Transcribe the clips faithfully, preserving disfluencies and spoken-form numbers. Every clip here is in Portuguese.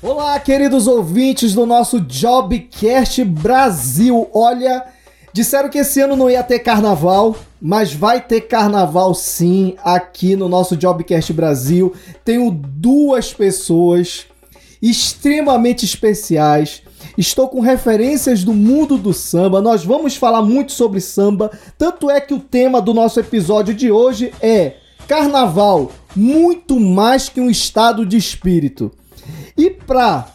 Olá, queridos ouvintes do nosso Jobcast Brasil. Olha, disseram que esse ano não ia ter carnaval, mas vai ter carnaval sim aqui no nosso Jobcast Brasil. Tenho duas pessoas extremamente especiais. Estou com referências do mundo do samba. Nós vamos falar muito sobre samba. Tanto é que o tema do nosso episódio de hoje é Carnaval, muito mais que um estado de espírito. E para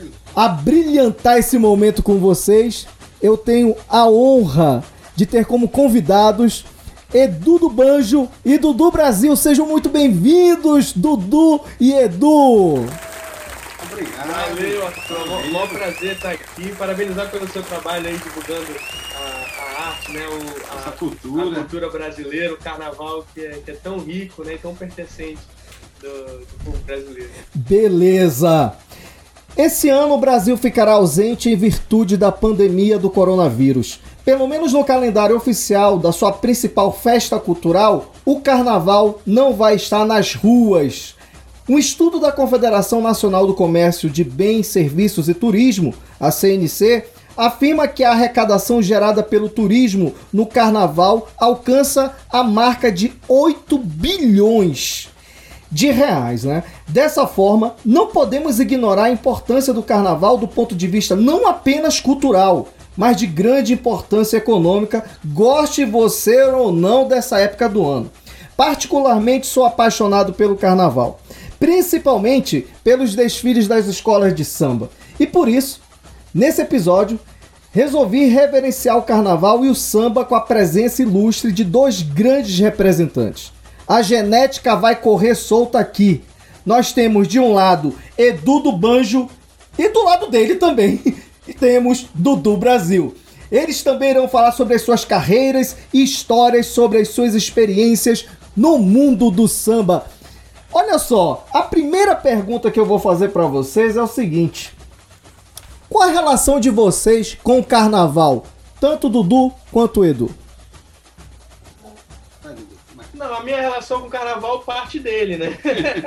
abrilhantar esse momento com vocês, eu tenho a honra de ter como convidados Edu do Banjo e Dudu Brasil. Sejam muito bem-vindos, Dudu e Edu. Obrigado. Valeu, Arthur. Mó prazer estar aqui. Parabenizar pelo seu trabalho aí, divulgando a, a arte, né? O, a, cultura. a cultura brasileira, o carnaval que é, que é tão rico, né? E tão pertencente do, do povo brasileiro. Beleza! Esse ano o Brasil ficará ausente em virtude da pandemia do coronavírus. Pelo menos no calendário oficial da sua principal festa cultural, o carnaval não vai estar nas ruas. Um estudo da Confederação Nacional do Comércio de Bens, Serviços e Turismo, a C N C, afirma que a arrecadação gerada pelo turismo no carnaval alcança a marca de oito bilhões de reais, né? Dessa forma, não podemos ignorar a importância do carnaval do ponto de vista não apenas cultural, mas de grande importância econômica, goste você ou não dessa época do ano. Particularmente sou apaixonado pelo carnaval, principalmente pelos desfiles das escolas de samba. E por isso, nesse episódio, resolvi reverenciar o carnaval e o samba com a presença ilustre de dois grandes representantes. A genética vai correr solta aqui. Nós temos de um lado Edu do Banjo e do lado dele também temos Dudu Brasil. Eles também irão falar sobre as suas carreiras e histórias sobre as suas experiências no mundo do samba. Olha só, a primeira pergunta que eu vou fazer para vocês é o seguinte: qual a relação de vocês com o carnaval? Tanto Dudu quanto Edu. Não, a minha relação com o carnaval parte dele, né?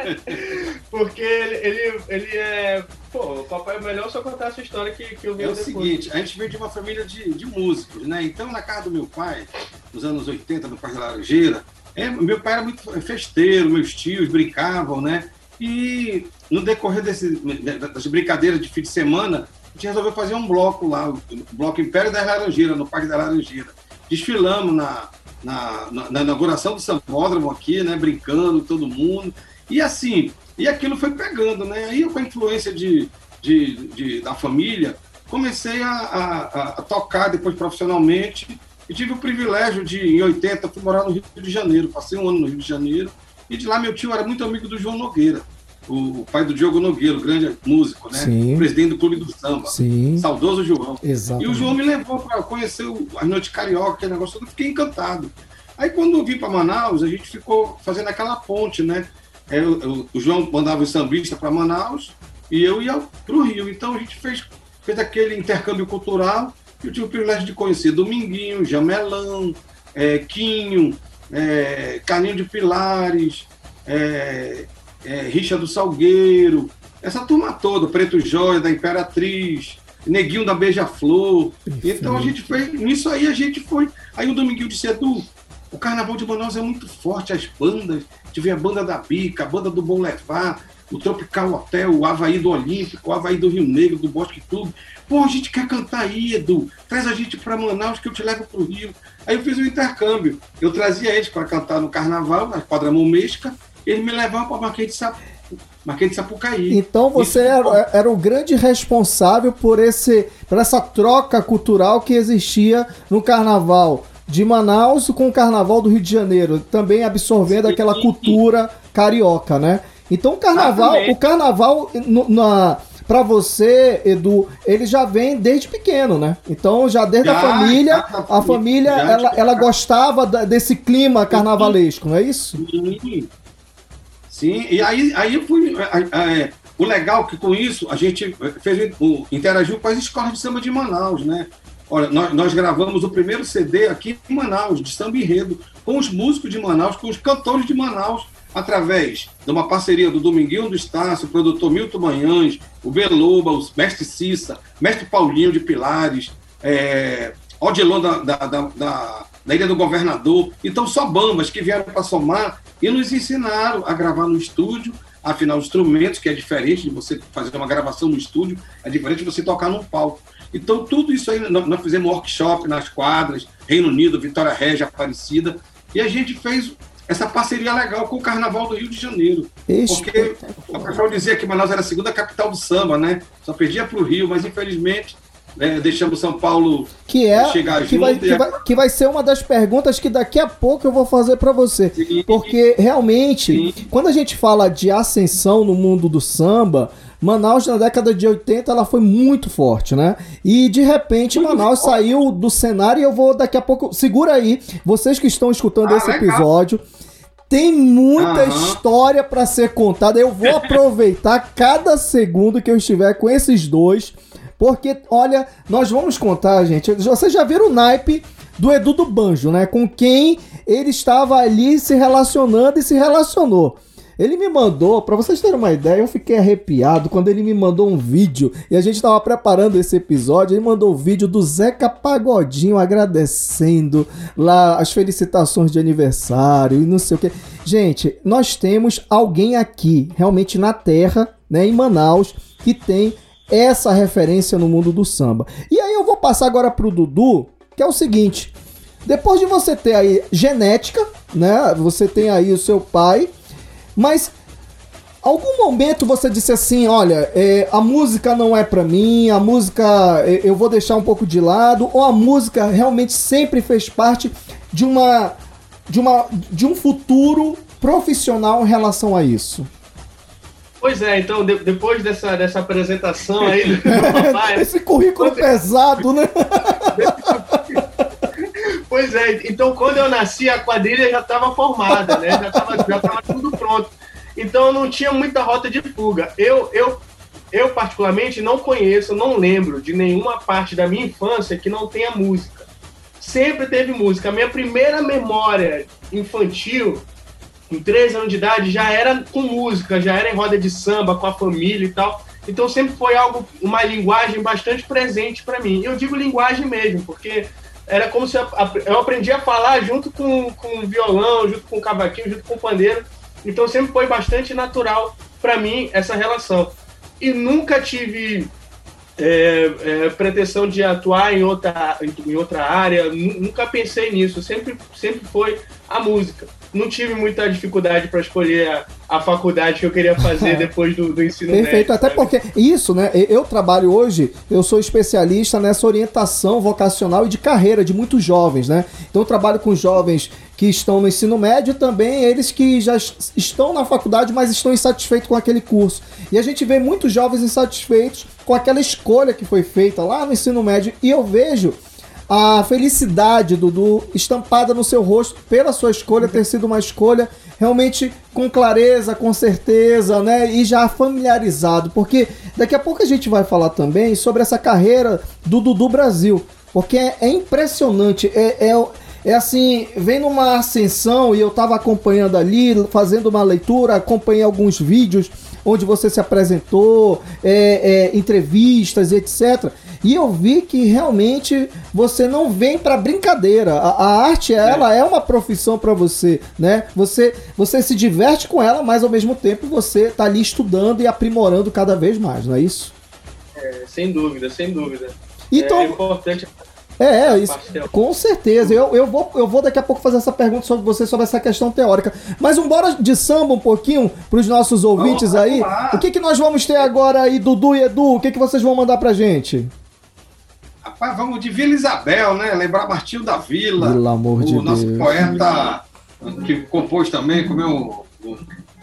Porque ele, ele, ele é... Pô, o papai é melhor só contar essa história que, que eu vi É o depois. seguinte, a gente veio de uma família de, de músicos, né? Então, na casa do meu pai, nos anos oitenta, no Parque da Laranjeira, é, meu pai era muito festeiro, meus tios brincavam, né? E no decorrer desse, das brincadeiras de fim de semana, a gente resolveu fazer um bloco lá, o Bloco Império da Laranjeira, no Parque da Laranjeira. Desfilamos na... Na, na, na inauguração do Sambódromo aqui, né, brincando, todo mundo, e assim, e aquilo foi pegando, né, aí eu com a influência de, de, de, da família, comecei a, a, a tocar depois profissionalmente, e tive o privilégio de, em oitenta, fui morar no Rio de Janeiro, passei um ano no Rio de Janeiro, e de lá meu tio era muito amigo do João Nogueira, o pai do Diogo Nogueira, o grande músico, né? Sim. Presidente do Clube do Samba, Sim. Saudoso João. Exatamente. E o João me levou para conhecer o, as noites carioca, aquele negócio todo, eu fiquei encantado. Aí quando eu vim para Manaus, a gente ficou fazendo aquela ponte, né? É, o, o João mandava os sambistas para Manaus e eu ia para o Rio. Então a gente fez, fez aquele intercâmbio cultural e eu tive o privilégio de conhecer Dominguinho, Jamelão, é, Quinho, é, Carlinho de Pilares, é, É, Richa do Salgueiro, essa turma toda, Preto Jóia, da Imperatriz, Neguinho da Beija-Flor. Então a gente fez, nisso aí a gente foi. Aí o Dominguinho disse: Edu, o Carnaval de Manaus é muito forte, as bandas, tive a banda da Bica, a banda do Bom Levar, o Tropical Hotel, o Havaí do Olímpico, o Havaí do Rio Negro, do Bosque Clube. Pô, a gente quer cantar aí, Edu, traz a gente para Manaus que eu te levo pro Rio. Aí eu fiz um intercâmbio, eu trazia eles para cantar no Carnaval, na Quadra Momesca. Ele me levava para Marquês de, Sap... Marquês de Sapucaí. Então você era, era o grande responsável por, esse, por essa troca cultural que existia no Carnaval de Manaus com o Carnaval do Rio de Janeiro, também absorvendo Sim. aquela cultura carioca, né? Então o Carnaval, ah, o Carnaval no, na, pra você, Edu, ele já vem desde pequeno, né? Então já desde já, a família, já, a família já, ela, ela gostava desse clima carnavalesco, não é isso? Sim. Sim, e aí, aí eu fui. É, o legal é que com isso a gente fez, o, interagiu com as escolas de samba de Manaus, né? Olha, nós, nós gravamos o primeiro C D aqui em Manaus, de samba enredo, com os músicos de Manaus, com os cantores de Manaus, através de uma parceria do Dominguinho do Estácio, o produtor Milton Manhães, o Beloba, o Mestre Cissa, Mestre Paulinho de Pilares, é, Odilon da, da, da, da, da Ilha do Governador. Então, só bambas que vieram para somar e nos ensinaram a gravar no estúdio. Afinal, os instrumentos, que é diferente de você fazer uma gravação no estúdio, é diferente de você tocar num palco. Então, tudo isso aí, nós fizemos workshop nas quadras, Reino Unido, Vitória Régia, Aparecida, e a gente fez essa parceria legal com o Carnaval do Rio de Janeiro. Porque o pessoal dizia que Manaus era a segunda capital do samba, né? Só perdia para o Rio, mas infelizmente né, deixamos São Paulo que é, chegar que junto. Vai, que, a... vai, que vai ser uma das perguntas que daqui a pouco eu vou fazer para você. Sim, porque realmente, sim. Quando a gente fala de ascensão no mundo do samba, Manaus, na década de oitenta, ela foi muito forte, né? E, de repente, muito Manaus forte. Saiu do cenário e eu vou daqui a pouco... Segura aí, vocês que estão escutando ah, esse legal. Episódio, tem muita uhum. história para ser contada. Eu vou aproveitar cada segundo que eu estiver com esses dois, porque, olha, nós vamos contar, gente... Vocês já viram o naipe do Edu do Banjo, né? Com quem ele estava ali se relacionando e se relacionou. Ele me mandou, pra vocês terem uma ideia, eu fiquei arrepiado quando ele me mandou um vídeo, e a gente tava preparando esse episódio, ele mandou o um vídeo do Zeca Pagodinho agradecendo lá as felicitações de aniversário e não sei o que. Gente, nós temos alguém aqui, realmente na terra, né, em Manaus, que tem essa referência no mundo do samba. E aí eu vou passar agora pro Dudu, que é o seguinte, depois de você ter aí genética, né, você tem aí o seu pai, mas algum momento você disse assim, olha, é, a música não é pra mim, a música é, eu vou deixar um pouco de lado, ou a música realmente sempre fez parte de uma de uma de um futuro profissional em relação a isso? Pois é, então de, depois dessa, dessa apresentação aí do meu papai... Esse currículo quando... pesado, né? Pois é, então quando eu nasci a quadrilha já estava formada, né? Já estava já tava tudo pronto. Então eu não tinha muita rota de fuga. Eu, eu, eu particularmente não conheço, não lembro de nenhuma parte da minha infância que não tenha música. Sempre teve música. A minha primeira memória infantil, com três anos de idade, já era com música, já era em roda de samba, com a família e tal. Então sempre foi algo, uma linguagem bastante presente para mim. Eu digo linguagem mesmo, porque... era como se eu aprendi a falar junto com, com o violão, junto com o cavaquinho, junto com o pandeiro. Então sempre foi bastante natural para mim essa relação. E nunca tive é, é, pretensão de atuar em outra, em outra área, nunca pensei nisso. Sempre, sempre foi a música. Não tive muita dificuldade para escolher a, a faculdade que eu queria fazer depois do, do ensino médio. Perfeito, até porque isso, né? Eu trabalho hoje, eu sou especialista nessa orientação vocacional e de carreira de muitos jovens, né? Então eu trabalho com jovens que estão no ensino médio e também eles que já estão na faculdade, mas estão insatisfeitos com aquele curso. E a gente vê muitos jovens insatisfeitos com aquela escolha que foi feita lá no ensino médio, e eu vejo a felicidade, Dudu, estampada no seu rosto pela sua escolha ter sido uma escolha realmente com clareza, com certeza, né? E já familiarizado, porque daqui a pouco a gente vai falar também sobre essa carreira do Dudu Brasil, porque é, é impressionante, é, é, é assim, vem numa ascensão, e eu estava acompanhando ali, fazendo uma leitura, acompanhei alguns vídeos onde você se apresentou, é, é, entrevistas, etcétera. E eu vi que realmente você não vem para brincadeira. A, a arte, ela é. é uma profissão para você, né? Você, você se diverte com ela, mas ao mesmo tempo você tá ali estudando e aprimorando cada vez mais, não é isso? É, sem dúvida, sem dúvida. Então, é importante... É, é isso, com certeza. Eu, eu, vou, eu vou daqui a pouco fazer essa pergunta sobre você, sobre essa questão teórica. Mas vamos embora de samba um pouquinho para os nossos ouvintes vamos, aí. Vamos o que, que nós vamos ter agora aí, Dudu e Edu? O que, que vocês vão mandar pra gente? Rapaz, vamos de Vila Isabel, né? Lembrar Martinho da Vila. Pelo amor de Deus. O nosso poeta que compôs também, como é o... o...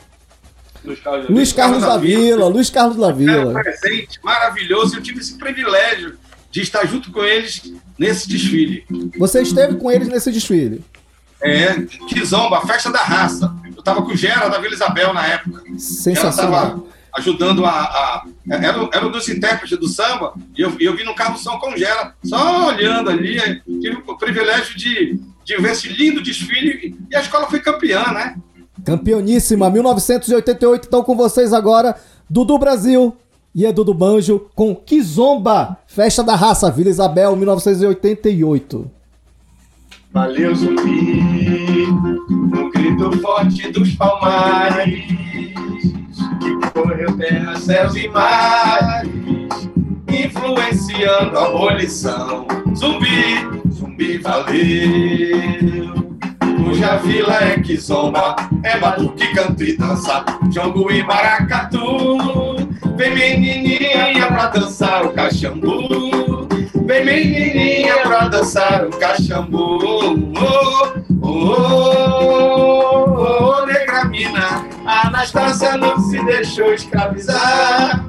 Luiz Carlos, Luiz Carlos da, da Vila. Vila. Luiz Carlos da Vila. É um presente maravilhoso. Eu tive esse privilégio de estar junto com eles nesse desfile. Você esteve com eles nesse desfile? É, Kizomba, Festa da Raça. Eu estava com o Gera da Vila Isabel na época. Sensacional. ajudando a... a era, era um dos intérpretes do samba, e eu, eu vi no carro som Congela, só olhando ali, tive o privilégio de, de ver esse lindo desfile, e a escola foi campeã, né? Campeoníssima, mil novecentos e oitenta e oito, então com vocês agora, Dudu Brasil e Edu do Banjo, com Kizomba, Festa da Raça, Vila Isabel, mil novecentos e oitenta e oito. Valeu, Zumbi, no grito forte dos palmares, que correu terra, céus e mares, influenciando a abolição. Zumbi, Zumbi, valeu. Cuja vila é Kizomba, é batuque, canto e dança, jongo e maracatu. Vem menininha pra dançar o cachambu, vem menininha pra dançar o cachambu. Oh, oh, oh, oh, negra mina, a Anastácia não se deixou escravizar.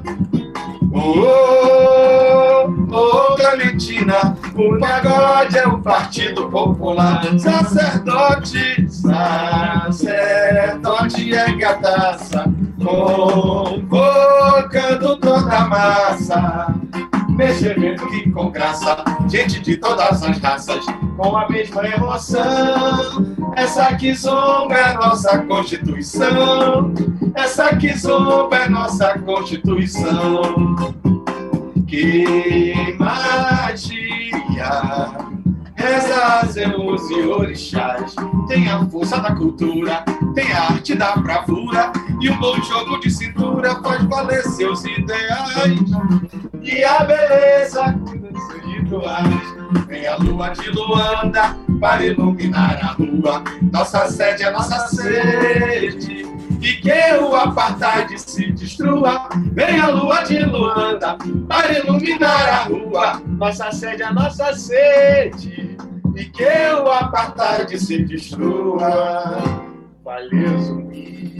Oh, oh, oh, Clementina, o pagode é o Partido Popular. Sacerdote, sacerdote ergue a taça, convocando toda a massa. Mexendo que com graça, gente de todas as raças, com a mesma emoção. Essa Kizomba é nossa Constituição, essa Kizomba é nossa Constituição. Que magia, rezazemos e orixás, tem a força da cultura, tem a arte da bravura, e um bom jogo de cintura faz valer seus ideais. E a beleza dos rituais, vem a lua de Luanda para iluminar a rua. Nossa sede é nossa sede, e que o apartheid se destrua. Vem a lua de Luanda para iluminar a rua. Nossa sede é nossa sede, e que o apartheid se destrua. Valeu, Zumbi.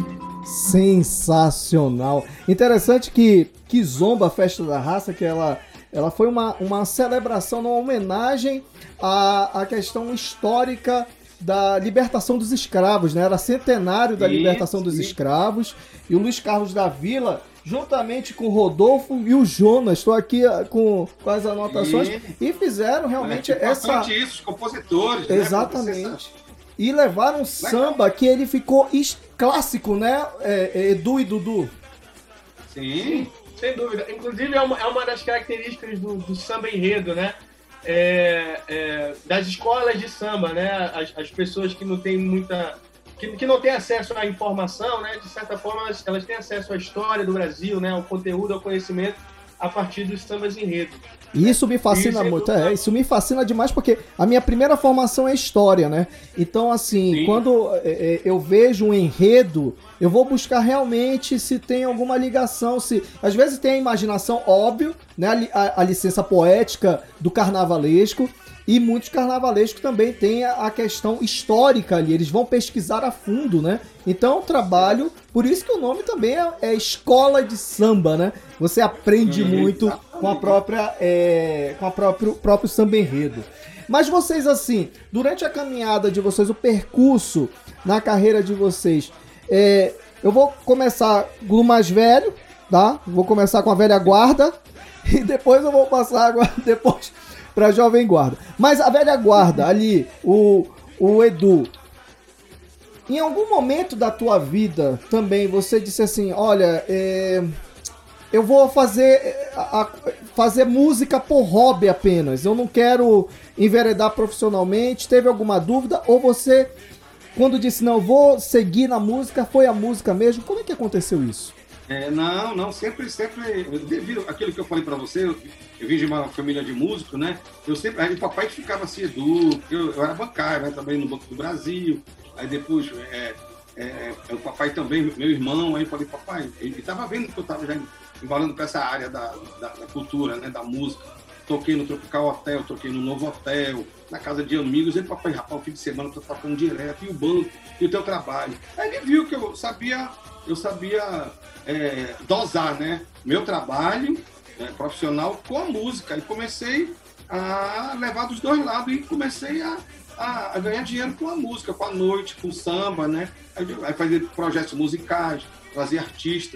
Sensacional. Interessante que Kizomba, Festa da Raça, que ela, ela foi uma, uma celebração, uma homenagem à, à questão histórica da libertação dos escravos, né? Era centenário da libertação dos escravos, e o Luiz Carlos da Vila, juntamente com o Rodolfo e o Jonas, estou aqui com, com as anotações, e, e fizeram realmente é, essa... isso, os compositores, exatamente. Né? E levaram um samba que ele ficou clássico, né, é, Edu e Dudu? Sim, sem dúvida. Inclusive é uma, é uma das características do, do samba enredo, né? É, é, das escolas de samba, né? As, as pessoas que não têm muita... Que, que não têm acesso à informação, né? De certa forma, elas, elas têm acesso à história do Brasil, né? Ao conteúdo, ao conhecimento, a partir dos sambas enredos. Isso me fascina isso muito, é, isso me fascina demais, porque a minha primeira formação é história, né? Então, assim, sim, quando é, eu vejo um enredo, eu vou buscar realmente se tem alguma ligação, se... Às vezes tem a imaginação, óbvio, né? A, a, a licença poética do carnavalesco, e muitos carnavalescos também têm a questão histórica ali, eles vão pesquisar a fundo, né? Então, trabalho, por isso que o nome também é, é escola de samba, né? Você aprende uhum, muito com a própria, é, com a próprio, próprio samba enredo. Mas vocês, assim, durante a caminhada de vocês, o percurso na carreira de vocês, é, eu vou começar do mais velho, tá? Vou começar com a velha guarda, e depois eu vou passar agora, depois... pra jovem guarda. Mas a velha guarda ali, o, o Edu, em algum momento da tua vida também você disse assim, olha, é, eu vou fazer, a, a, fazer música por hobby apenas, eu não quero enveredar profissionalmente, teve alguma dúvida? Ou você, quando disse, não, eu vou seguir na música, foi a música mesmo? Como é que aconteceu isso? É, não, não, sempre, sempre, devido àquilo que eu falei pra você, eu, eu vim de uma família de músicos, né, eu sempre, aí o papai ficava assim, Edu, eu, eu era bancário, né, também no Banco do Brasil, aí depois, é, é, o papai também, meu irmão, aí eu falei, papai, ele tava vendo que eu tava já embalando pra essa área da, da, da cultura, né, da música, toquei no Tropical Hotel, toquei no Novo Hotel, na casa de amigos, ele, papai, rapaz, o fim de semana eu tô tocando direto, e o banco, e o teu trabalho, aí ele viu que eu sabia, eu sabia... É, dosar, né, meu trabalho, né, profissional com a música, e comecei a levar dos dois lados e comecei a, a, a ganhar dinheiro com a música, com a noite, com o samba, né, aí, aí fazer projetos musicais, trazer artistas,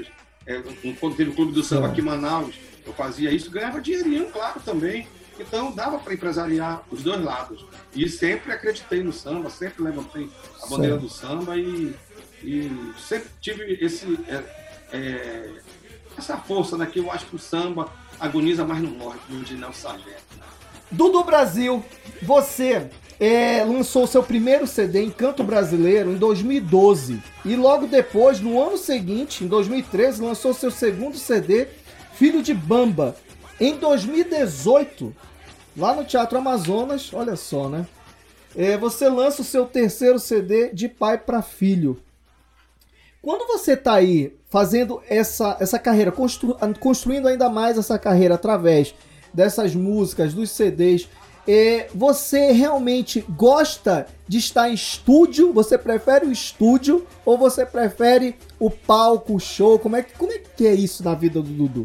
é, quando teve o Clube do Samba é. aqui em Manaus, eu fazia isso, ganhava dinheirinho, claro, também. Então dava para empresariar os dois lados. E sempre acreditei no samba, sempre levantei a bandeira certo. do samba e, e sempre tive esse, é, é, essa força, né, que eu acho que o samba agoniza mais no norte, no de Nelson Sargento. Dudu Brasil, você é, lançou seu primeiro C D, Encanto Brasileiro, em dois mil e doze. E logo depois, no ano seguinte, em dois mil e treze, lançou seu segundo C D, Filho de Bamba. Em dois mil e dezoito, lá no Teatro Amazonas, olha só, né? É, você lança o seu terceiro C D, De Pai para Filho. Quando você tá aí fazendo essa, essa carreira, constru, construindo ainda mais essa carreira através dessas músicas, dos C Ds, é, você realmente gosta de estar em estúdio? Você prefere o estúdio ou você prefere o palco, o show? Como é que, como é, que é isso na vida do Dudu?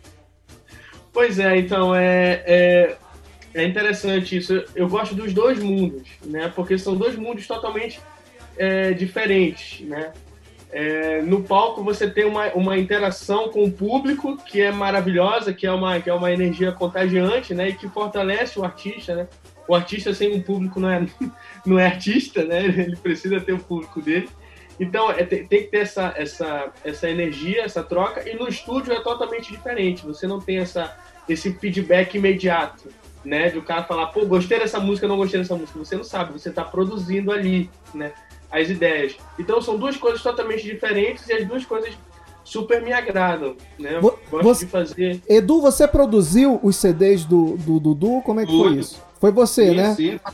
Pois é, então, é, é, é interessante isso. Eu gosto dos dois mundos, né? Porque são dois mundos totalmente é, diferentes, né? É, no palco você tem uma, uma interação com o público que é maravilhosa, que é, uma, que é uma energia contagiante, né? E que fortalece o artista, né? O artista sem um público não é, não é artista, né? Ele precisa ter o público dele. Então, é, tem, tem que ter essa, essa, essa energia, essa troca, e no estúdio é totalmente diferente. Você não tem essa, esse feedback imediato, né? De o cara falar, pô, gostei dessa música, não gostei dessa música. Você não sabe, você está produzindo ali, né? As ideias. Então, são duas coisas totalmente diferentes e as duas coisas super me agradam, né? Vo- Gosto você, de fazer... Edu, você produziu os C Ds do, do Dudu? Como é que foi, foi isso? Foi você, sim, né? Sim,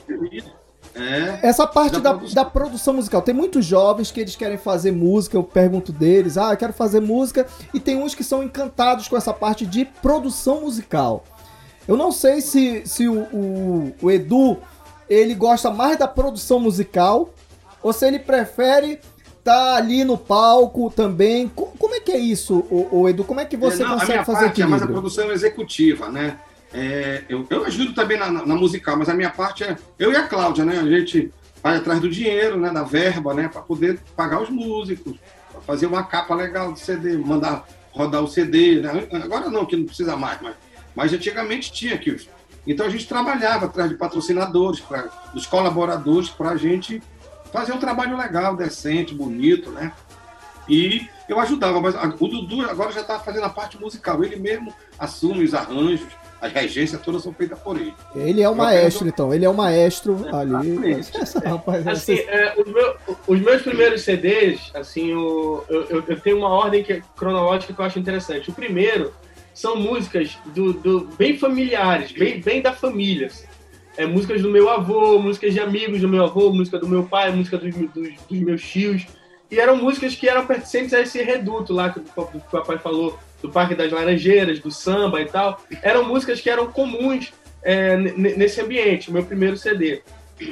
é. Essa parte da, da, da, produção. da produção musical. Tem muitos jovens que eles querem fazer música, eu pergunto deles, ah, eu quero fazer música, e tem uns que são encantados com essa parte de produção musical. Eu não sei se, se o, o, o Edu, ele gosta mais da produção musical, ou se ele prefere estar ali no palco também. Como é que é isso, o, o Edu? Como é que você é, não, consegue a minha fazer parte equilíbrio? é mais a produção executiva, né? É, eu, eu ajudo também na, na, na musical, mas a minha parte é... Eu e a Cláudia, né? A gente vai atrás do dinheiro, né? Da verba, né? Para poder pagar os músicos, para fazer uma capa legal do C D, mandar rodar o C D, né? Agora não, que não precisa mais, mas, mas antigamente tinha que... Então a gente trabalhava atrás de patrocinadores, pra, dos colaboradores, para a gente fazer um trabalho legal, decente, bonito, né? E eu ajudava, mas o Dudu agora já está fazendo a parte musical. Ele mesmo assume os arranjos, as regências todas são feitas por ele. Ele é o eu maestro, quero... então. Ele é o maestro é, ali. Rapaz, assim, é, os, meus, os meus primeiros C Ds, assim, o, eu, eu tenho uma ordem que, cronológica que eu acho interessante. O primeiro são músicas do, do, bem familiares, bem, bem da família. É, músicas do meu avô, músicas de amigos do meu avô, música do meu pai, música dos, dos, dos meus tios. E eram músicas que eram pertencentes a esse reduto lá que o, que o papai falou, do Parque das Laranjeiras, do samba e tal. Eram músicas que eram comuns é, n- nesse ambiente, o meu primeiro C D.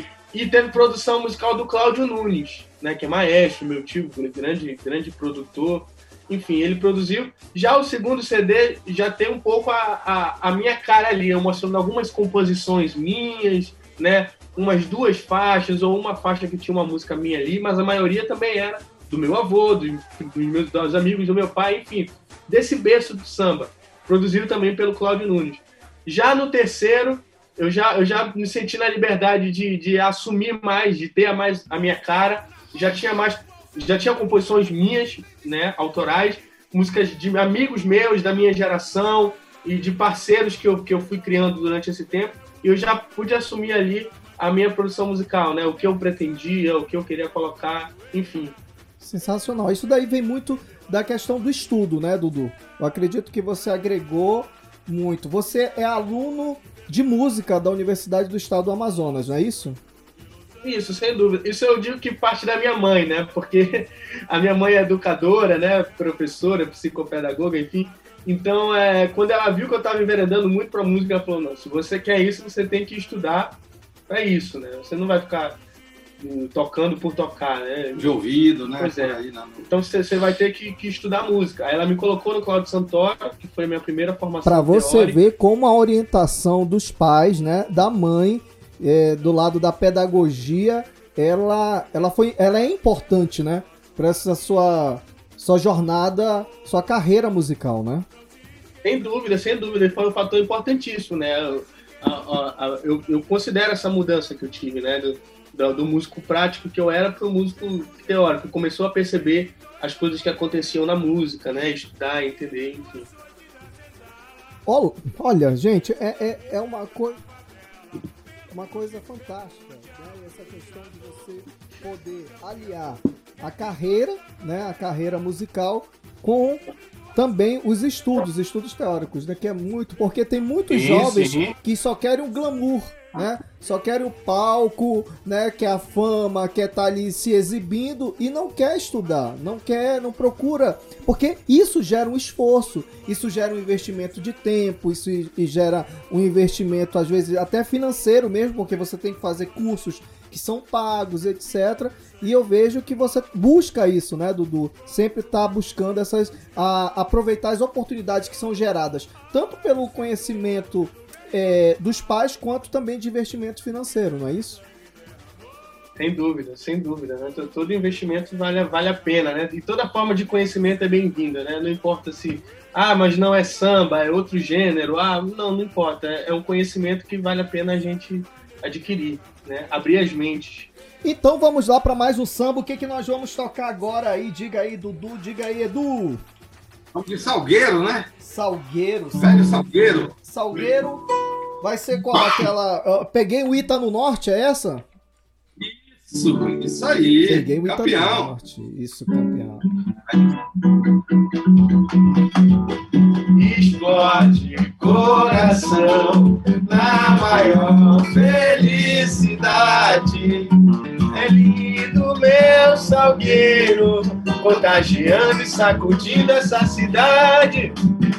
E teve produção musical do Cláudio Nunes, né, que é maestro, meu tio, grande, grande produtor. Enfim, ele produziu. Já o segundo C D já tem um pouco a, a, a minha cara ali, eu mostrando algumas composições minhas, né? Umas duas faixas ou uma faixa que tinha uma música minha ali, mas a maioria também era do meu avô, do, dos meus dos amigos do meu pai, enfim, desse berço do samba, produzido também pelo Cláudio Nunes. Já no terceiro, eu já, eu já me senti na liberdade de, de assumir mais, de ter a, mais a minha cara, já tinha mais, já tinha composições minhas, né, autorais, músicas de amigos meus, da minha geração, e de parceiros que eu, que eu fui criando durante esse tempo, e eu já pude assumir ali a minha produção musical, né? O que eu pretendia, o que eu queria colocar, enfim. Sensacional. Isso daí vem muito da questão do estudo, né, Dudu? Eu acredito que você agregou muito. Você é aluno de música da Universidade do Estado do Amazonas, não é isso? Isso, sem dúvida. Isso eu digo que parte da minha mãe, né? Porque a minha mãe é educadora, né? Professora, psicopedagoga, enfim. Então, é, quando ela viu que eu estava enveredando muito para música, ela falou, não, se você quer isso, você tem que estudar para isso, né? Você não vai ficar uh, tocando por tocar, né? De ouvido, né? Pois é. Aí, não. Então, você, você vai ter que, que estudar música. Aí ela me colocou no Cláudio Santoro, que foi a minha primeira formação Para você teórica. ver como a orientação dos pais, né, da mãe, é, do lado da pedagogia, ela, ela, foi, ela é importante, né? Para essa sua... sua jornada, sua carreira musical, né? Sem dúvida, sem dúvida. Foi um fator importantíssimo, né? Eu, a, a, a, eu, eu considero essa mudança que eu tive, né? Do, do, do músico prático que eu era para o músico teórico. Começou a perceber as coisas que aconteciam na música, né? Estudar, entender, enfim. Olha, gente, é, é, é uma coisa uma coisa fantástica, né? Essa questão de você poder aliar a carreira, né? A carreira musical com também os estudos, estudos teóricos, né? Que é muito, porque tem muitos Isso, jovens sim. que só querem o glamour, né? Só querem o palco, né? Quer a fama, quer estar ali se exibindo e não quer estudar, não quer, não procura, porque isso gera um esforço, isso gera um investimento de tempo, isso gera um investimento às vezes até financeiro mesmo, porque você tem que fazer cursos que são pagos, etcétera. E eu vejo que você busca isso, né, Dudu? Sempre está buscando essas, a, aproveitar as oportunidades que são geradas, tanto pelo conhecimento é, dos pais, quanto também de investimento financeiro, não é isso? Sem dúvida, sem dúvida, né? Todo investimento vale, vale a pena, né? E toda forma de conhecimento é bem-vinda, né? Não importa se, ah, mas não é samba, é outro gênero, ah, não, não importa. É um conhecimento que vale a pena a gente adquirir, né? Abrir as mentes. Então vamos lá para mais um samba. O que, que nós vamos tocar agora aí? Diga aí, Dudu, diga aí, Edu. Vamos de Salgueiro, né? Salgueiro. Velho Salgueiro. Salgueiro vai ser qual? Aquela... Uh, peguei o Ita no Norte, é essa? Isso, isso aí. Peguei o Ita campeão. no Norte. Isso, campeão. Explode coração na maior felicidade. É lindo meu Salgueiro, contagiando e sacudindo essa cidade.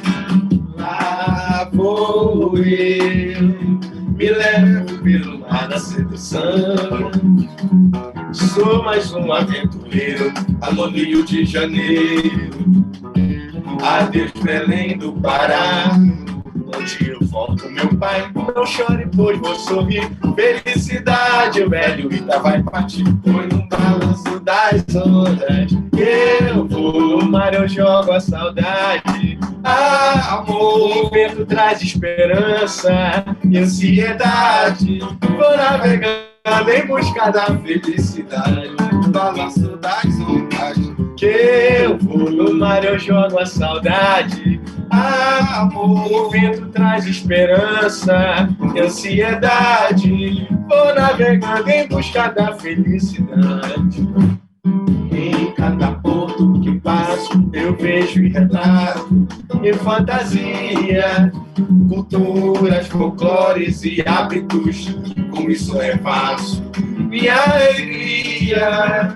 Lá vou eu, me levo pelo mar da sedução. Sou mais um aventureiro, amor no Rio de Janeiro. Adeus Belém do Pará, onde eu volto meu pai. Não chore, pois vou sorrir. Felicidade, o velho Ita vai partir. Foi no balanço das ondas eu vou no mar, eu jogo a saudade. Ah, amor, o vento traz esperança e ansiedade. Vou navegando em busca da felicidade. No balanço das ondas que eu vou no mar, eu jogo a saudade. Ah, amor, o vento traz esperança e ansiedade. Vou navegando em busca da felicidade. Em cada porto que passo, eu vejo e retrato em fantasia, culturas, folclores e hábitos. Como isso é fácil, minha alegria.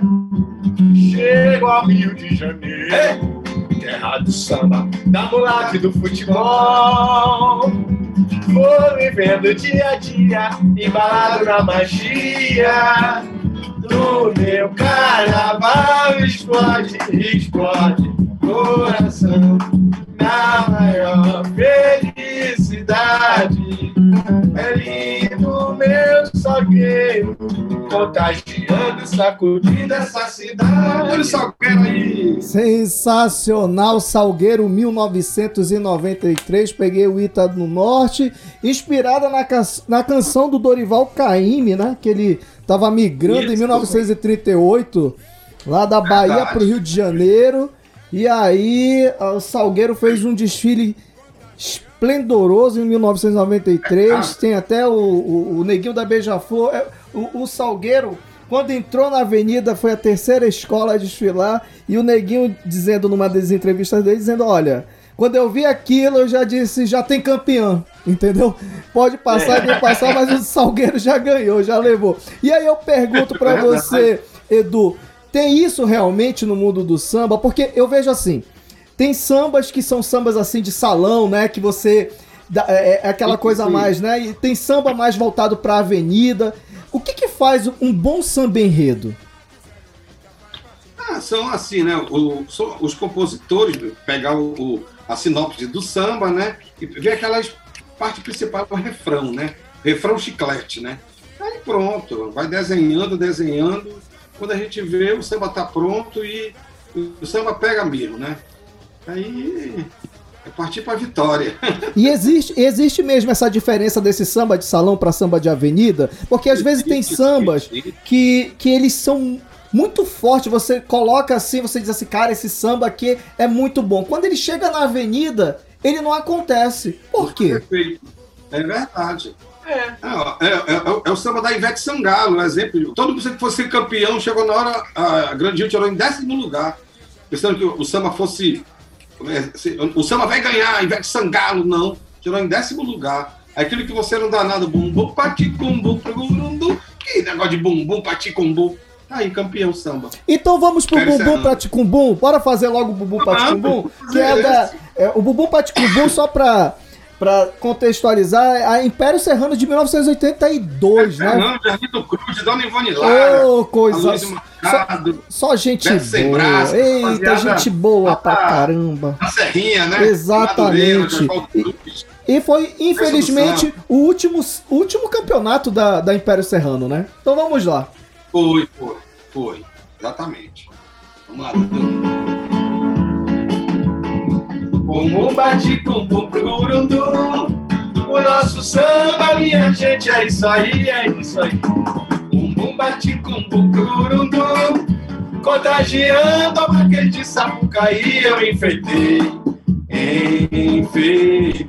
Chego ao Rio de Janeiro, terra do samba, da mulata e do futebol. Vou vivendo dia a dia, embalado na magia do meu carnaval. Explode, explode coração na maior felicidade. É lindo meu Salgueiro, contagiando, sacudindo essa cidade. Olha o Salgueiro aí. Sensacional, Salgueiro mil novecentos e noventa e três. Peguei o Ita no Norte, inspirada na, ca... na canção do Dorival Caymmi, né? Que ele tava migrando Isso. em mil novecentos e trinta e oito, lá da Bahia Verdade. Pro Rio de Janeiro. E aí o Salgueiro fez um desfile esplendoroso em mil novecentos e noventa e três. Tem até o, o, o Neguinho da Beija-Flor. O, o Salgueiro, quando entrou na avenida, foi a terceira escola a desfilar. E o Neguinho dizendo numa das entrevistas dele, dizendo, olha, quando eu vi aquilo, eu já disse, já tem campeão, entendeu? Pode passar e passar, mas o Salgueiro já ganhou, já levou. E aí eu pergunto pra você, Edu, tem isso realmente no mundo do samba? Porque eu vejo assim, tem sambas que são sambas assim de salão, né? Que você... É, é aquela coisa a mais, né? E tem samba mais voltado pra avenida. O que que faz um bom samba enredo? Ah, são assim, né? O, os compositores pegar o, o, a sinopse do samba, né? E ver aquelas parte principal do refrão, né? Refrão chiclete, né? Aí pronto, vai desenhando, desenhando. Quando a gente vê, o samba tá pronto e o samba pega mesmo, né? Aí é partir para vitória. E existe, existe mesmo essa diferença desse samba de salão para samba de avenida? Porque às vezes tem sambas que, que eles são muito fortes. Você coloca assim, você diz assim, cara, esse samba aqui é muito bom. Quando ele chega na avenida, ele não acontece. Por quê? Perfeito. É verdade. É. É, é, é, é o samba da Ivete Sangalo, um exemplo. Todo mundo que fosse campeão, chegou na hora, a Grandinho tirou em décimo lugar, pensando que o samba fosse... O samba vai ganhar, a Ivete Sangalo, não. Tirou em décimo lugar. Aquilo que você não dá nada, bumbum, paticumbu, prugurundu. Que negócio de bumbum, paticumbu. Tá aí, campeão samba. Então vamos pro bumbum, paticumbum. Bora fazer logo o bumbum, paticumbum. Que é da... É, o bumbum, paticumbum, só pra... Pra contextualizar, a Império Serrano de mil novecentos e oitenta e dois, é, né? Não, Jardim do Cruz, Dona Ivone Lara. Ô, oh, coisa... Só, só gente boa. Braço, Eita, gente boa pra caramba. A Serrinha, né? Exatamente. E, e foi, infelizmente, o último, último campeonato da, da Império Serrano, né? Então vamos lá. Foi, foi, foi. Exatamente. Vamos lá, Bumbum bate com bum prurundum. O nosso samba, minha gente, é isso aí, é isso aí. Bumbum bate com bum prurundum. Contagiando a maquete de Sapucaí, eu enfeitei, enfeitei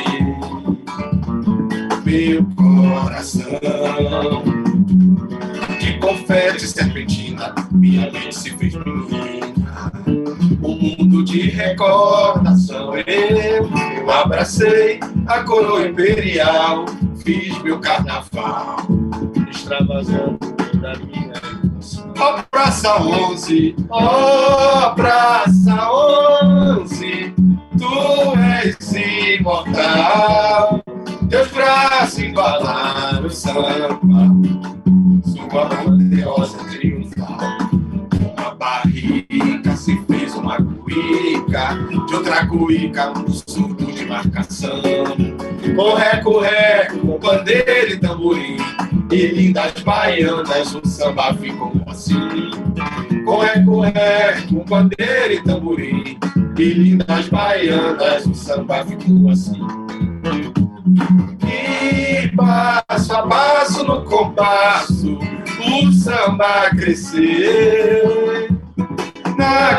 meu coração de confete serpentina, minha mente se fez menina. Um mundo de recordação, eu, eu abracei a coroa imperial, fiz meu carnaval, extravasando da minha emoção. Ó oh, Praça onze, ó oh, Praça onze, tu és imortal, teus braços embalaram o samba, sua poderosa triunfal. Uma barriga se fez uma cuíca, de outra cuíca um surdo de marcação. Com reco-reco, com pandeiro e tamborim, e lindas baianas, o samba ficou assim. Com reco-reco, com pandeiro e tamborim, e lindas baianas, o samba ficou assim. E passo a passo no compasso, o samba cresceu na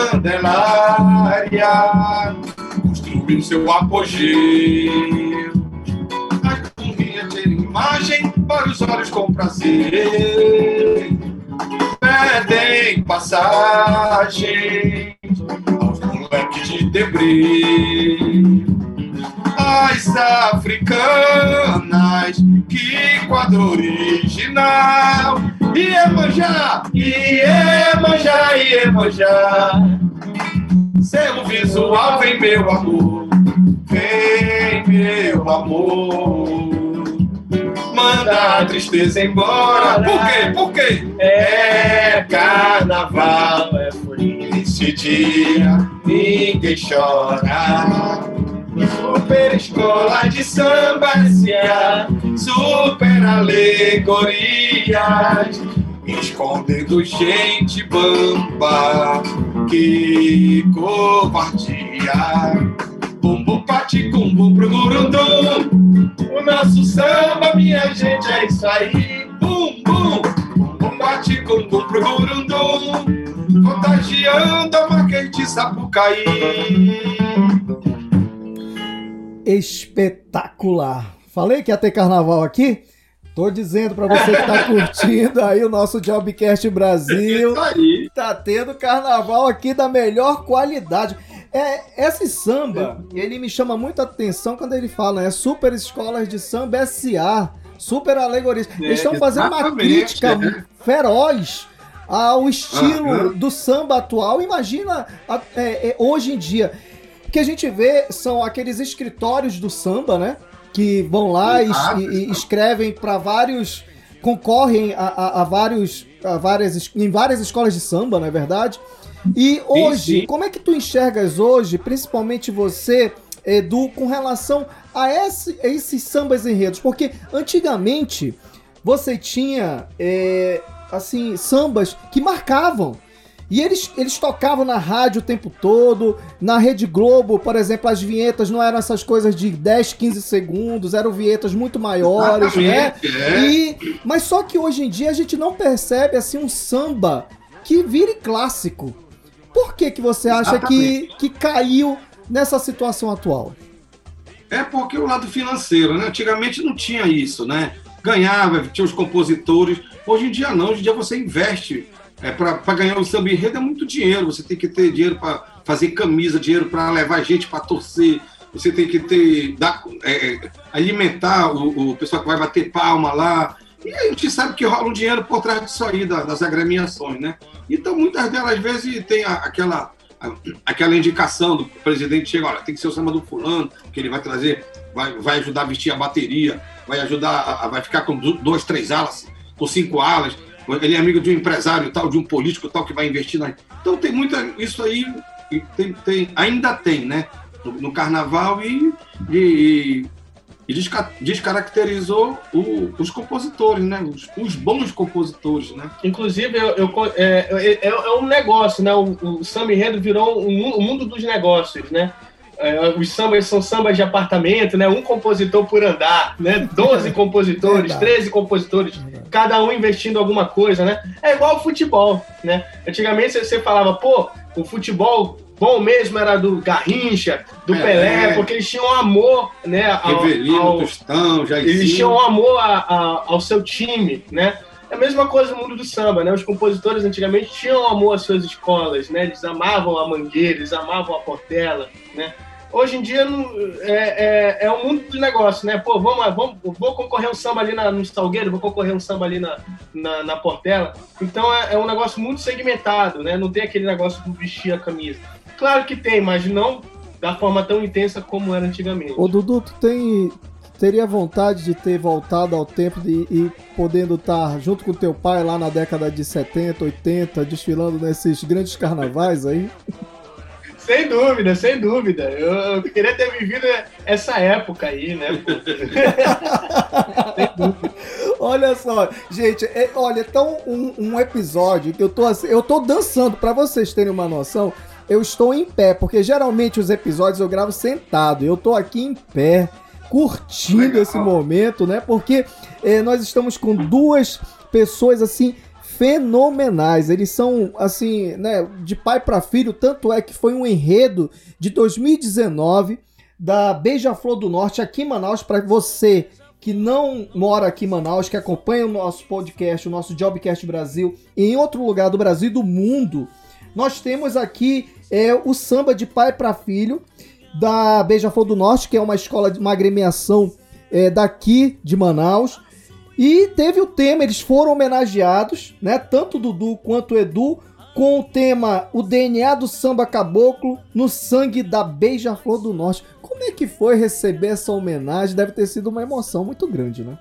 Candelária, construiu seu apogeu. A currinha ter imagem para os olhos com prazer, pedem passagem aos moleques de Debré. As africanas, que quadro original. Iemanjá, Iemanjá, Iemanjá, seu visual vem meu amor, vem meu amor, manda a tristeza embora. Por quê? Por quê? É carnaval, é folia. Nesse dia ninguém chora. Super escola de samba S A, super alegorias, escondendo gente bamba, que covardia. Bumbum paticumbu pro gurundum, o nosso samba, minha gente, é isso aí. Bum, bum, bumbum paticumbu pro gurundum, contagiando a maquete de Sapucaí. Espetacular. Falei que ia ter carnaval aqui? Tô dizendo pra você que tá curtindo aí o nosso Jobcast Brasil. Tá tendo carnaval aqui da melhor qualidade. É, esse samba, ele me chama muita atenção quando ele fala, é Super Escolas de Samba S A, super alegorias. Eles estão fazendo uma crítica é. feroz ao estilo uhum. do samba atual. Imagina a, é, é, hoje em dia. O que a gente vê são aqueles escritórios do samba, né? Que vão lá e, e, e escrevem para vários... Concorrem a, a, a, vários, a várias, em várias escolas de samba, não é verdade? E hoje, sim, sim. como é que tu enxergas hoje, principalmente você, Edu, com relação a, esse, a esses sambas enredos? Porque antigamente você tinha, é, assim, sambas que marcavam. E eles, eles tocavam na rádio o tempo todo, na Rede Globo, por exemplo, as vinhetas não eram essas coisas de dez, quinze segundos, eram vinhetas muito maiores, né? É. E, mas só que hoje em dia a gente não percebe assim um samba que vire clássico. Por que que você acha que, que caiu nessa situação atual? É porque o lado financeiro, né? Antigamente não tinha isso, né? Ganhava, tinha os compositores. Hoje em dia não, hoje em dia você investe. É, para ganhar o samba enredo é muito dinheiro, você tem que ter dinheiro para fazer camisa, dinheiro para levar gente para torcer, você tem que ter dar, é, alimentar o, o pessoal que vai bater palma lá, e a gente sabe que rola um dinheiro por trás disso aí, da, das agremiações, né? Então muitas delas às vezes tem a, aquela, a, aquela indicação do presidente, chega, olha, tem que ser o samba do fulano, que ele vai trazer, vai, vai ajudar a vestir a bateria, vai ajudar, a, a, vai ficar com dois, três alas, com cinco alas, ele é amigo de um empresário tal, de um político tal, que vai investir na... Então tem muita... Isso aí tem, tem, ainda tem, né? No, no carnaval e, e, e desca, descaracterizou o, os compositores, né? Os, os bons compositores, né? Inclusive, eu, eu, é, é, é um negócio, né? O, o samba enredo virou um, um mundo dos negócios, né? É, os sambas são sambas de apartamento, né? Um compositor por andar, né? doze compositores, treze compositores, cada um investindo alguma coisa, né? É igual o futebol, né? Antigamente você falava, pô, o futebol bom mesmo era do Garrincha, do é, Pelé, é. porque eles tinham amor, né? Ao, Revelino, ao, Tostão, Jairzinho. Eles tinham amor a, a, ao seu time, né? É a mesma coisa no mundo do samba, né? Os compositores antigamente tinham amor às suas escolas, né? Eles amavam a Mangueira, eles amavam a Portela, né? Hoje em dia não, é, é, é um mundo de negócio, né? Pô, vamos, vamos, vou concorrer um samba ali na, no Salgueiro, vou concorrer um samba ali na, na, na Portela. Então é, é um negócio muito segmentado, né? Não tem aquele negócio de vestir a camisa. Claro que tem, mas não da forma tão intensa como era antigamente. Ô Dudu, tu tem, teria vontade de ter voltado ao tempo de, e podendo estar junto com teu pai lá na década de setenta, oitenta, desfilando nesses grandes carnavais aí? Sem dúvida, sem dúvida. Eu, eu queria ter vivido essa época aí, né? Sem dúvida. Olha só, gente, é, olha, então um, um episódio que eu tô assim, eu tô dançando, pra vocês terem uma noção, eu estou em pé, porque geralmente os episódios eu gravo sentado, eu tô aqui em pé, curtindo Legal. Esse momento, né? Porque é, nós estamos com duas pessoas assim fenomenais, eles são assim, né, de pai para filho, tanto é que foi um enredo de dois mil e dezenove da Beija-Flor do Norte aqui em Manaus. Para você que não mora aqui em Manaus, que acompanha o nosso podcast, o nosso Jobcast Brasil, e em outro lugar do Brasil e do mundo, nós temos aqui é, o samba de pai para filho da Beija-Flor do Norte, que é uma escola, uma agremiação é, daqui de Manaus. E teve o tema, eles foram homenageados, né? Tanto o Dudu quanto o Edu, com o tema O D N A do Samba Caboclo no sangue da Beija-Flor do Norte. Como é que foi receber essa homenagem? Deve ter sido uma emoção muito grande, né?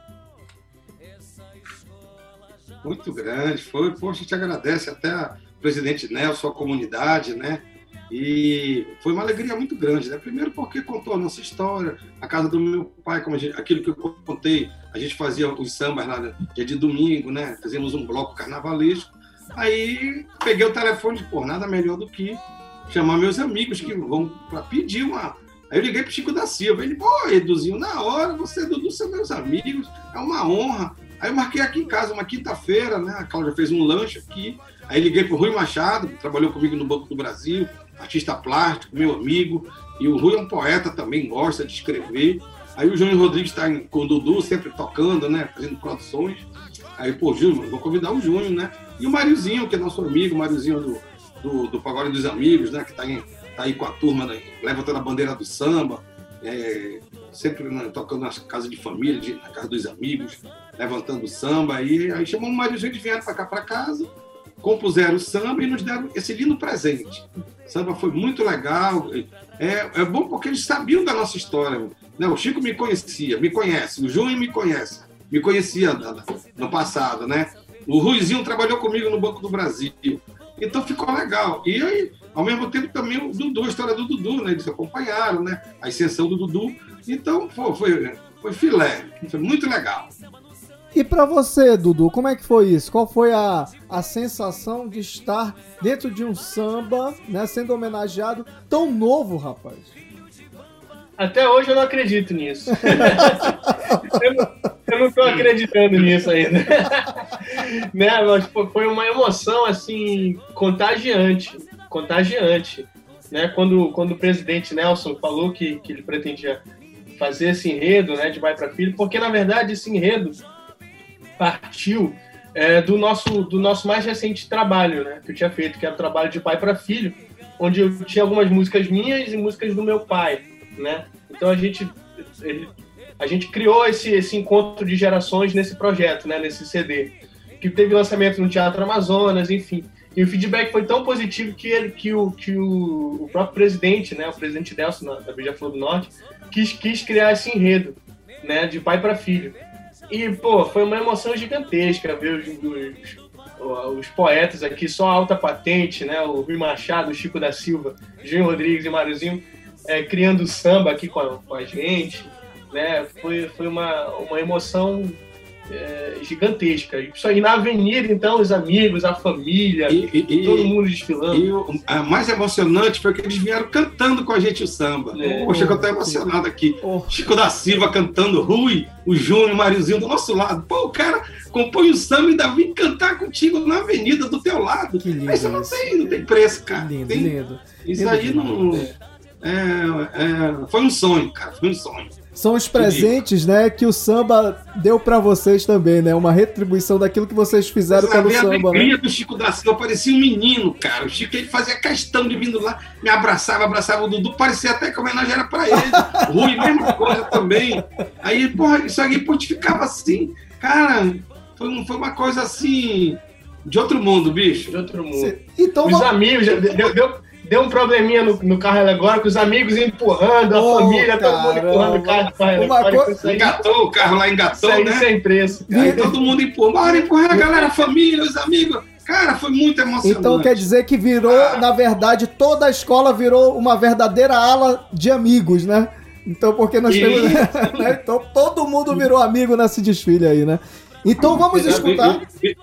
Muito grande, foi. Poxa, a gente agradece até a presidente Nelson, a comunidade, né? E foi uma alegria muito grande, né? Primeiro porque contou a nossa história, a casa do meu pai, como a gente, aquilo que eu contei, a gente fazia os sambas lá dia de domingo, né? Fazíamos um bloco carnavalesco. Aí peguei o telefone, pô, nada melhor do que chamar meus amigos que vão para pedir uma... Aí eu liguei pro Chico da Silva, ele, pô, Eduzinho, na hora, você e Dudu são meus amigos, é uma honra. Aí eu marquei aqui em casa, uma quinta-feira, né? A Cláudia fez um lanche aqui. Aí liguei pro Rui Machado, que trabalhou comigo no Banco do Brasil, artista plástico, meu amigo, e o Rui é um poeta também, gosta de escrever. Aí o Júnior Rodrigues está com o Dudu, sempre tocando, né, fazendo produções. Aí, pô, Júnior, vou convidar o Júnior, né? E o Mariozinho, que é nosso amigo, o Mariozinho do, do, do Pagode dos Amigos, né, que está tá aí com a turma, né, levantando a bandeira do samba, é, sempre, né, tocando nas casas de família, de, na casa dos amigos, levantando o samba. E aí chamamos o Mariozinho, eles vieram para cá, para casa, compuseram o samba e nos deram esse lindo presente. O samba foi muito legal. É, é bom porque eles sabiam da nossa história. Né? O Chico me conhecia, me conhece. O Júnior me conhece, me conhecia no passado. Né? O Ruizinho trabalhou comigo no Banco do Brasil. Então ficou legal. E aí, ao mesmo tempo, também o Dudu, a história do Dudu, né? Eles acompanharam, né? A ascensão do Dudu. Então, pô, foi, foi filé. Foi muito legal. E pra você, Dudu, como é que foi isso? Qual foi a, a sensação de estar dentro de um samba, né, sendo homenageado tão novo, rapaz? Até hoje eu não acredito nisso. eu, não, eu não tô acreditando nisso ainda. Né? Mas foi uma emoção, assim, contagiante. Contagiante. Né? Quando, quando o presidente Nelson falou que, que ele pretendia fazer esse enredo, né, de pai para filho, porque, na verdade, esse enredo partiu é, do, nosso, do nosso mais recente trabalho, né, que eu tinha feito, que era o trabalho de pai para filho, onde eu tinha algumas músicas minhas e músicas do meu pai. Né? Então a gente, ele, a gente criou esse, esse encontro de gerações nesse projeto, né? Nesse C D, que teve lançamento no Teatro Amazonas, enfim. E o feedback foi tão positivo que, ele, que, o, que o, o próprio presidente, né? O presidente Nelson, da Beija-Flor do Norte, quis, quis criar esse enredo, né? De pai para filho. E, pô, foi uma emoção gigantesca ver os, os, os poetas aqui, só alta patente, né? O Rui Machado, o Chico da Silva, Jean Rodrigues e Mariozinho, É, criando samba aqui com a, com a gente, né? Foi, foi uma, uma emoção é, gigantesca. Isso aí na avenida, então, os amigos, a família, e, e, todo mundo desfilando. E o a mais emocionante foi que eles vieram cantando com a gente o samba. É. Poxa, que eu tô emocionado aqui. Oh. Chico da Silva cantando, Rui, o Júnior, o Mariozinho do nosso lado. Pô, o cara compõe o samba e ainda vem cantar contigo na avenida do teu lado. Que lindo. Isso não tem, não tem preço, cara. Lindo, tem, lindo. Isso lindo aí não... É. É, é, foi um sonho, cara, foi um sonho. São os presentes, né, que o samba deu pra vocês também, né? Uma retribuição daquilo que vocês fizeram pelo samba. A alegria né? do Chico da Silva, parecia um menino, cara. O Chico, ele fazia questão de vindo lá, me abraçava, abraçava o Dudu, parecia até que a homenagem era pra ele. Rui, mesma coisa também. Aí, porra, isso aí, pô, ficava assim, cara, foi, um, foi uma coisa assim, de outro mundo, bicho. De outro mundo. Então, os vamos... amigos, deu... deu... Deu um probleminha no, no carro alegórico, os amigos empurrando, a oh, família, todo mundo empurrando o carro. Co... Engatou, o carro lá engatou, isso aí, né? Sem preço. Aí todo mundo empurrou, bora empurrar a galera, a família, os amigos. Cara, foi muito emocionante. Então quer dizer que virou, ah. na verdade, toda a escola virou uma verdadeira ala de amigos, né? Então, porque nós temos... né? Então todo mundo virou amigo nesse desfile aí, né? Então vamos escutar...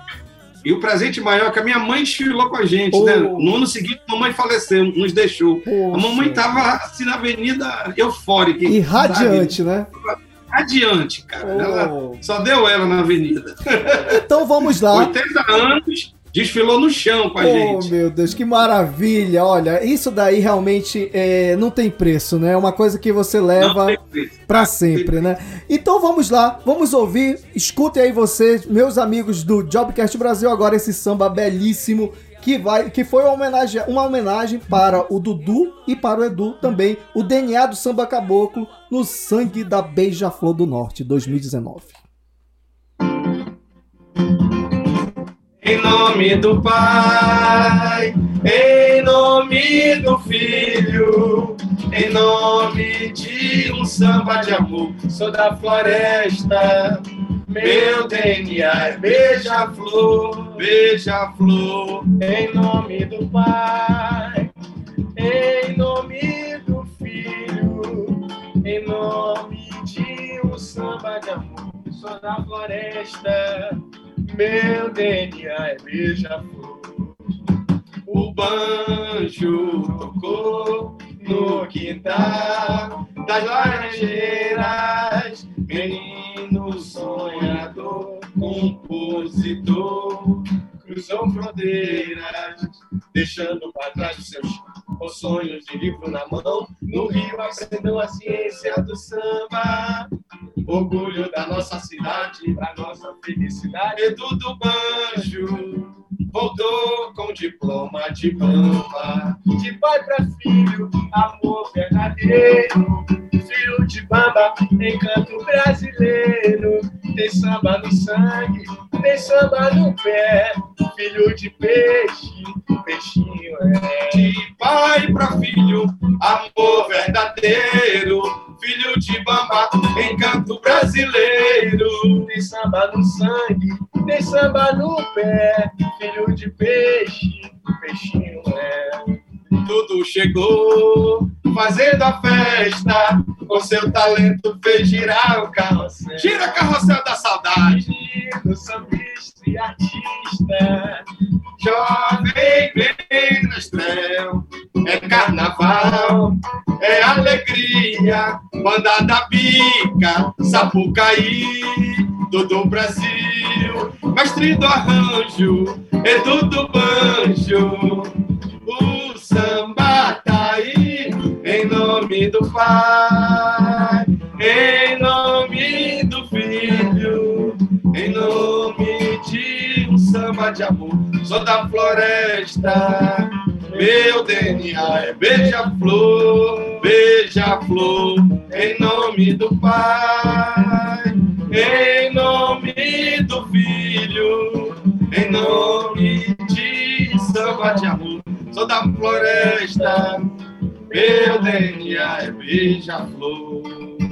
E o presente maior é que a minha mãe desfilou com a gente, oh. né? No ano seguinte, a mamãe faleceu, nos deixou. Poxa. A mamãe estava assim na avenida eufórica. E radiante, sabe? Né? Radiante, cara. Oh. Ela, só deu ela na avenida. Então vamos lá. oitenta anos, desfilou no chão com a oh, gente. Oh, meu Deus, que maravilha. Olha, isso daí realmente é, não tem preço, né? É uma coisa que você leva para sempre, né? Então vamos lá, vamos ouvir. Escutem aí vocês, meus amigos do Jobcast Brasil, agora esse samba belíssimo que, vai, que foi uma homenagem, uma homenagem para o Dudu e para o Edu também, o D N A do Samba Caboclo no Sangue da Beija-Flor do Norte, dois mil e dezenove. Em nome do Pai, em nome do Filho, em nome de um samba de amor, sou da floresta, meu D N A é beija-flor, beija-flor. Em nome do Pai, em nome do Filho, em nome de um samba de amor, sou da floresta, meu D N A é beija-flor. O banjo tocou no quintal das laranjeiras, menino sonhador, compositor, cruzou fronteiras, deixando para trás os seus os sonhos de livro na mão. No Rio aprendeu a ciência do samba, orgulho da nossa cidade, da nossa felicidade. Edu do banjo voltou com diploma de bamba, de pai para filho, amor verdadeiro. Filho de bamba, encanto brasileiro. Tem samba no sangue, tem samba no pé. Filho de peixe, peixinho é. De pai para filho, amor verdadeiro. Filho de bamba, encanto brasileiro. Tem samba no sangue, tem samba no pé. Filho de peixe, peixinho é. Tudo chegou, fazendo a festa, com seu talento fez girar o carrossel. Gira carrossel da saudade. menino, sambista e artista. Jovem bem no estrel, é carnaval, é alegria, banda da bica, Sapucaí, todo o Brasil, mestre do arranjo, Edu do banjo, o samba tá aí, em nome do pai, em nome do filho, em nome de um samba de amor. Sou da floresta, meu D N A é beija-flor, beija-flor, em nome do pai, em nome do filho, em nome de samba de amor. Sou da floresta, meu D N A é beija-flor.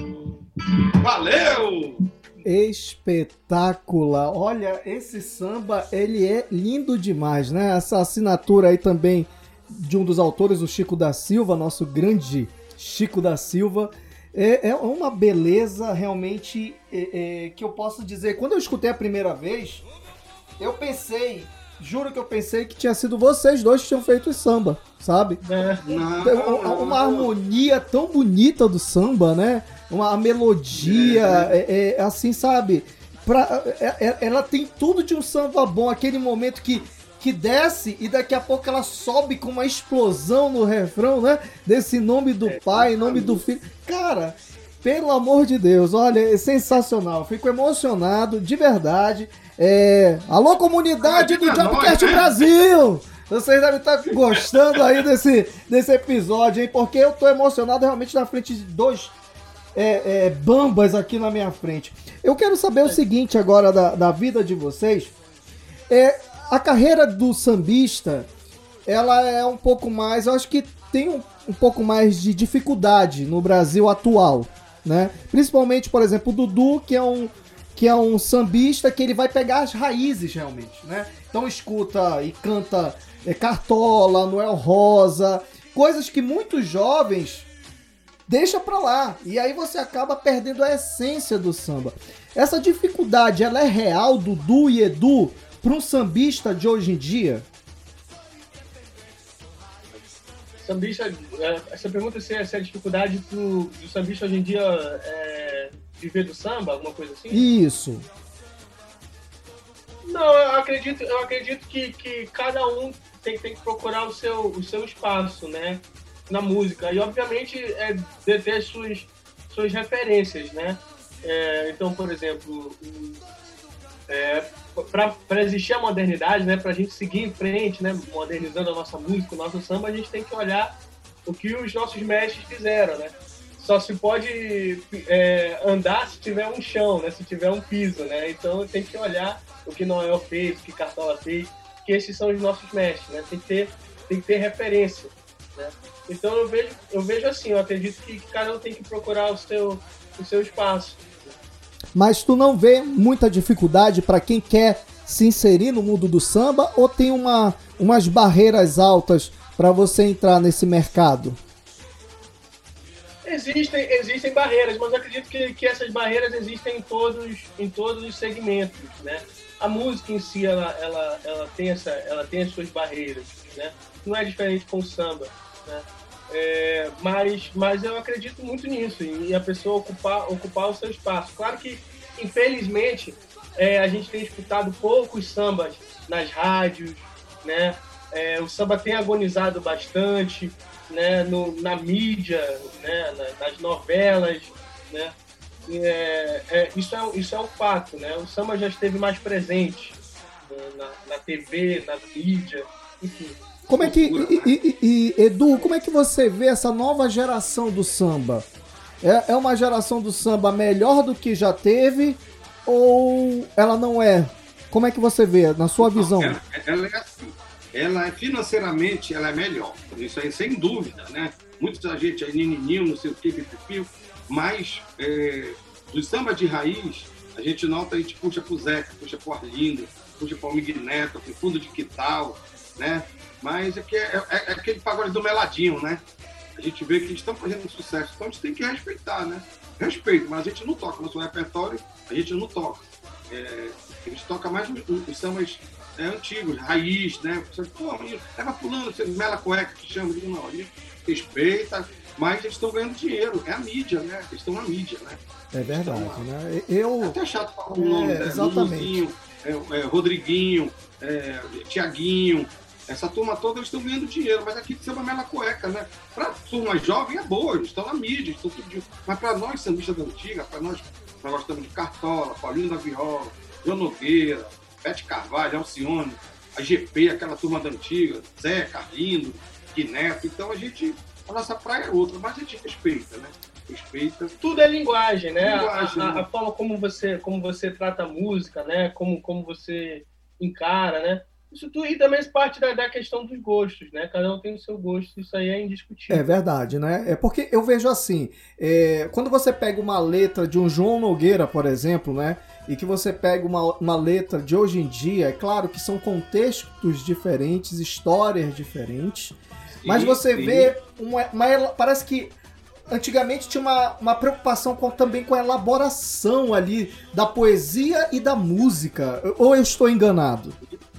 Valeu! Espetacular! Olha, esse samba, ele é lindo demais, né? Essa assinatura aí também de um dos autores, o Chico da Silva, nosso grande Chico da Silva. É, é uma beleza realmente é, é, que eu posso dizer. Quando eu escutei a primeira vez, eu pensei, juro que eu pensei que tinha sido vocês dois que tinham feito esse samba, sabe? É. Não, uma, uma harmonia tão bonita do samba, né? Uma melodia, é, é, assim, sabe? Pra, é, ela tem tudo de um samba bom, aquele momento que, que desce e daqui a pouco ela sobe com uma explosão no refrão, né? Desse nome do pai, nome do filho. Cara, pelo amor de Deus, olha, é sensacional. Fico emocionado, de verdade. É... Alô, comunidade do Jobcast Brasil! Vocês devem estar gostando aí desse, desse episódio, hein? Porque eu tô emocionado realmente na frente de dois... É, é, bambas aqui na minha frente. Eu quero saber o seguinte agora da, da vida de vocês. É, a carreira do sambista, ela é um pouco mais, eu acho que tem um, um pouco mais de dificuldade no Brasil atual, né? Principalmente, por exemplo, o Dudu, que é um, que é um sambista que ele vai pegar as raízes realmente, né? Então escuta e canta é, Cartola, Noel Rosa, coisas que muitos jovens deixa pra lá, e aí você acaba perdendo a essência do samba. Essa dificuldade, ela é real, Dudu e Edu, para um sambista de hoje em dia? Sambista, essa pergunta se é, se é a dificuldade pro, do sambista hoje em dia é, viver do samba, alguma coisa assim? Isso. Não, eu acredito, eu acredito que, que cada um tem, tem que procurar o seu, o seu espaço, né? Na música, e obviamente é de ter as suas, suas referências, né? É, então, por exemplo, é, para existir a modernidade, né, para a gente seguir em frente, né, modernizando a nossa música, o nosso samba, a gente tem que olhar o que os nossos mestres fizeram, né? Só se pode é, andar se tiver um chão, né? Se tiver um piso, né? Então tem que olhar o que Noel fez, o que Cartola fez, que esses são os nossos mestres, né? Tem que ter, tem que ter referência, né? Então eu vejo, eu vejo assim, eu acredito que cada um tem que procurar o seu, o seu espaço. Mas tu não vê muita dificuldade para quem quer se inserir no mundo do samba, ou tem uma, umas barreiras altas para você entrar nesse mercado? Existem, existem barreiras, mas eu acredito que, que essas barreiras existem em todos, em todos os segmentos, né? A música em si, ela, ela, ela, tem essa, ela tem as suas barreiras, né? Não é diferente com o samba, né? É, mas, mas eu acredito muito nisso, em a pessoa ocupar, ocupar o seu espaço. Claro que, infelizmente, é, a gente tem escutado poucos sambas nas rádios, né? É, o samba tem agonizado bastante, né? No, na mídia, né? Na, nas novelas, né? É, é, isso, é, isso é um fato, né? O samba já esteve mais presente, né? na, na T V, na mídia, enfim. Como é que, e, e, e, Edu, como é que você vê essa nova geração do samba? É, é uma geração do samba melhor do que já teve, ou ela não é? Como é que você vê, na sua visão? Ela, ela é assim, ela é, financeiramente ela é melhor, isso aí sem dúvida, né? Muita gente aí, nininho, não sei o que, pipipio, mas é, do samba de raiz, a gente nota, a gente puxa pro Zeca, puxa pro Arlindo, puxa pro Miguel Neto, pro Fundo de Quintal, né? Mas é, que é, é, é aquele pagode do meladinho, né? A gente vê que eles estão fazendo sucesso, então a gente tem que respeitar, né? Respeito, mas a gente não toca. No seu repertório, a gente não toca. é, eles tocam mais os, os sambas é, antigos, raiz, né? Você, pô, leva pulando, você mela cueca, que chama, digo, não, ali respeita, mas eles estão ganhando dinheiro, é a mídia, né? Eles estão na mídia, né? É verdade, então, né? Eu... É até chato falar o nome, é, né? Exatamente. É, é, Rodriguinho, é, Tiaguinho, essa turma toda, eles estão ganhando dinheiro, mas aqui samba mela cueca, né? Pra turma jovem é boa, eles estão na mídia, estão tudo de... Mas pra nós, sambistas da antiga, pra nós, nós gostamos de Cartola, Paulinho da Viola, João Nogueira, Bete Carvalho, Alcione, a G P, aquela turma da antiga, Zé, Carlindo, Guineto, então a gente, a nossa praia é outra, mas a gente respeita, né? Respeita. Tudo é linguagem, né? Linguagem, a, a, né? a forma como você, como você trata a música, né? Como, como você encara, né? Isso tudo, e também parte da, da questão dos gostos, né? Cada um tem o seu gosto, isso aí é indiscutível. É verdade, né? É porque eu vejo assim, é, quando você pega uma letra de um João Nogueira, por exemplo, né? E que você pega uma, uma letra de hoje em dia, é claro que são contextos diferentes, histórias diferentes, sim, mas você sim. vê, uma, uma, parece que antigamente tinha uma, uma preocupação com, também com a elaboração ali da poesia e da música, ou eu estou enganado?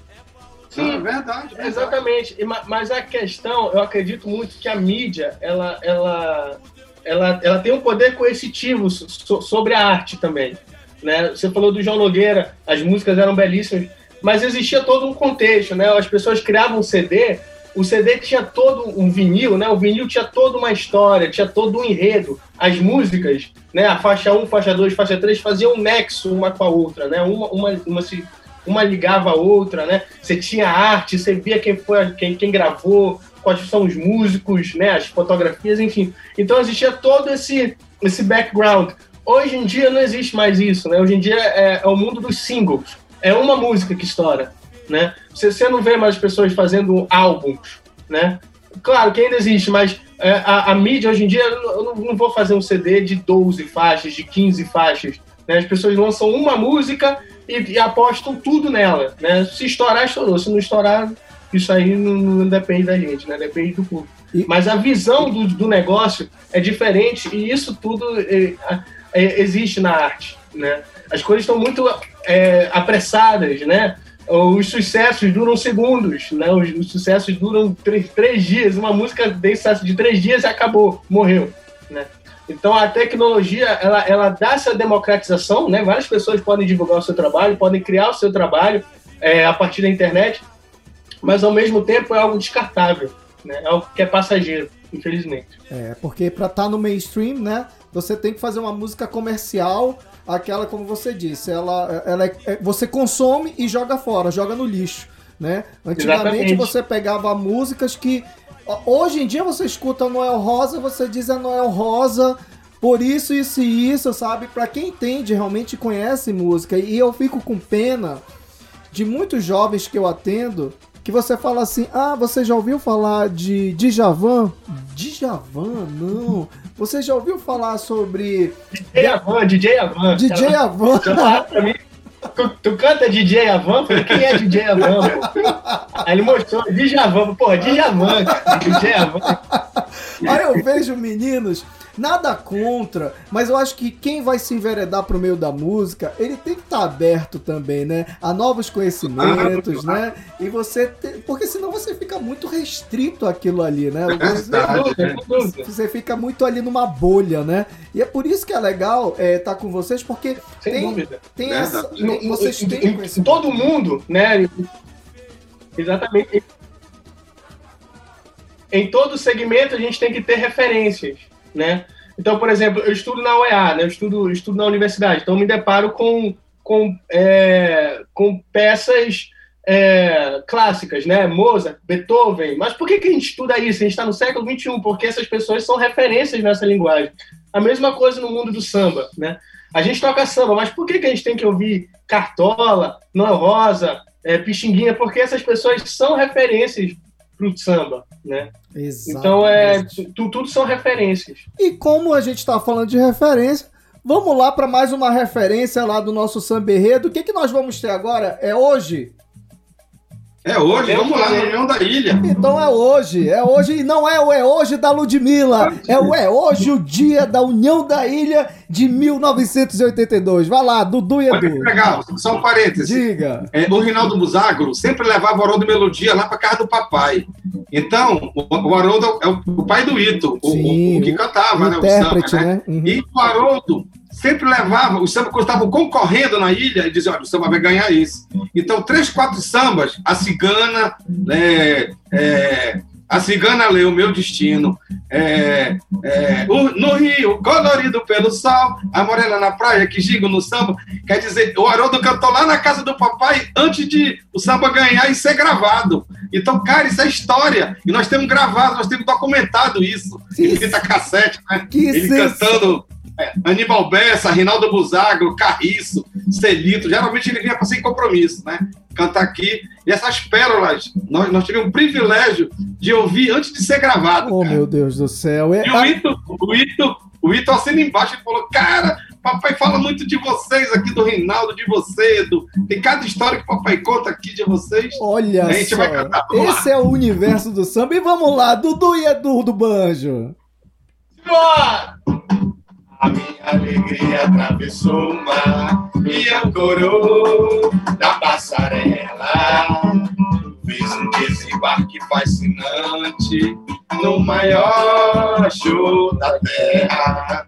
Sim, não, é verdade, verdade. Exatamente. Mas a questão, eu acredito muito que a mídia, ela, ela, ela, ela tem um poder coercitivo so, sobre a arte também. Né? Você falou do João Nogueira, as músicas eram belíssimas, mas existia todo um contexto, né? As pessoas criavam um C D, o C D tinha todo um vinil, né? O vinil tinha toda uma história, tinha todo um enredo. As músicas, né? A faixa um, faixa dois, faixa três faziam um nexo uma com a outra, né? Uma, uma, uma se Uma ligava a outra, né? Você tinha arte, você via quem foi, quem, quem gravou, quais são os músicos, né? As fotografias, enfim. Então existia todo esse, esse background. Hoje em dia não existe mais isso, né? Hoje em dia é, é o mundo dos singles. É uma música que estoura, né? Você, você não vê mais pessoas fazendo álbuns, né? Claro que ainda existe, mas é, a, a mídia hoje em dia, eu não, não vou fazer um C D de doze faixas, de quinze faixas, né? As pessoas lançam uma música e, e apostam tudo nela, né? Se estourar, estourou. Se não estourar, isso aí não, não depende da gente, né? Depende do público. E... Mas a visão do, do negócio é diferente e isso tudo é, é, existe na arte, né? As coisas estão muito é, apressadas, né? Os sucessos duram segundos, né? Os, os sucessos duram três, três dias. Uma música tem sucesso de três dias e acabou, morreu, né? Então, a tecnologia, ela, ela dá essa democratização, né? Várias pessoas podem divulgar o seu trabalho, podem criar o seu trabalho é, a partir da internet, mas, ao mesmo tempo, é algo descartável, né? É algo que é passageiro, infelizmente. É, porque para estar no mainstream, né, você tem que fazer uma música comercial, aquela, como você disse, ela, ela é, você consome e joga fora, joga no lixo, né? Antigamente, exatamente, você pegava músicas que... Hoje em dia você escuta Noel Rosa, você diz a Noel Rosa por isso, isso e isso, sabe? Pra quem entende, realmente conhece música. E eu fico com pena de muitos jovens que eu atendo, que você fala assim, ah, você já ouviu falar de Djavan? Djavan? Não. Você já ouviu falar sobre... D J Avan, D J Avan. D J Avan. Pra mim. Tu, tu canta D J Avan? Eu falei, quem é D J Avan, pô? Aí ele mostrou, Djavan, porra, Djavan, D J Avan. Aí eu vejo meninos, nada contra, mas eu acho que quem vai se enveredar pro meio da música, ele tem que estar aberto também, né? A novos conhecimentos, né? E você tem, porque senão você fica muito restrito àquilo ali, né? Você, você fica muito ali numa bolha, né? E é por isso que é legal estar é, tá com vocês, porque sem tem, dúvida. tem essa, tem, vocês têm conhecimento. Todo mundo, né? Exatamente. Em todo segmento a gente tem que ter referências, né? Então, por exemplo, eu estudo na U E A, né? Eu estudo, estudo na universidade, então eu me deparo com, com, é, com peças é, clássicas, né? Mozart, Beethoven. Mas por que, que a gente estuda isso? A gente está no século vinte e um, porque essas pessoas são referências nessa linguagem. A mesma coisa no mundo do samba, né? A gente toca samba, mas por que, que a gente tem que ouvir Cartola, Noel Rosa, é, Pixinguinha? Porque essas pessoas são referências pro samba, né? Exatamente. Então, é, tu, tudo são referências. E como a gente está falando de referência, vamos lá para mais uma referência lá do nosso Samba Enredo. O que, que nós vamos ter agora? É hoje? É hoje, vamos lá, na União da Ilha. Então é hoje, é hoje, e não é o é hoje da Ludmilla, é o é hoje o dia da União da Ilha de mil novecentos e oitenta e dois. Vai lá, Dudu e Edu. Olha que legal, só um parênteses. Diga. É, o Rinaldo Buzagro sempre levava o Haroldo Melodia lá para casa do papai. Então, o, o Haroldo é o, o pai do Ito, o, Sim, o, o que cantava, o né? intérprete, O samba, né? né? Uhum. E o Haroldo sempre levava, os sambas quando estavam concorrendo na ilha, e dizia, olha, o samba vai ganhar esse. Então, três, quatro sambas, a cigana, é, é, a cigana leu o meu destino, é, é, o, no Rio, colorido pelo sol, a morena na praia, que gigo no samba, quer dizer, o Haroldo cantou lá na casa do papai antes de o samba ganhar e ser gravado. Então, cara, isso é história, e nós temos gravado, nós temos documentado isso, em fita cassete, né? Que Ele sens... cantando... É, Aníbal Bessa, Rinaldo Buzagro, Carriço, Celito, geralmente ele vinha para sem compromisso, né? Cantar aqui. E essas pérolas, nós, nós tivemos o privilégio de ouvir antes de ser gravado. Oh, cara. meu Deus do céu. É... E o Ito, o Ito, o Ito assina embaixo e falou, cara, papai fala muito de vocês aqui, do Rinaldo, de você, Edu. Tem cada história que o papai conta aqui de vocês. Olha a gente só, vai cantar. Esse é o universo do samba. E vamos lá, Dudu e Edu do banjo. Bora! A minha alegria atravessou o mar e ancorou na passarela. Fiz um desembarque fascinante no maior show da terra.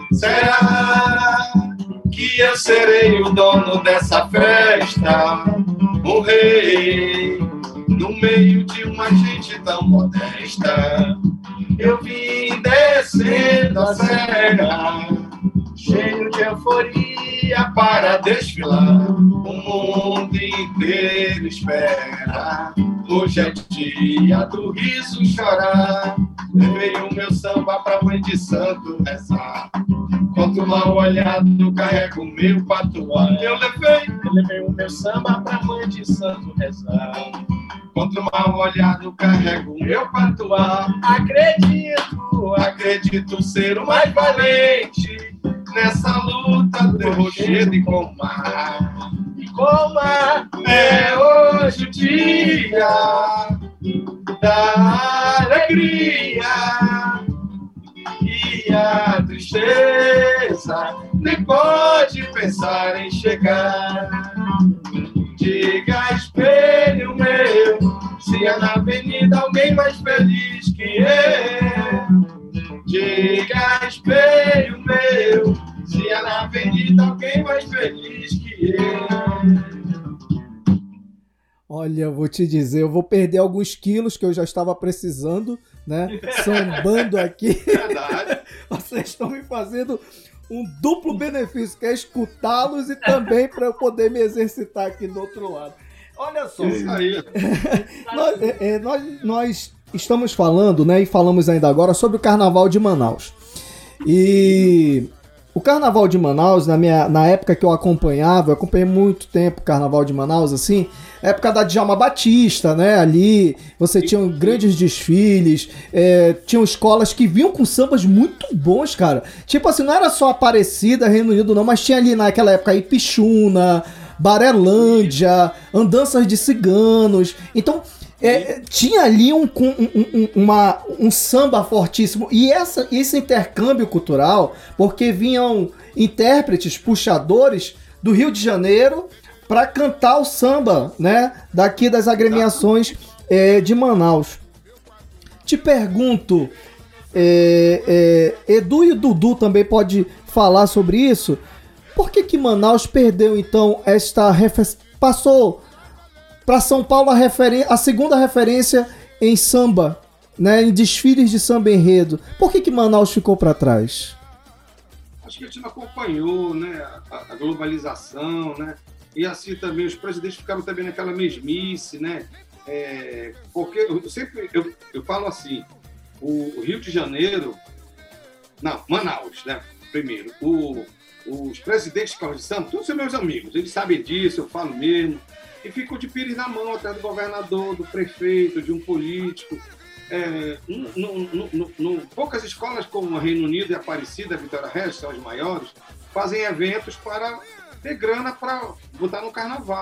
Será que eu serei o dono dessa festa? Um rei no meio de uma gente tão modesta. Eu vim descendo a serra, cheio de euforia para desfilar. O mundo inteiro espera. Hoje é dia do riso chorar. Levei o meu samba pra mãe de santo rezar. Quanto mal olhado, carrego o meu patuá. Eu levei, eu levei o meu samba pra mãe de santo rezar. Contra o mal olhado, carrego o meu patuá. Acredito, acredito ser o mais valente nessa luta do rochedo e com o mar. E com o mar é hoje o dia da alegria e a tristeza nem pode pensar em chegar. Diga, espelho meu, se é na avenida alguém mais feliz que eu. Diga, espelho meu, se é na avenida alguém mais feliz que eu. Olha, eu vou te dizer, eu vou perder alguns quilos que eu já estava precisando, né? Sambando aqui. Verdade. Vocês estão me fazendo um duplo benefício, que é escutá-los e também para eu poder me exercitar aqui do outro lado. Olha só. Isso aí. nós, é, nós, nós estamos falando, né, e falamos ainda agora sobre o Carnaval de Manaus. E o Carnaval de Manaus, na, minha, na época que eu acompanhava, eu acompanhei muito tempo o Carnaval de Manaus, assim, época da Djalma Batista, né, ali você tinha grandes desfiles, é, tinham escolas que vinham com sambas muito bons, cara. Tipo assim, não era só Aparecida, Reino Unido não, mas tinha ali naquela época Ipixuna, Barelândia, Andanças de Ciganos. Então, é, tinha ali um, um, um, uma, um samba fortíssimo. E essa, esse intercâmbio cultural, porque vinham intérpretes, puxadores do Rio de Janeiro para cantar o samba, né, daqui das agremiações é, de Manaus. Te pergunto, é, é, Edu e Dudu também pode falar sobre isso. Por que que Manaus perdeu, então, esta referência? Passou para São Paulo a, referen- a segunda referência em samba, né, em desfiles de samba enredo. Por que que Manaus ficou para trás? Acho que a gente não acompanhou, né, a, a globalização, né? E assim também os presidentes ficaram também naquela mesmice, né? É, porque eu sempre eu, eu falo assim, o, o Rio de Janeiro, não, Manaus, né? Primeiro, o, os presidentes de escola de samba, todos são meus amigos, eles sabem disso, eu falo mesmo, e ficam de pires na mão atrás do governador, do prefeito, de um político. É, no, no, no, no, poucas escolas como a Reino Unido e a Aparecida, a Vitória Regis, são as maiores, fazem eventos para ter grana para botar no carnaval.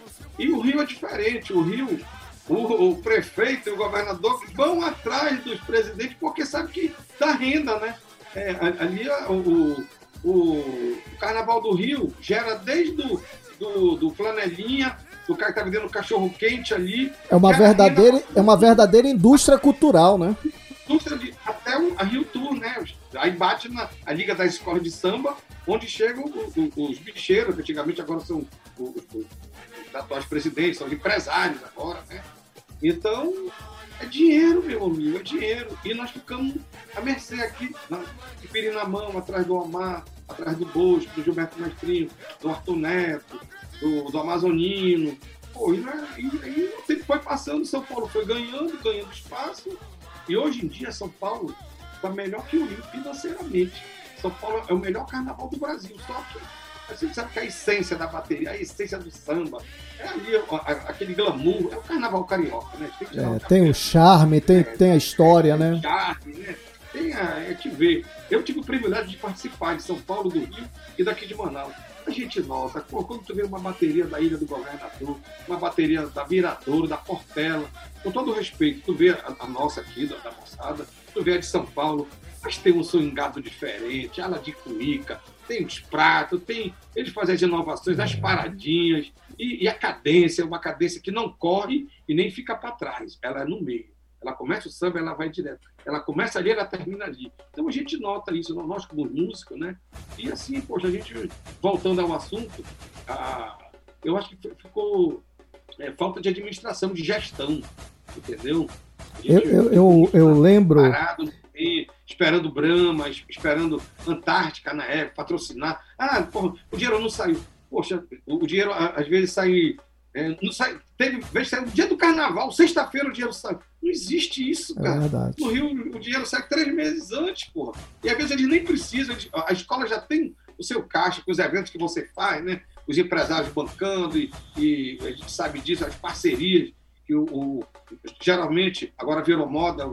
E o Rio é diferente, o Rio, o, o prefeito e o governador vão atrás dos presidentes porque sabe que dá renda, né? É, ali o, o, o Carnaval do Rio gera desde do, do, do flanelinha, do cara que tá vendendo cachorro quente ali. É uma verdadeira, é uma verdadeira indústria cultural, né? Indústria de, até o, a Rio Tour, né? Aí bate na a Liga das Escolas de Samba, onde chegam os, os bicheiros, que antigamente agora são os, os, os atuais presidentes, são empresários agora, né? Então, é dinheiro, meu amigo, é dinheiro. E nós ficamos à mercê aqui, de Pirinamão, atrás do Omar, atrás do Bosco, do Gilberto Mestrinho, do Arthur Neto, do, do Amazonino. Pô, e, e, e o tempo foi passando, São Paulo foi ganhando, ganhando espaço. E hoje em dia, São Paulo está melhor que o Rio financeiramente. São Paulo é o melhor carnaval do Brasil, só que a gente sabe que a essência da bateria, a essência do samba, é ali a, a, aquele glamour, é o carnaval carioca, né? Tem, é, o tem o charme, tem, é, tem a história, tem né? O charme, né? Tem a, é te ver. Eu tive o privilégio de participar de São Paulo, do Rio e daqui de Manaus. A gente nota, pô, quando tu vê uma bateria da Ilha do Governador, uma bateria da Viradouro, da Portela, com todo o respeito, tu vê a, a nossa aqui, da, da moçada, tu vê a de São Paulo, mas tem um swingado diferente, ala de cuíca, tem os pratos, tem, eles fazem as inovações, as paradinhas, e, e a cadência, uma cadência que não corre e nem fica para trás, ela é no meio. Ela começa o samba, ela vai direto. Ela começa ali, ela termina ali. Então a gente nota isso, nós como músico, né? E assim, poxa, a gente, voltando ao assunto, a, eu acho que ficou é, falta de administração, de gestão, entendeu? Eu, eu, eu, eu lembro... Parado, esperando Brahma, esperando Antártica na época, patrocinar. Ah, porra, o dinheiro não saiu. Poxa, o dinheiro às vezes sai... É, não sai, teve vez saiu no dia do carnaval, sexta-feira o dinheiro sai. Não existe isso, cara. É verdade. No Rio o dinheiro sai três meses antes, porra. E às vezes eles nem precisam, eles, a escola já tem o seu caixa com os eventos que você faz, né? Os empresários bancando, e, e a gente sabe disso, as parcerias, que o, o geralmente, agora virou moda,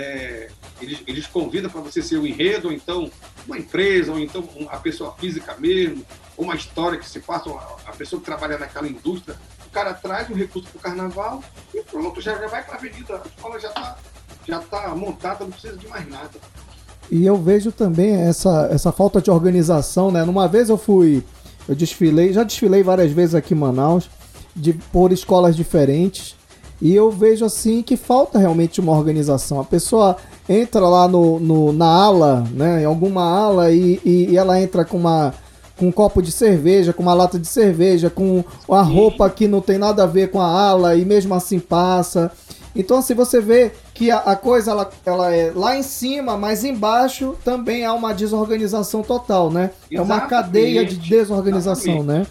é, eles, eles convidam para você ser o enredo, ou então uma empresa, ou então a pessoa física mesmo, ou uma história que se passa, a pessoa que trabalha naquela indústria. O cara traz o recurso para o carnaval e pronto, já, já vai para a avenida. A escola já está já tá montada, não precisa de mais nada. E eu vejo também essa, essa falta de organização, né? Numa vez eu fui, eu desfilei, já desfilei várias vezes aqui em Manaus, de, por escolas diferentes, e eu vejo assim que falta realmente uma organização. A pessoa entra lá no, no, na ala, né? Em alguma ala e, e, e ela entra com uma... com um copo de cerveja, com uma lata de cerveja, com uma roupa que não tem nada a ver com a ala e mesmo assim passa. Então, assim, você vê que a, a coisa ela, ela é lá em cima, mas embaixo também há uma desorganização total, né? Exatamente. É uma cadeia de desorganização, Exatamente. né?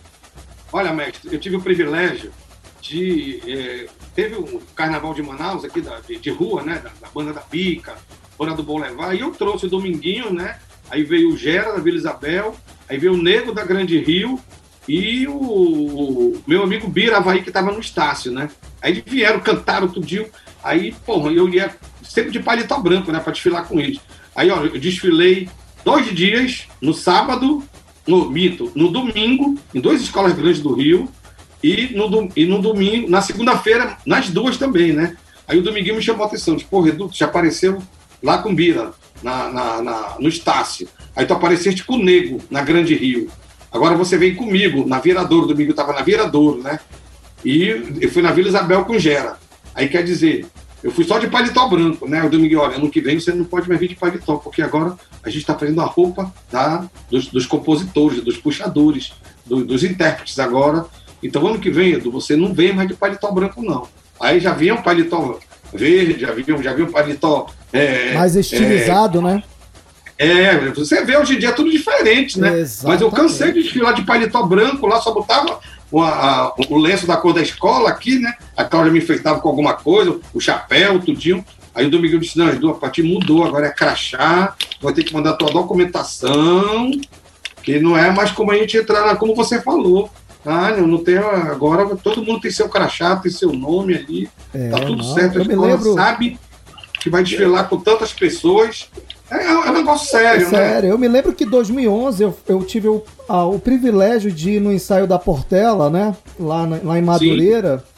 Olha, mestre, eu tive o privilégio de... É, teve o Carnaval de Manaus, aqui da, de, de rua, né? Da, da Banda da Pica, Banda do Bom Levar, e eu trouxe o Dominguinho, né? Aí veio o Gera, da Vila Isabel, aí veio o Nego, da Grande Rio, e o, o meu amigo Bira Havaí, que estava no Estácio, né? Aí eles vieram, cantaram tudinho, aí, porra, eu ia sempre de paletó branco, né, para desfilar com eles. Aí, ó, eu desfilei dois dias, no sábado, no mito, no domingo, em duas escolas grandes do Rio, e no, e no domingo, na segunda-feira, nas duas também, né? Aí o Dominguinho me chamou a atenção, disse, pô, Redu, já apareceu lá com o Bira, Na, na, na, no Estácio. Aí tu apareceste com o Nego, na Grande Rio. Agora você vem comigo, na Viradouro. O Domingo estava na Viradouro, né? E eu fui na Vila Isabel com Gera. Aí quer dizer, eu fui só de paletó branco, né? O Domingo, olha, ano que vem você não pode mais vir de paletó, porque agora a gente está fazendo a roupa da, dos, dos compositores, dos puxadores, do, dos intérpretes agora. Então ano que vem, Edu, você não vem mais de paletó branco, não. Aí já vinha um paletó verde, já vinha, já vinha um paletó... É, mais estilizado, é, né? É, você vê hoje em dia tudo diferente, né? Exatamente. Mas eu cansei de desfilar de paletó branco, lá só botava o, a, o lenço da cor da escola aqui, né? A Cláudia me enfeitava com alguma coisa, o chapéu, tudinho. Aí o Domingo disse, não, Edu, a partir mudou, agora é crachá, vai ter que mandar a tua documentação, que não é mais como a gente entrar, como você falou. Ah, não, não tem, agora todo mundo tem seu crachá, tem seu nome ali, é, tá tudo não, certo, a escola lembro... sabe que vai desfilar com tantas pessoas É, é um negócio sério, é né? Sério. Eu me lembro que em dois mil e onze eu, eu tive o, a, o privilégio de ir no ensaio da Portela, né? Lá, na, lá em Madureira. Sim.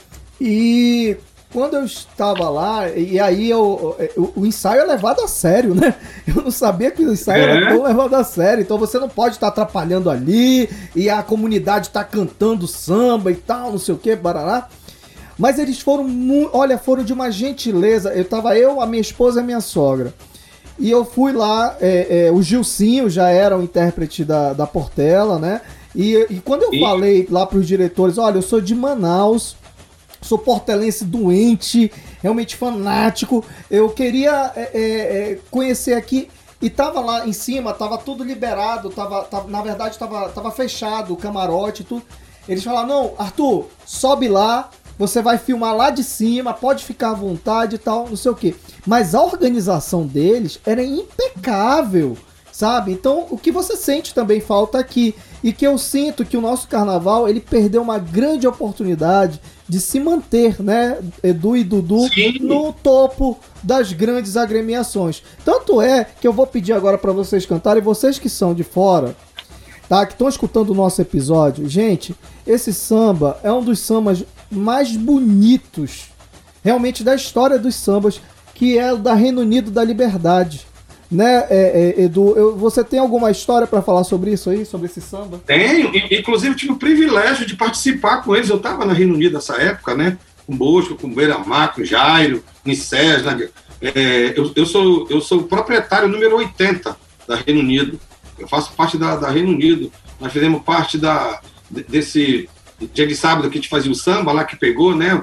E quando eu estava lá, e aí eu, o, o ensaio é levado a sério, né? Eu não sabia que o ensaio é. era tão levado a sério. Então você não pode estar atrapalhando ali, e a comunidade está cantando samba e tal, não sei o que, barará. Mas eles foram, olha, foram de uma gentileza. Eu tava eu, a minha esposa e a minha sogra. E eu fui lá, é, é, o Gilcinho já era o intérprete da, da Portela, né? E, e quando eu e... falei lá pros diretores, olha, eu sou de Manaus, sou portelense doente, realmente fanático, eu queria é, é, conhecer aqui. E tava lá em cima, tava tudo liberado, tava, tava, na verdade tava, tava fechado o camarote e tudo. Eles falaram, não, Arthur, sobe lá, você vai filmar lá de cima, pode ficar à vontade e tal, não sei o quê. Mas a organização deles era impecável, sabe? Então, o que você sente também falta aqui. E que eu sinto que o nosso carnaval, ele perdeu uma grande oportunidade de se manter, né, Edu e Dudu, Sim. no topo das grandes agremiações. Tanto é que eu vou pedir agora para vocês cantarem, vocês que são de fora, tá, que estão escutando o nosso episódio, gente, esse samba é um dos sambas mais bonitos, realmente, da história dos sambas, que é o da Reino Unido da Liberdade. Né, é, é, Edu, eu, você tem alguma história para falar sobre isso aí, sobre esse samba? Tenho, inclusive tive o privilégio de participar com eles, eu estava na Reino Unido nessa época, né, com Bosco, com Beira-Mar, com Jairo, Nicés, né, é, eu, eu, sou, eu sou o proprietário número oitenta da Reino Unido, eu faço parte da, da Reino Unido, nós fizemos parte da, desse dia de sábado que a gente fazia o samba lá que pegou, né,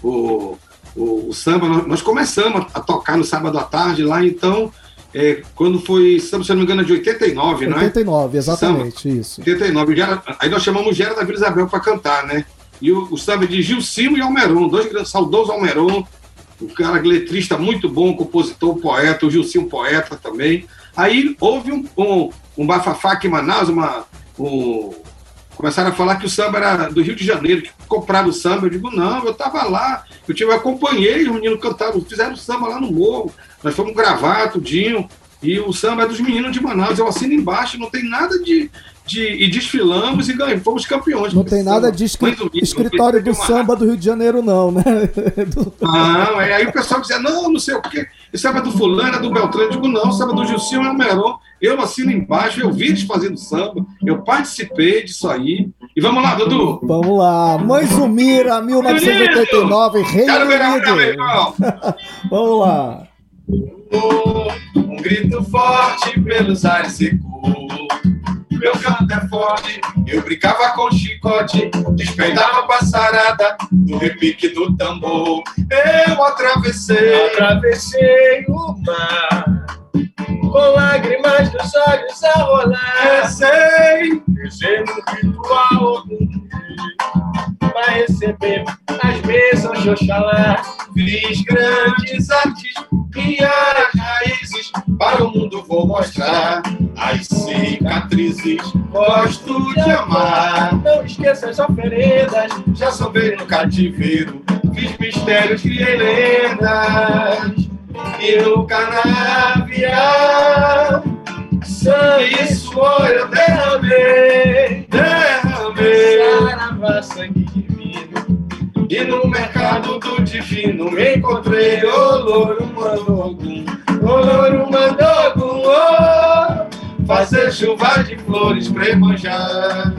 o, o, o samba, nós, nós começamos a, a tocar no sábado à tarde lá, então... É, quando foi, se não me engano, é de oitenta e nove, né? oitenta e nove, exatamente, samba, isso. oitenta e nove, já, aí nós chamamos Gera da Vila Isabel para cantar, né? E o, o samba de Gilcinho e Almeron, dois grandes, saudosos Almeron, um cara letrista muito bom, compositor, poeta, o Gilcinho poeta também. Aí houve um, um, um bafafá aqui em Manaus, uma, um, começaram a falar que o samba era do Rio de Janeiro, que compraram o samba. Eu digo, não, eu estava lá, eu, tive, eu acompanhei os meninos cantaram, fizeram samba lá no morro. Nós fomos gravar tudinho, e o samba é dos meninos de Manaus, eu assino embaixo, não tem nada de... de e desfilamos e ganhamos, fomos campeões. Não tem nada de escri... escritório do samba do Rio de Janeiro, não, né? Não, é, aí o pessoal dizia, não, não sei o quê, esse samba é do fulano, é do Beltrano, eu digo, não, o samba do Gilcinho e Almeron, eu assino embaixo, eu vi eles fazendo samba, eu participei disso aí, e vamos lá, Dudu? Vamos lá, Mãe Zumira, mil novecentos e oitenta e nove, Reino Unido. Vamos lá. Um grito forte pelos ares ecoou. Meu canto é forte, eu brincava com chicote, despeitava a passarada do repique do tambor. Eu atravessei, atravessei o mar, com lágrimas dos olhos a rolar. Rezei, rezei no ritual para receber as bênçãos de Oxalá. Fiz grandes artes, minhas raízes para o mundo vou mostrar. As cicatrizes, gosto de amar. Não esqueça as oferendas, já soube no cativeiro. Fiz mistérios, criei lendas. E no canavial, sangue e suor eu derramei, derramei. Saravá, sangue divino. E no mercado do divino me encontrei o louro mandogum, o louro mandogum, oh, fazer chuva de flores pra Iemanjá.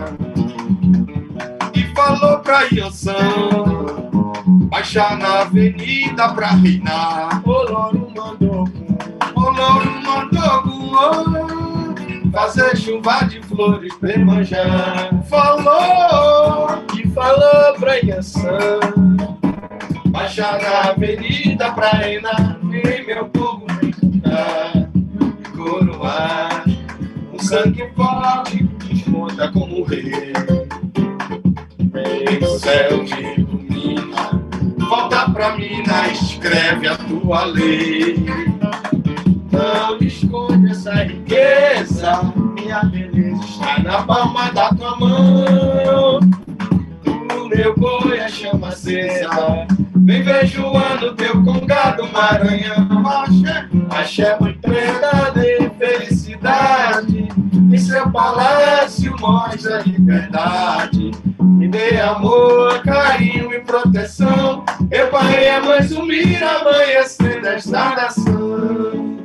E falou pra Iansão baixar na avenida pra reinar. O louro mandogum, o louro mandogum, oh, fazer chuva de flores pra Iemanjá. Falou, e falou pra Iansão baixar na avenida pra reinar. Vem meu povo me cantar, me coroar. O sangue forte desmonta como um rei. Vem o céu te ilumina, volta pra mina, escreve a tua lei. Não esconde essa riqueza, minha beleza está na palma da tua mão. O meu boi é chama acesa, vem vejoando teu congado Maranhão. Axé, axé, mãe preta, seu palácio mostra liberdade. Me dê amor, carinho e proteção. Eu parei a mãe sumir, amanhecer desta nação.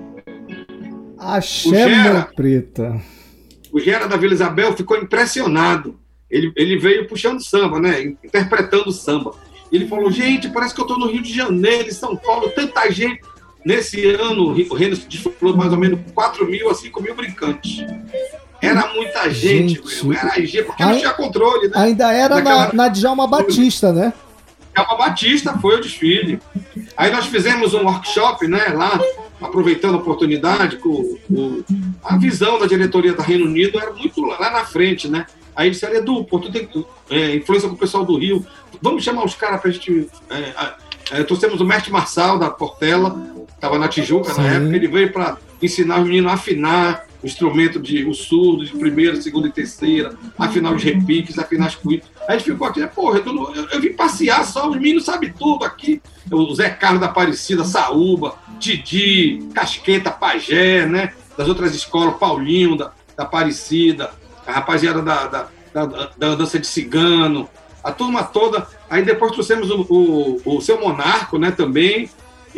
Axé, Mãe Preta. O Gera da Vila Isabel ficou impressionado. Ele, ele veio puxando samba, né? Interpretando samba. Ele falou, gente, parece que eu estou no Rio de Janeiro, em São Paulo, tanta gente. Nesse ano, o Reno desfilou mais ou menos quatro mil a cinco mil brincantes. Era muita gente, gente. Meu. Era G, porque Ai, não tinha controle, né? Ainda era Naquela... na, na Djalma Batista, né? Djalma Batista foi o desfile. Aí nós fizemos um workshop, né, lá, aproveitando a oportunidade, com, com a visão da diretoria da Reino Unido era muito lá na frente, né? Aí disseram, Edu, pô, tu tem é, influência com o pessoal do Rio, vamos chamar os caras pra gente... É, é, trouxemos o mestre Marçal da Portela, estava na Tijuca Sim. na época, ele veio para ensinar os meninos a afinar o instrumento de o surdo, de primeira, segunda e terceira, afinar os repiques, afinar as cuítas. Aí a gente ficou aqui, porra, eu, eu, eu vim passear só, os meninos sabem tudo aqui. O Zé Carlos da Aparecida, Saúba, Didi, Casqueta, Pajé, né? Das outras escolas, Paulinho da, da Aparecida, a rapaziada da, da, da, da dança de cigano, a turma toda. Aí depois trouxemos o, o, o Seu Monarco, né, também,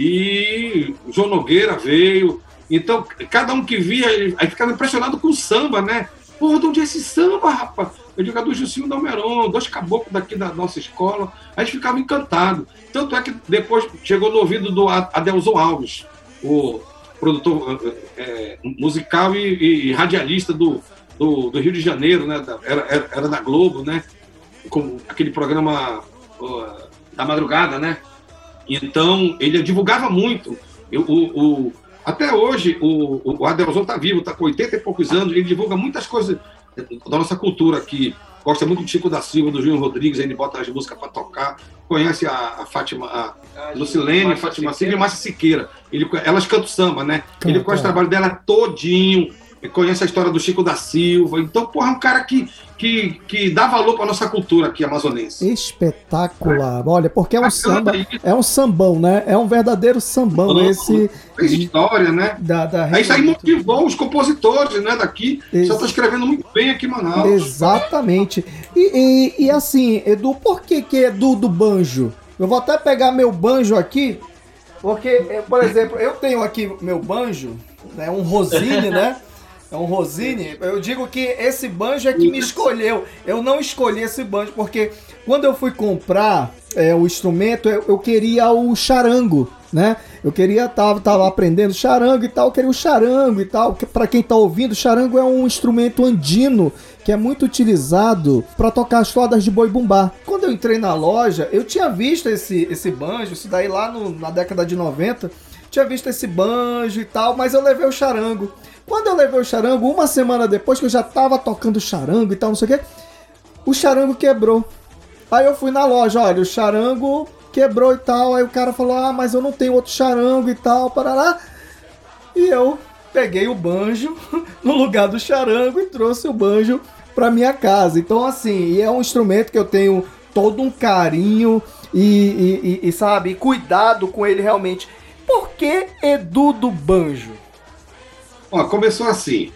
e o João Nogueira veio. Então, cada um que via, aí ficava impressionado com o samba, né? Porra, de onde é esse samba, rapaz? Eu digo, é do Jucinho Dalmeron, dois caboclos daqui da nossa escola. A gente ficava encantado. Tanto é que depois chegou no ouvido do Adelson Alves, o produtor é, musical e, e radialista do, do, do Rio de Janeiro, né? Era, era, era da Globo, né? Com aquele programa uh, da madrugada, né? Então, ele divulgava muito. Eu, o, o, até hoje, o, o Adelson está vivo, está com oitenta e poucos anos, ele divulga muitas coisas da nossa cultura aqui. Gosta muito de Chico da Silva, do Júnior Rodrigues, ele bota as músicas para tocar. Conhece a, a Fátima, a Lucilene, a Fátima Silva e a Márcia Siqueira. Ele, elas cantam samba, né? Canta. Ele conhece o trabalho dela todinho. Ele conhece a história do Chico da Silva. Então, porra, é um cara que, que, que dá valor para nossa cultura aqui amazonense. Espetacular. Olha, porque é um samba, é um sambão, né? É um verdadeiro sambão. Não, esse fez história, né? Da, da aí isso aí motivou os compositores, né, daqui. Ex- Só está escrevendo muito bem aqui em Manaus. Exatamente. E, e, e assim, Edu, por que que Edu do banjo? Eu vou até pegar meu banjo aqui, porque, por exemplo, eu tenho aqui meu banjo, né, um Rosine, né? É um Rosine. Eu digo que esse banjo é que me escolheu. Eu não escolhi esse banjo, porque quando eu fui comprar é, o instrumento, eu, eu queria o charango, né? Eu queria, tava, tava aprendendo charango e tal, eu queria o charango e tal. Para quem tá ouvindo, charango é um instrumento andino que é muito utilizado para tocar as cordas de boi bumbá. Quando eu entrei na loja, eu tinha visto esse, esse banjo, isso daí lá no, na década de noventa, tinha visto esse banjo e tal, mas eu levei o charango. Quando eu levei o charango, uma semana depois que eu já tava tocando charango e tal, não sei o que, o charango quebrou. Aí eu fui na loja, olha, o charango quebrou e tal. Aí o cara falou, ah, mas eu não tenho outro charango e tal, parará. E eu peguei o banjo no lugar do charango e trouxe o banjo pra minha casa. Então, assim, e é um instrumento que eu tenho todo um carinho e, e, e, e sabe, cuidado com ele realmente. Por que Edu do banjo? Ó, começou assim,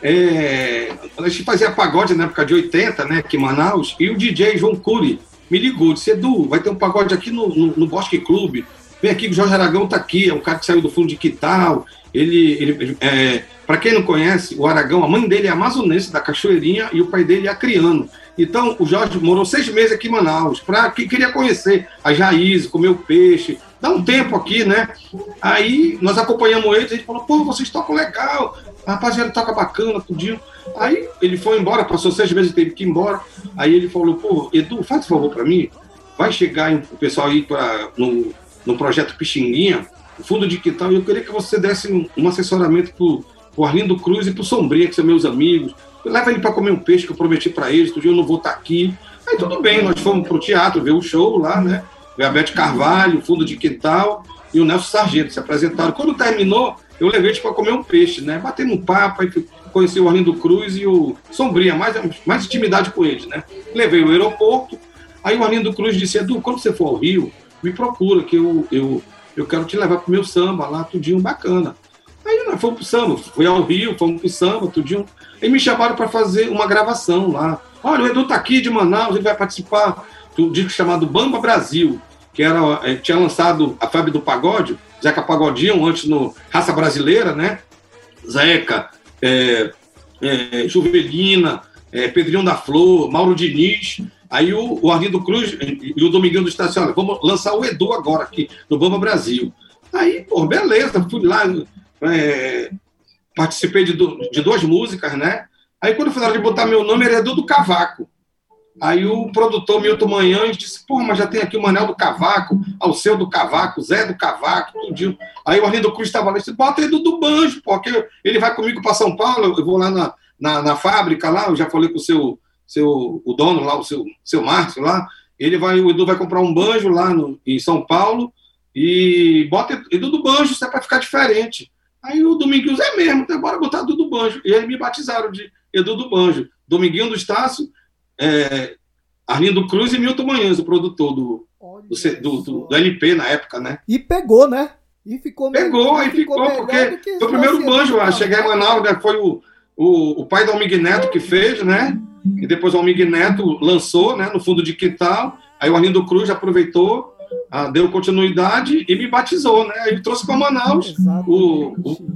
é, a gente fazia pagode na época de oitenta, né, aqui em Manaus, e o D J João Cury me ligou, disse, Edu, vai ter um pagode aqui no, no, no Bosque Clube, vem aqui que o Jorge Aragão tá aqui, é um cara que saiu do fundo de quintal, ele, ele é, para quem não conhece, o Aragão, a mãe dele é amazonense, da Cachoeirinha, e o pai dele é acriano. Então, o Jorge morou seis meses aqui em Manaus, para quem queria conhecer as raízes, comer o peixe, dá um tempo aqui, né? Aí nós acompanhamos eles, a gente falou, pô, vocês tocam legal, a rapaziada toca bacana, tudinho. Aí ele foi embora, passou seis meses e teve que ir embora. Aí ele falou, pô, Edu, faz um favor pra mim, vai chegar o pessoal aí pra, no, no projeto Pixinguinha, no fundo de quintal, e eu queria que você desse um, um assessoramento pro, pro Arlindo Cruz e pro Sombrinha, que são meus amigos. Leva ele pra comer um peixe que eu prometi pra eles, todo dia eu não vou estar aqui. Aí tudo bem, nós fomos pro teatro ver o show lá, né? A Bete Carvalho, Fundo de Quintal e o Nelson Sargento se apresentaram. Quando terminou, eu levei eles para comer um peixe, né? Batendo um papo, aí conheci o Arlindo Cruz e o Sombrinha, mais, mais intimidade com eles, né? Levei o aeroporto, aí o Arlindo Cruz disse, Edu, quando você for ao Rio, me procura, que eu, eu, eu quero te levar pro meu samba lá, tudinho bacana. Aí nós fomos pro samba, fui ao Rio, fomos pro samba, tudinho. Aí me chamaram para fazer uma gravação lá. Olha, o Edu tá aqui de Manaus, ele vai participar do disco chamado Bamba Brasil, que era, tinha lançado a febre do pagode, Zeca Pagodinho, antes no Raça Brasileira, né? Zeca, é, é, Juvelina, é, Pedrinho da Flor, Mauro Diniz. Aí o, o Arlindo Cruz e o Dominguinho do Estácio, olha, vamos lançar o Edu agora aqui, no Bamba Brasil. Aí, pô, beleza, fui lá, é, participei de, do, de duas músicas, né? Aí quando falaram de botar meu nome, era Edu do Cavaco. Aí o produtor Milton Manhães disse, pô, mas já tem aqui o Manel do Cavaco, Alceu do Cavaco, Zé do Cavaco, tudinho. Aí o Arlindo Cruz estava lá e disse, bota Edu do Banjo, porque ele vai comigo para São Paulo, eu vou lá na, na, na fábrica lá, eu já falei com o seu, seu o dono lá, o seu, seu Márcio lá, ele vai, o Edu vai comprar um banjo lá no, em São Paulo e bota Edu do Banjo, isso é para ficar diferente. Aí o Dominguinhos é mesmo, então bora botar Edu do Banjo. E aí me batizaram de Edu do Banjo. Dominguinho do Estácio, é, Arlindo Cruz e Milton Manhães, o produtor do, do, do, do, do L P na época, né? E pegou, né? E ficou Pegou, aí ficou, ficou porque foi o primeiro banjo lá. Cheguei em Manaus, né, foi o, o, o pai do Almig Neto que fez, né? E depois o Almig Neto lançou, né, no fundo de quintal. Aí o Arlindo Cruz aproveitou, ah, deu continuidade e me batizou, né? Aí trouxe para Manaus o, o,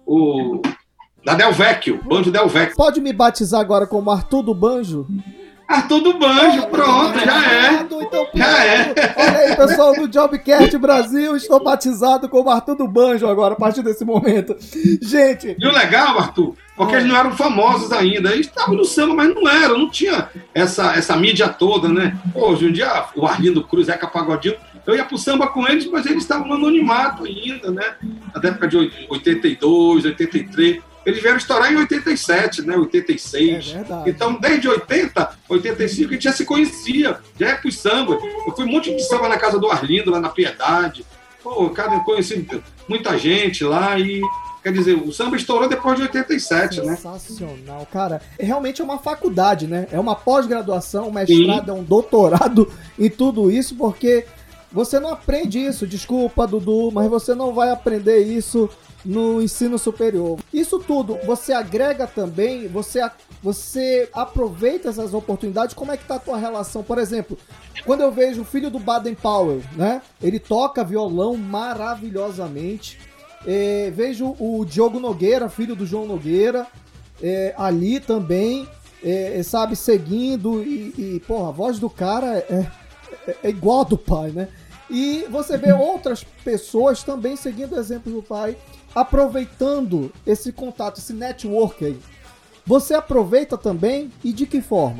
o da Del Vecchio, banjo Del Vecchio. Pode me batizar agora como Arthur do Banjo? Arthur do Banjo, oh, pronto, já é. Então, já é. Olha aí, pessoal do Jobcast Brasil, estou batizado como Arthur do Banjo agora, a partir desse momento. Gente... E o legal, Arthur, porque é. eles não eram famosos ainda, eles estavam no samba, mas não eram, não tinha essa, essa mídia toda, né? Pô, hoje um dia o Arlindo Cruz, Zeca Pagodinho, eu ia pro samba com eles, mas eles estavam no anonimato ainda, né? Na época de oitenta e dois, oitenta e três... Eles vieram estourar em oitenta e sete, né? oitenta e seis. É então, desde oitenta, oitenta e cinco, a gente já se conhecia. Já é pro samba. Eu fui um monte de samba na casa do Arlindo, lá na Piedade. Pô, cara, eu conheci muita gente lá e... Quer dizer, o samba estourou depois de oitenta e sete, né? Sensacional, cara. Realmente é uma faculdade, né? É uma pós-graduação, um mestrado, é um doutorado em tudo isso, porque você não aprende isso. Desculpa, Dudu, mas você não vai aprender isso no ensino superior. Isso tudo, você agrega também, você, você aproveita essas oportunidades. Como é que tá a tua relação? Por exemplo, quando eu vejo o filho do Baden Powell, né? Ele toca violão maravilhosamente. É, vejo o Diogo Nogueira, filho do João Nogueira, é, ali também, é, sabe, seguindo e, e, porra, a voz do cara é, é, é igual a do pai, né? E você vê outras pessoas também seguindo o exemplo do pai, aproveitando esse contato, esse network aí. Você aproveita também e de que forma?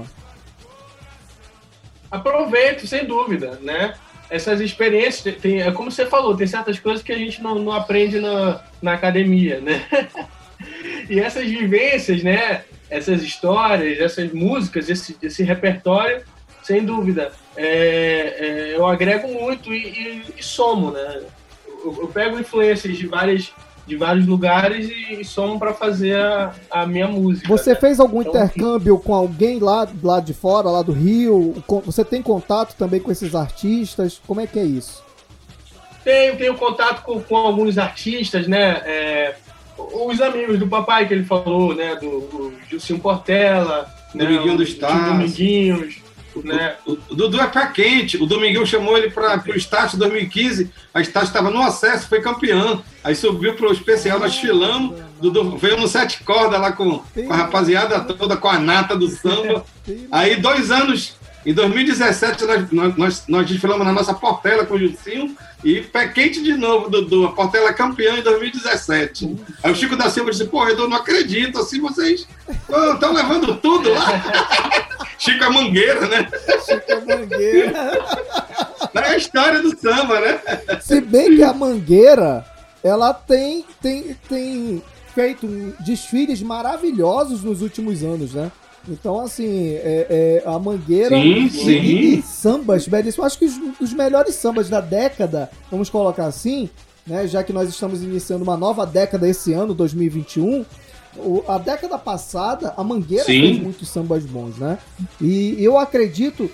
Aproveito, sem dúvida, né? Essas experiências, tem, é como você falou, tem certas coisas que a gente não, não aprende na, na academia, né? E essas vivências, né? Essas histórias, essas músicas, esse, esse repertório, sem dúvida, é, é, eu agrego muito e, e, e somo, né? Eu, eu pego influências de várias... de vários lugares e somo para fazer a, a minha música. Você né? fez algum então, intercâmbio com alguém lá, lá de fora, lá do Rio? Você tem contato também com esses artistas? Como é que é isso? Tenho, tenho contato com, com alguns artistas, né? É, os amigos do papai que ele falou, né? Do, do Gilcinho Portela, Dominguinho né? do Estácio. Dominguinhos. Né? O, o, o Dudu é pé quente. O Dominguinho chamou ele para o Estácio dois mil e quinze. A Estácio estava no acesso, foi campeão. Aí subiu para o especial, nós filamos. Dudu veio no sete cordas lá com, com a rapaziada toda, com a nata do samba. Aí, dois anos, em dois mil e dezessete, nós, nós, nós desfilamos na nossa Portela com o Gilcinho. E pé quente de novo, Dudu. A Portela campeã em dois mil e dezessete. Aí o Chico da Silva disse: pô, eu não acredito, assim vocês estão levando tudo lá. Chico é Mangueira, né? Chico é Mangueira. É a história do samba, né? Se bem que a Mangueira, ela tem, tem, tem feito desfiles maravilhosos nos últimos anos, né? Então, assim, é, é, a Mangueira sim, e, sim. E, e sambas belíssimos. Acho que os, os melhores sambas da década, vamos colocar assim, né? Já que nós estamos iniciando uma nova década esse ano, dois mil e vinte e um. O, a década passada, a Mangueira sim. fez muitos sambas bons, né? E eu acredito que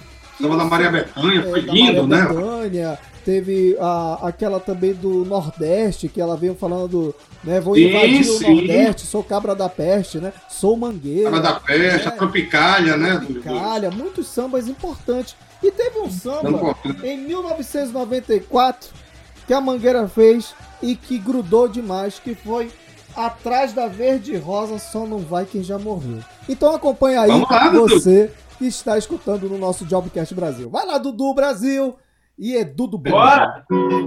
Samba da Maria Bethânia, foi é, lindo, né? Bethânia, teve a, aquela também do Nordeste, que ela veio falando, né? Vou Sim, invadir sim. o Nordeste, sou cabra da peste, né? Sou mangueira. Cabra da peste, né? a Tropicália, né? Tropicália, muitos sambas importantes. E teve um samba Não, em mil novecentos e noventa e quatro que a Mangueira fez e que grudou demais, que foi Atrás da Verde Rosa Só Não Vai Quem Já Morreu. Então acompanha aí lá, você que está escutando no nosso Jobcast Brasil. Vai lá, Dudu Brasil e Edu do Brasil. Bora!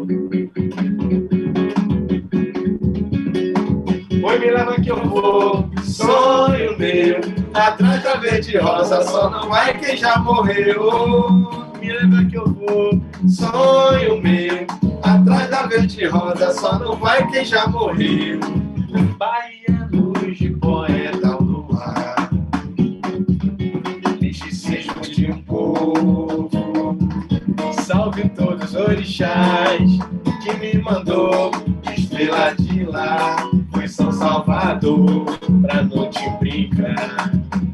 Oi, me leva que eu vou, sonho meu, atrás da verde rosa, só não vai quem já morreu. Me leva que eu vou, sonho meu, atrás da verde rosa, só não vai quem já morreu. Bahia, luz de poeta ao luar, misticismo de um povo, salve todos os orixás que me mandou estrela de lá. Foi São Salvador pra noite brincar.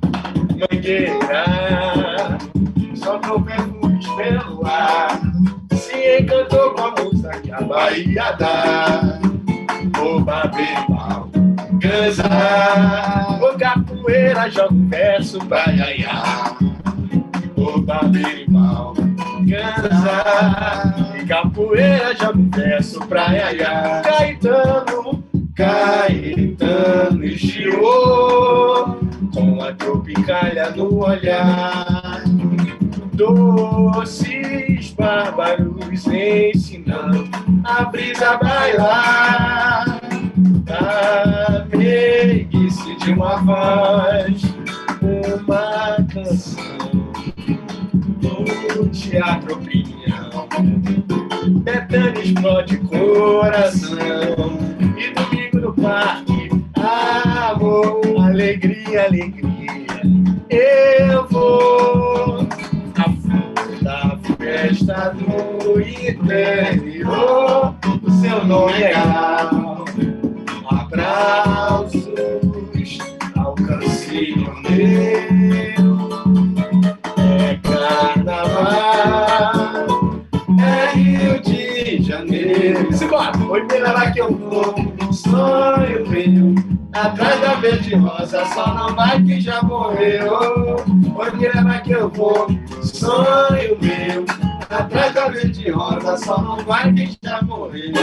Mangueira, só trovemos pelo ar, se encantou com a música que a Bahia dá. O babebal, ganza, o capoeira joga um verso pra iaiá. O babebal, ganza, e capoeira joga um verso pra iaiá. Caetano, Caetano estirou com a tropicália no olhar. Doces bárbaros ensinando a brisa a bailar. A meiguice de uma voz, uma canção no Teatro Opinião. Betânia explode coração e domingo no parque, amor, alegria, alegria. Eu vou da festa do interior, o seu nome é legal. Abraços ao cancioneiro. É carnaval, é Rio de Janeiro. Simbora! Oi, me leva que eu vou, sonho meu, atrás da verde rosa, só não vai que já morreu. Oi, me leva que eu vou, sonho meu, atrás da verde rosa, só não vai que já morreu.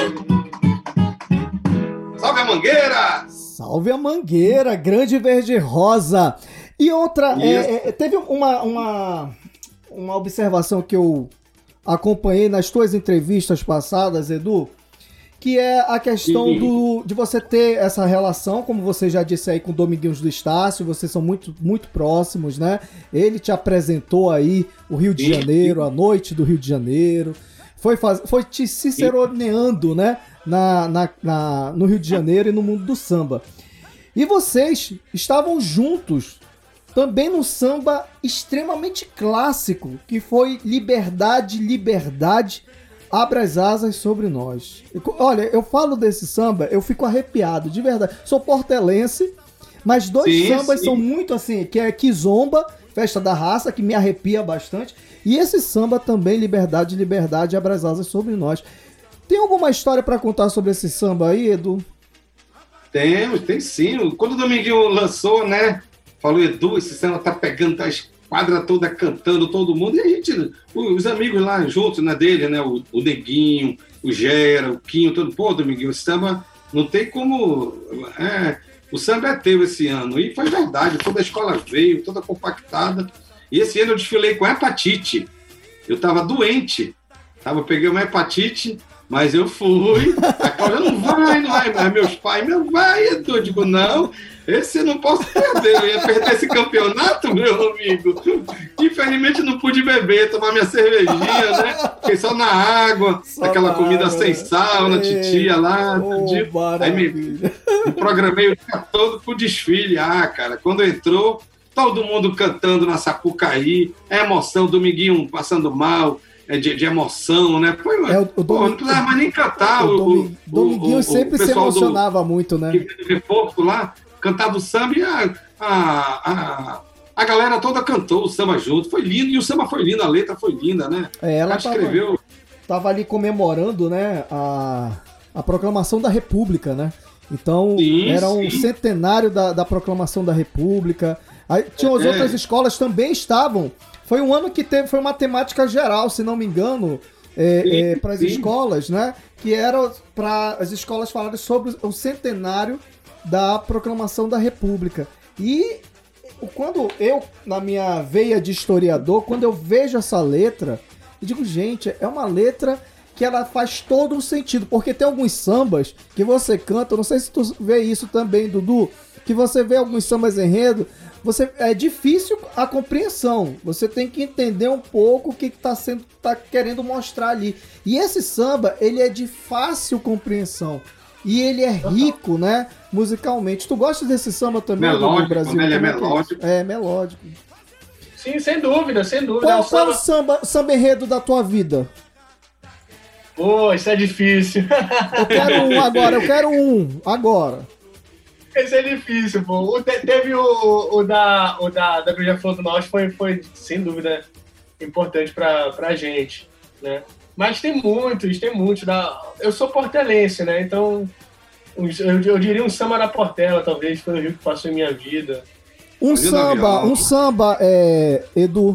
Salve a Mangueira! Salve a Mangueira, grande verde rosa. E outra, é, é, teve uma, uma, uma observação que eu acompanhei nas tuas entrevistas passadas, Edu, que é a questão do, de você ter essa relação, como você já disse aí, com o Dominguinhos do Estácio, vocês são muito, muito próximos, né? Ele te apresentou aí o Rio de Janeiro, a noite do Rio de Janeiro, foi, faz, foi te ciceroneando, né? Na, na, na, no Rio de Janeiro e no mundo do samba. E vocês estavam juntos também num samba extremamente clássico, que foi Liberdade, Liberdade, Abra as Asas Sobre Nós. Olha, eu falo desse samba, eu fico arrepiado, de verdade. Sou portelense, mas dois sim, sambas sim. são muito assim, que é Kizomba, Festa da Raça, que me arrepia bastante, e esse samba também, Liberdade, Liberdade, Abra as Asas Sobre Nós. Tem alguma história pra contar sobre esse samba aí, Edu? Temos, tem sim. Quando o Dominguinho lançou, né, falou, Edu, esse samba tá pegando, tá a quadra toda cantando, todo mundo, e a gente, os amigos lá juntos, né, dele, né, o, o Neguinho, o Gera, o Quinho, todo, pô, Dominguinho, esse samba não tem como, é, o samba é teu esse ano, e foi verdade, toda a escola veio, toda compactada, e esse ano eu desfilei com hepatite, eu tava doente, tava, peguei uma hepatite, mas eu fui, a Cláudia, não vai, não vai, mas meus pais, não vai, Edu, eu digo, não, esse eu não posso perder, eu ia perder esse campeonato, meu amigo, infelizmente não pude beber, tomar minha cervejinha, né, fiquei só na água, só aquela comida água. Sem sal, na titia lá, oh, aí me, me programei o dia todo pro desfile, ah, cara, quando entrou, todo mundo cantando na Sapucaí, é emoção, Dominguinho passando mal, De, de emoção, né? Foi, é, o, o pô, não precisava mais nem cantar. O, o, o Dominguinho o, o, sempre o se emocionava do, muito, né? Que reforço lá, cantava o samba e a, a, a, a galera toda cantou o samba junto, foi lindo, e o samba foi lindo, a letra foi linda, né? É, ela, ela escreveu... Tava, tava ali comemorando, né, a, a proclamação da República, né? Então, sim, era um sim. centenário da, da proclamação da República. Aí, tinha as é. outras escolas também estavam. Foi um ano que teve, foi uma temática geral, se não me engano, é, é, para as escolas, né? Que era para as escolas falarem sobre o centenário da proclamação da República. E quando eu, na minha veia de historiador, quando eu vejo essa letra, eu digo, gente, é uma letra que ela faz todo o sentido, porque tem alguns sambas que você canta, não sei se tu vê isso também, Dudu, que você vê alguns sambas enredo, você, é difícil a compreensão, você tem que entender um pouco o que está sendo, tá querendo mostrar ali. E esse samba, ele é de fácil compreensão, e ele é rico, né, musicalmente. Tu gosta desse samba também, melódico, do Brasil? Né? Ele é melódico. É, é melódico. Sim, sem dúvida, sem dúvida. Qual, é um qual samba... o samba, samba enredo da tua vida? Pô, isso é difícil. Eu quero um agora, eu quero um agora. Esse é difícil, pô. O, te, teve o, o da o da, da Beija-Flor do Norte, foi, foi, sem dúvida, importante pra, pra gente, né? Mas tem muitos, tem muitos. Da... Eu sou portelense, né? Então, eu, eu diria um samba da Portela, talvez, foi o Rio que passou em minha vida. Um samba, um samba, é, Edu...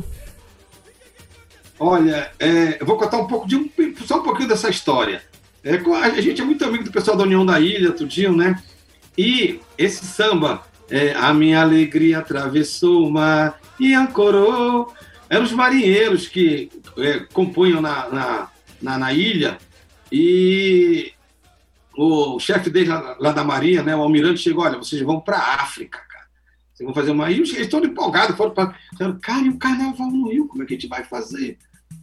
Olha, é, eu vou contar um pouco de um, só um pouquinho dessa história. É, a gente é muito amigo do pessoal da União da Ilha, tudinho, né? E esse samba, é, a minha alegria atravessou o mar e ancorou. Eram os marinheiros que é, compunham na, na, na, na ilha, e o chefe deles lá, lá da Marinha, né, o almirante, chegou, olha, vocês vão para a África, cara. Vocês vão fazer uma... E eles estão empolgados, foram para... Cara, e o carnaval no Rio, como é que a gente vai fazer?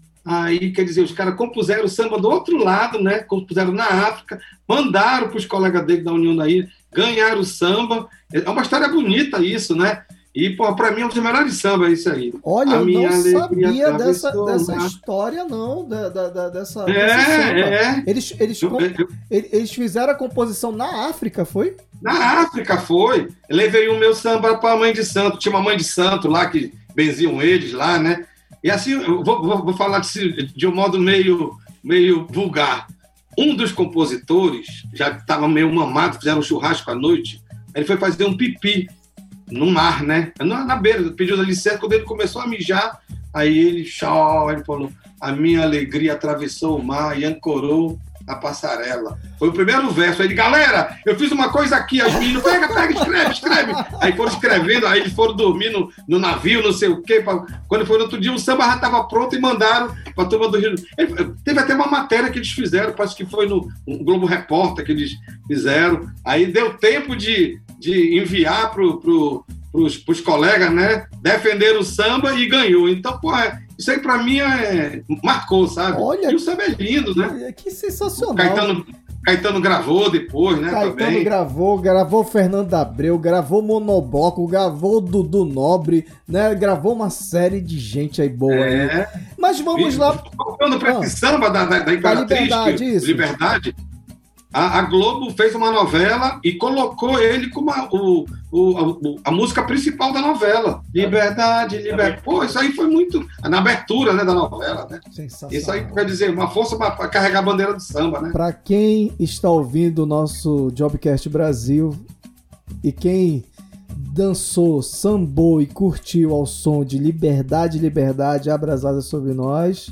Aí, quer dizer, os caras compuseram o samba do outro lado, né? Compuseram na África, mandaram para os colegas dele da União da Ilha, ganharam o samba. É uma história bonita isso, né? E, pô, para mim é um dos melhores sambas isso aí. Olha, a eu não sabia dessa, dessa história, não, da, da, da, dessa, é, desse samba. É. Eles, eles, eu, eu, eles fizeram a composição na África, foi? Na África, foi. Eu levei o meu samba para a Mãe de Santo. Tinha uma Mãe de Santo lá, que benziam eles lá, né? E assim, eu vou, vou, vou falar de, de um modo meio, meio vulgar. Um dos compositores, já estava meio mamado, fizeram um churrasco à noite, ele foi fazer um pipi no mar, né? Na, na beira, pediu licença, quando ele começou a mijar, aí ele, chó, ele falou, a minha alegria atravessou o mar e ancorou a passarela. Foi o primeiro verso. Aí ele, galera, eu fiz uma coisa aqui, as meninas, pega, pega, escreve, escreve. Aí foram escrevendo, aí eles foram dormir no, no navio, não sei o quê. Pra... Quando foi no outro dia, o samba já estava pronto e mandaram para a turma do Rio. Ele, teve até uma matéria que eles fizeram, parece que foi no, no Globo Repórter que eles fizeram. Aí deu tempo de, de enviar para pro, os colegas, né? Defender o samba e ganhou. Então, porra, isso aí pra mim é... marcou, sabe? Olha, e o samba é lindo, né? Que sensacional. Caetano, Caetano gravou depois, né? Caetano também. gravou, gravou Fernando Abreu, gravou Monobloco, gravou Dudu Nobre, né? Gravou uma série de gente aí boa. É. Aí. Mas vamos lá. Voltando pra esse samba da, da, da Imperatriz, Liberdade, isso. Liberdade, a, a Globo fez uma novela e colocou ele como a, o, o, a, a música principal da novela. Liberdade, liberdade. Pô, isso aí foi muito... Na abertura, né, da novela, né? Sensacional. Isso aí quer dizer, uma força para carregar a bandeira do samba, né? Para quem está ouvindo o nosso Jobcast Brasil e quem dançou, sambou e curtiu ao som de Liberdade, Liberdade, abrasada sobre nós,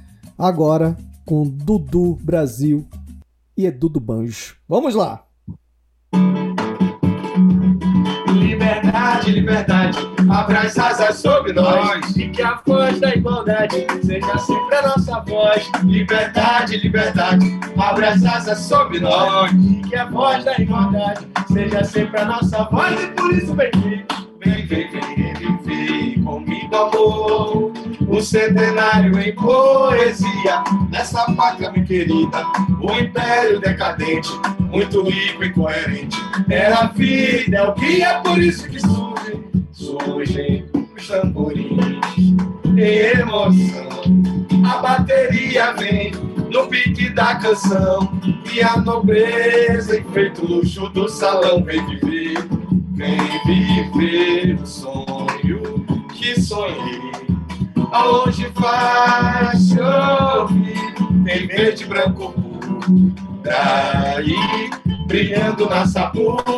agora com Dudu Brasil e Edu do Banjo. Vamos lá! Liberdade, liberdade, abra as asas sobre nós, e que a voz da igualdade seja sempre a nossa voz. Liberdade, liberdade, abra as asas sobre nós, e que a voz da igualdade seja sempre a nossa voz. E por isso vem, vem, vem, vem, vem, vem comigo, amor, o centenário em poesia, nessa pátria, minha querida, o império decadente, muito rico e coerente, era a vida, é o que é por isso que surgem, surgem os tamborins em emoção. A bateria vem no pique da canção, e a nobreza enfeita o luxo do salão. Vem viver, vem viver o sonho que sonhei. Ao longe faz chover, tem verde, branco, daí brilhando na sapuca.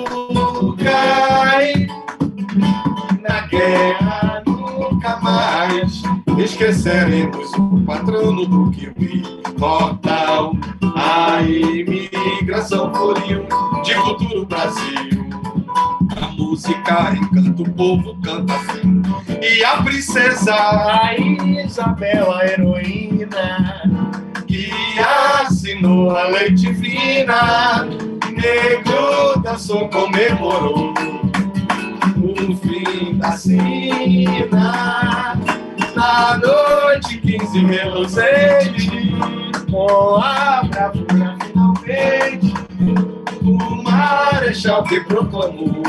Na guerra nunca mais esqueceremos o patrono do kiwi mortal. A imigração floriu de futuro Brasil. A música encanta, o povo canta assim. E a princesa, a Isabel, a heroína, que assinou a lei divina, negro dançou, comemorou o fim da sina. Na noite quinze reluzente, com a bravura finalmente, o marechal que proclamou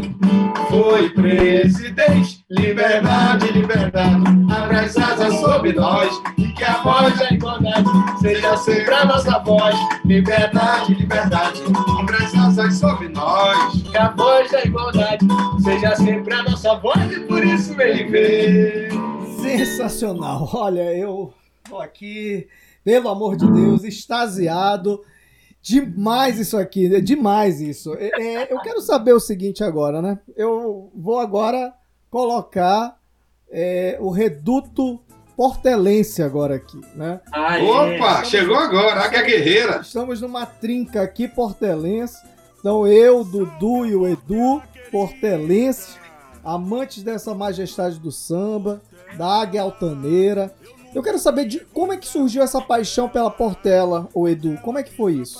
foi presidente. Liberdade, liberdade, abra as asas sobre nós, e que a voz da igualdade seja sempre a nossa voz. Liberdade, liberdade, abra as asas sobre nós, que a voz da igualdade seja sempre a nossa voz, e por isso vem ver. Sensacional. Olha, eu tô aqui, pelo amor de Deus, extasiado. Demais isso aqui, né? Demais isso. É, é, eu quero saber o seguinte agora, né? Eu vou agora colocar é, o Reduto Portelense agora aqui, né? Ah, Opa, estamos, chegou agora, Águia Guerreira. Estamos numa trinca aqui portelense. Então eu, Dudu e o Edu, portelenses, amantes dessa majestade do samba, da Águia Altaneira. Eu quero saber de como é que surgiu essa paixão pela Portela, ô Edu. Como é que foi isso?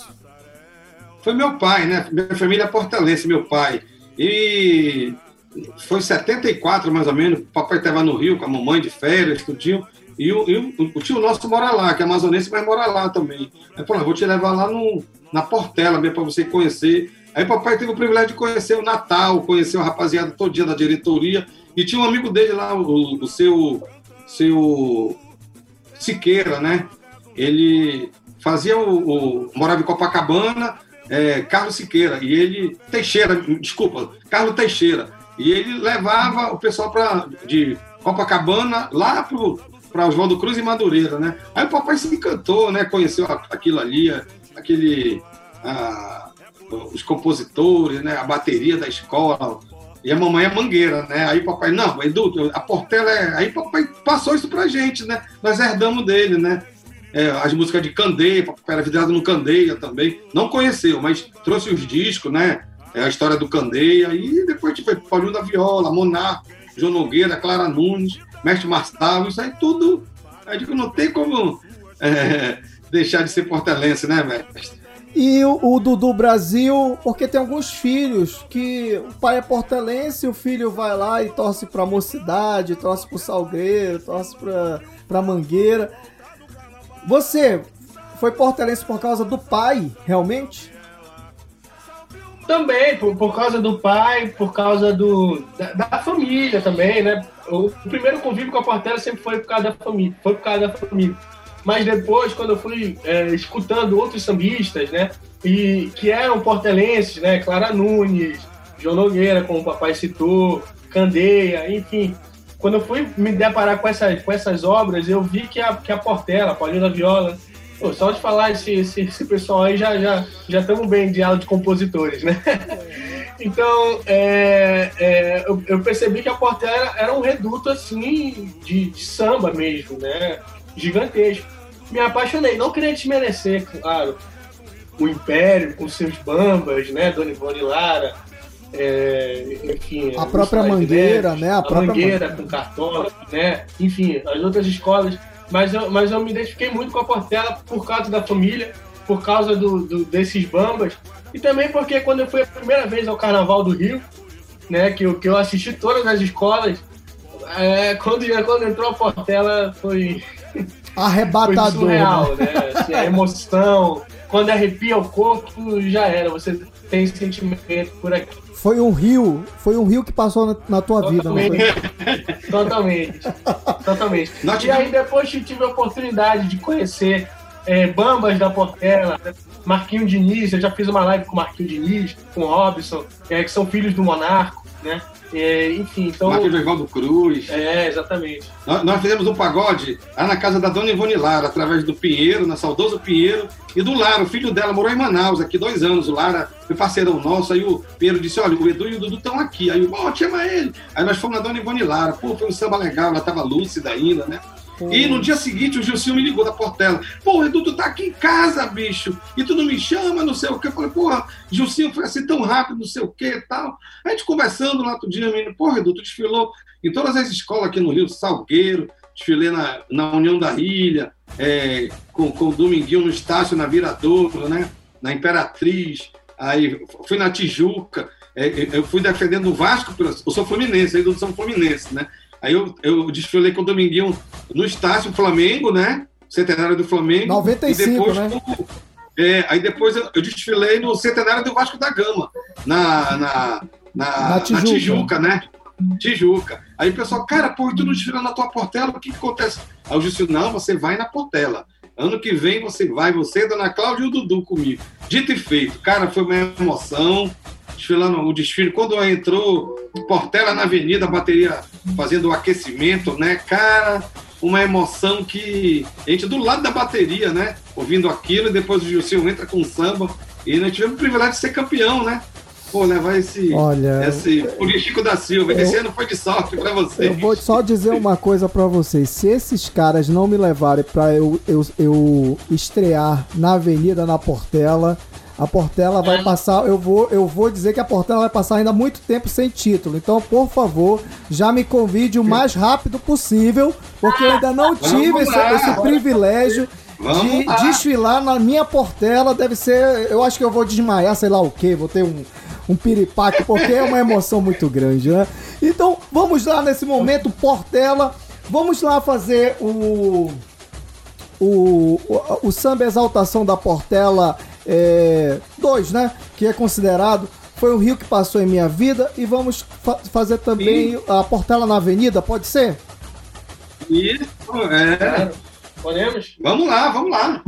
Foi meu pai, né? Minha família é portelense, meu pai. E foi em setenta e quatro, mais ou menos. O papai estava no Rio com a mamãe de férias, tudinho. E o, e o, o tio nosso mora lá, que é amazonense, mas mora lá também. Aí falou, vou te levar lá no, na Portela mesmo, para você conhecer. Aí o papai teve o privilégio de conhecer o Natal, conhecer a rapaziada todo dia da diretoria. E tinha um amigo dele lá, o, o seu... seu Siqueira, né? Ele fazia o, o morava em Copacabana, é, Carlos Siqueira, e ele Teixeira, desculpa, Carlos Teixeira, e ele levava o pessoal para de Copacabana lá para Oswaldo Cruz e Madureira, né? Aí o papai se encantou, né? Conheceu aquilo ali, aquele, a, os compositores, né? A bateria da escola. E a mamãe é mangueira, né? Aí o papai, não, Edu, a Portela é... Aí o papai passou isso pra gente, né? Nós herdamos dele, né? É, as músicas de Candeia, papai era vidrado no Candeia também. Não conheceu, mas trouxe os discos, né? É, a história do Candeia. E depois a gente foi Paulinho da Viola, Monar, João Nogueira, Clara Nunes, Mestre Marçal, isso aí tudo... Eu digo, não tem como é, deixar de ser portelense, né, mestre? E o, o Dudu Brasil, porque tem alguns filhos que o pai é portelense, o filho vai lá e torce pra Mocidade, torce pro Salgueiro, torce pra, pra Mangueira. Você foi portelense por causa do pai, realmente? Também, por, por causa do pai, por causa do, da, da família também, né? O, o primeiro convívio com a Portela sempre foi por causa da família, foi por causa da família. Mas depois, quando eu fui é, escutando outros sambistas, né, e que eram portelenses, né, Clara Nunes, João Nogueira, como o papai citou, Candeia, enfim, quando eu fui me deparar com essas, com essas obras, eu vi que a, que a Portela, a Paulinho da Viola, pô, só de falar esse, esse, esse pessoal aí já já já estamos bem de aula de compositores, né? Então, é, é, eu, eu percebi que a Portela era, era um reduto assim de, de samba mesmo, né? Gigantesco. Me apaixonei, não queria desmerecer, claro, o Império com seus bambas, né, Dona Ivone Lara, é, enfim... A própria Mangueira, né? A, a própria Mangueira com Cartola, né, enfim, as outras escolas, mas eu, mas eu me identifiquei muito com a Portela por causa da família, por causa do, do, desses bambas, e também porque quando eu fui a primeira vez ao Carnaval do Rio, né, que eu, que eu assisti todas as escolas, é, quando, quando entrou a Portela foi... Arrebatador. Foi surreal, né? Assim, a emoção, quando arrepia o corpo, já era. Você tem sentimento por aqui. Foi um rio, foi um rio que passou na, na tua Totalmente. vida, não foi? Totalmente. Totalmente. E aí depois eu tive a oportunidade de conhecer é, bambas da Portela, Marquinho Diniz, eu já fiz uma live com o Marquinho Diniz, com o Robson, é, que são filhos do Monarco. né? É, enfim, então... Marquês do Oswaldo Cruz. É, exatamente. Nós, nós fizemos um pagode lá na casa da dona Ivone Lara, através do Pinheiro, na saudoso Pinheiro, e do Lara, o filho dela, morou em Manaus, aqui dois anos. O Lara foi parceirão nosso, aí o Pinheiro disse, olha, o Edu e o Dudu estão aqui. Aí eu, ó, chama ele. Aí nós fomos na dona Ivone Lara. Pô, foi um samba legal, ela estava lúcida ainda, né? Pô. E no dia seguinte o Gilcinho me ligou da Portela. Pô, Edu, tu tá aqui em casa, bicho, e tu não me chama, não sei o quê. Eu falei, porra, Gilcinho foi assim tão rápido, não sei o quê e tal. A gente conversando lá outro dia, menino, porra, Edu, tu desfilou em todas as escolas aqui no Rio, Salgueiro, desfilei na, na União da Ilha, é, com, com o Dominguinho no Estácio, na Viradouro, né? Na Imperatriz, aí fui na Tijuca, é, eu fui defendendo o Vasco, eu sou fluminense, aí do São Fluminense, né? Aí eu, eu desfilei com o Dominguinho no Estácio Flamengo, né? Centenário do Flamengo. noventa e cinco, e depois, né? No, é, aí depois eu, eu desfilei no Centenário do Vasco da Gama, na, na, na, na, Tijuca. na Tijuca, né? Tijuca. Aí o pessoal, cara, pô, tu não desfila na tua Portela, o que que acontece? Aí eu disse, não, você vai na Portela. Ano que vem você vai, você, Dona Cláudia e o Dudu comigo. Dito e feito. Cara, foi uma emoção. Desfilando o desfile. Quando entrou Portela na avenida, a bateria fazendo o aquecimento, né? Cara, uma emoção que... A gente do lado da bateria, né? Ouvindo aquilo, e depois o Gilcinho entra com samba. E nós tivemos o privilégio de ser campeão, né? Pô, levar esse... Olha... Esse Chico da Silva. Eu, esse ano foi de sorte pra vocês. Eu vou só dizer uma coisa pra vocês. Se esses caras não me levarem pra eu, eu, eu estrear na avenida, na Portela... A Portela vai passar, eu vou, eu vou dizer que a Portela vai passar ainda muito tempo sem título. Então, por favor, já me convide o mais rápido possível, porque eu ainda não tive esse, esse privilégio de desfilar na minha Portela. Deve ser, eu acho que eu vou desmaiar, sei lá o quê, vou ter um, um piripaque, porque é uma emoção muito grande, né? Então, vamos lá nesse momento, Portela, vamos lá fazer o, o, o, o samba exaltação da Portela. É, dois, né? Que é considerado. Foi o Rio que passou em minha vida. E vamos fa- fazer também Sim. a Portela na Avenida, pode ser? Isso, é. Claro. Podemos? Vamos lá, vamos lá.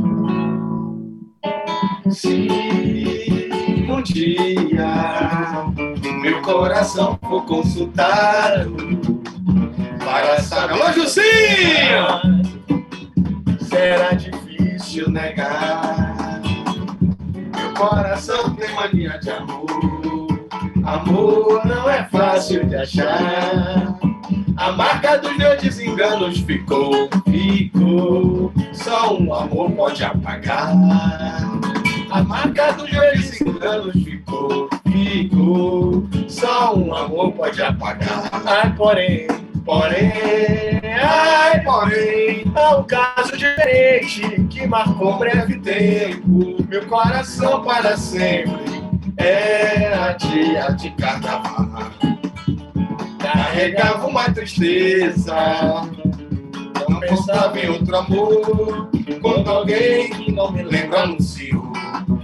Se um dia meu coração for consultado para saber. Alô, Gilcinho! Será difícil negar. Meu coração tem mania de amor. Amor não é fácil de achar. A marca dos meus desenganos ficou, ficou. Só um amor pode apagar. A marca dos meus desenganos ficou, ficou. Só um amor pode apagar. Ai, porém, porém, ai, porém, há um caso diferente que marcou breve tempo. Meu coração para sempre é a dia de carnaval. Carregava uma tristeza, não pensava em outro amor. Quando alguém que não me lembra anunciou: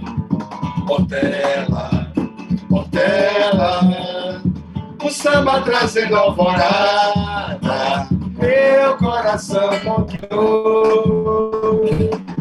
Portela, Portela, o samba trazendo alvorada, meu coração conquistou.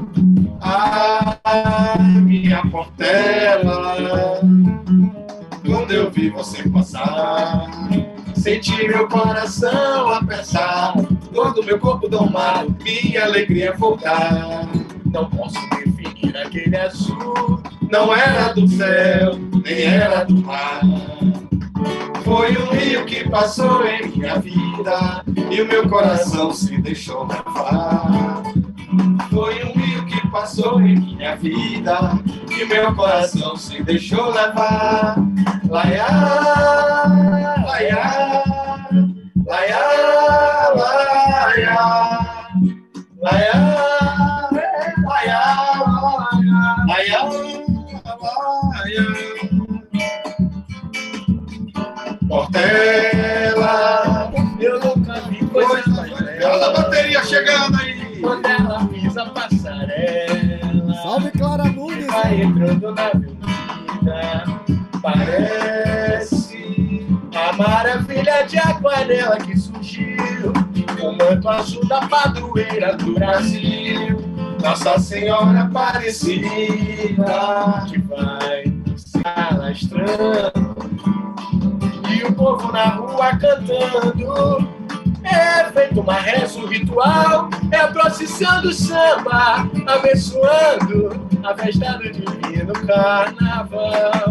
Ah, minha Portela, quando eu vi você passar, senti meu coração a pensar, todo meu corpo domado, minha alegria voltar. Não posso definir aquele azul, não era do céu, nem era do mar. Foi um rio que passou em minha vida e o meu coração se deixou levar. Foi um rio que passou em minha vida e o meu coração se deixou levar. Laiá, laiá, laiá, laiá, laiá, laiá, laiá, laiá. Portela, eu nunca vi coisa mais bela. Olha a bateria chegando aí. Quando ela pisa a passarela, salve Clara Nunes! vai entrando na avenida, parece a maravilha de aquarela que surgiu, o manto azul da padroeira do Brasil, Nossa Senhora Aparecida, que vai se alastrando. E e o povo na rua cantando. É feito uma reza, um ritual, é a procissão do samba, abençoando a festa do divino carnaval.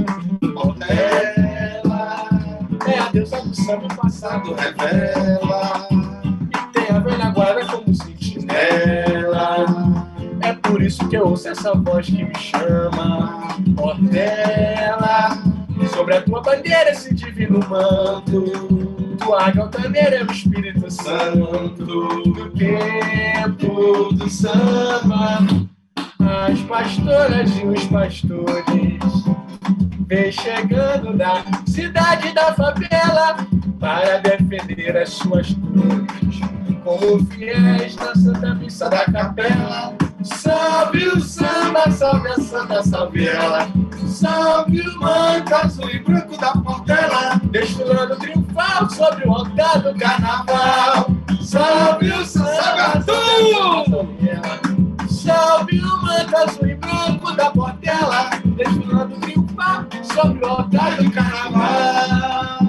Portela é a deusa do samba passado, revela, e tem a velha guarda como sentinela. É por isso que eu ouço essa voz que me chama. Portela, sobre a tua bandeira esse divino manto. Tua galtaneira é o Espírito Santo. Do tempo do samba, as pastoras e os pastores vem chegando da cidade da favela para defender as suas cores, como fiéis na Santa Missa da Capela. Salve o samba, salve a Santa Salvela, salve o manto azul e branco da Portela, desfilando triunfal sobre o altar do carnaval. Salve o samba, salve, salve o manto azul e branco da Portela, desfilando triunfal sobre o altar do carnaval.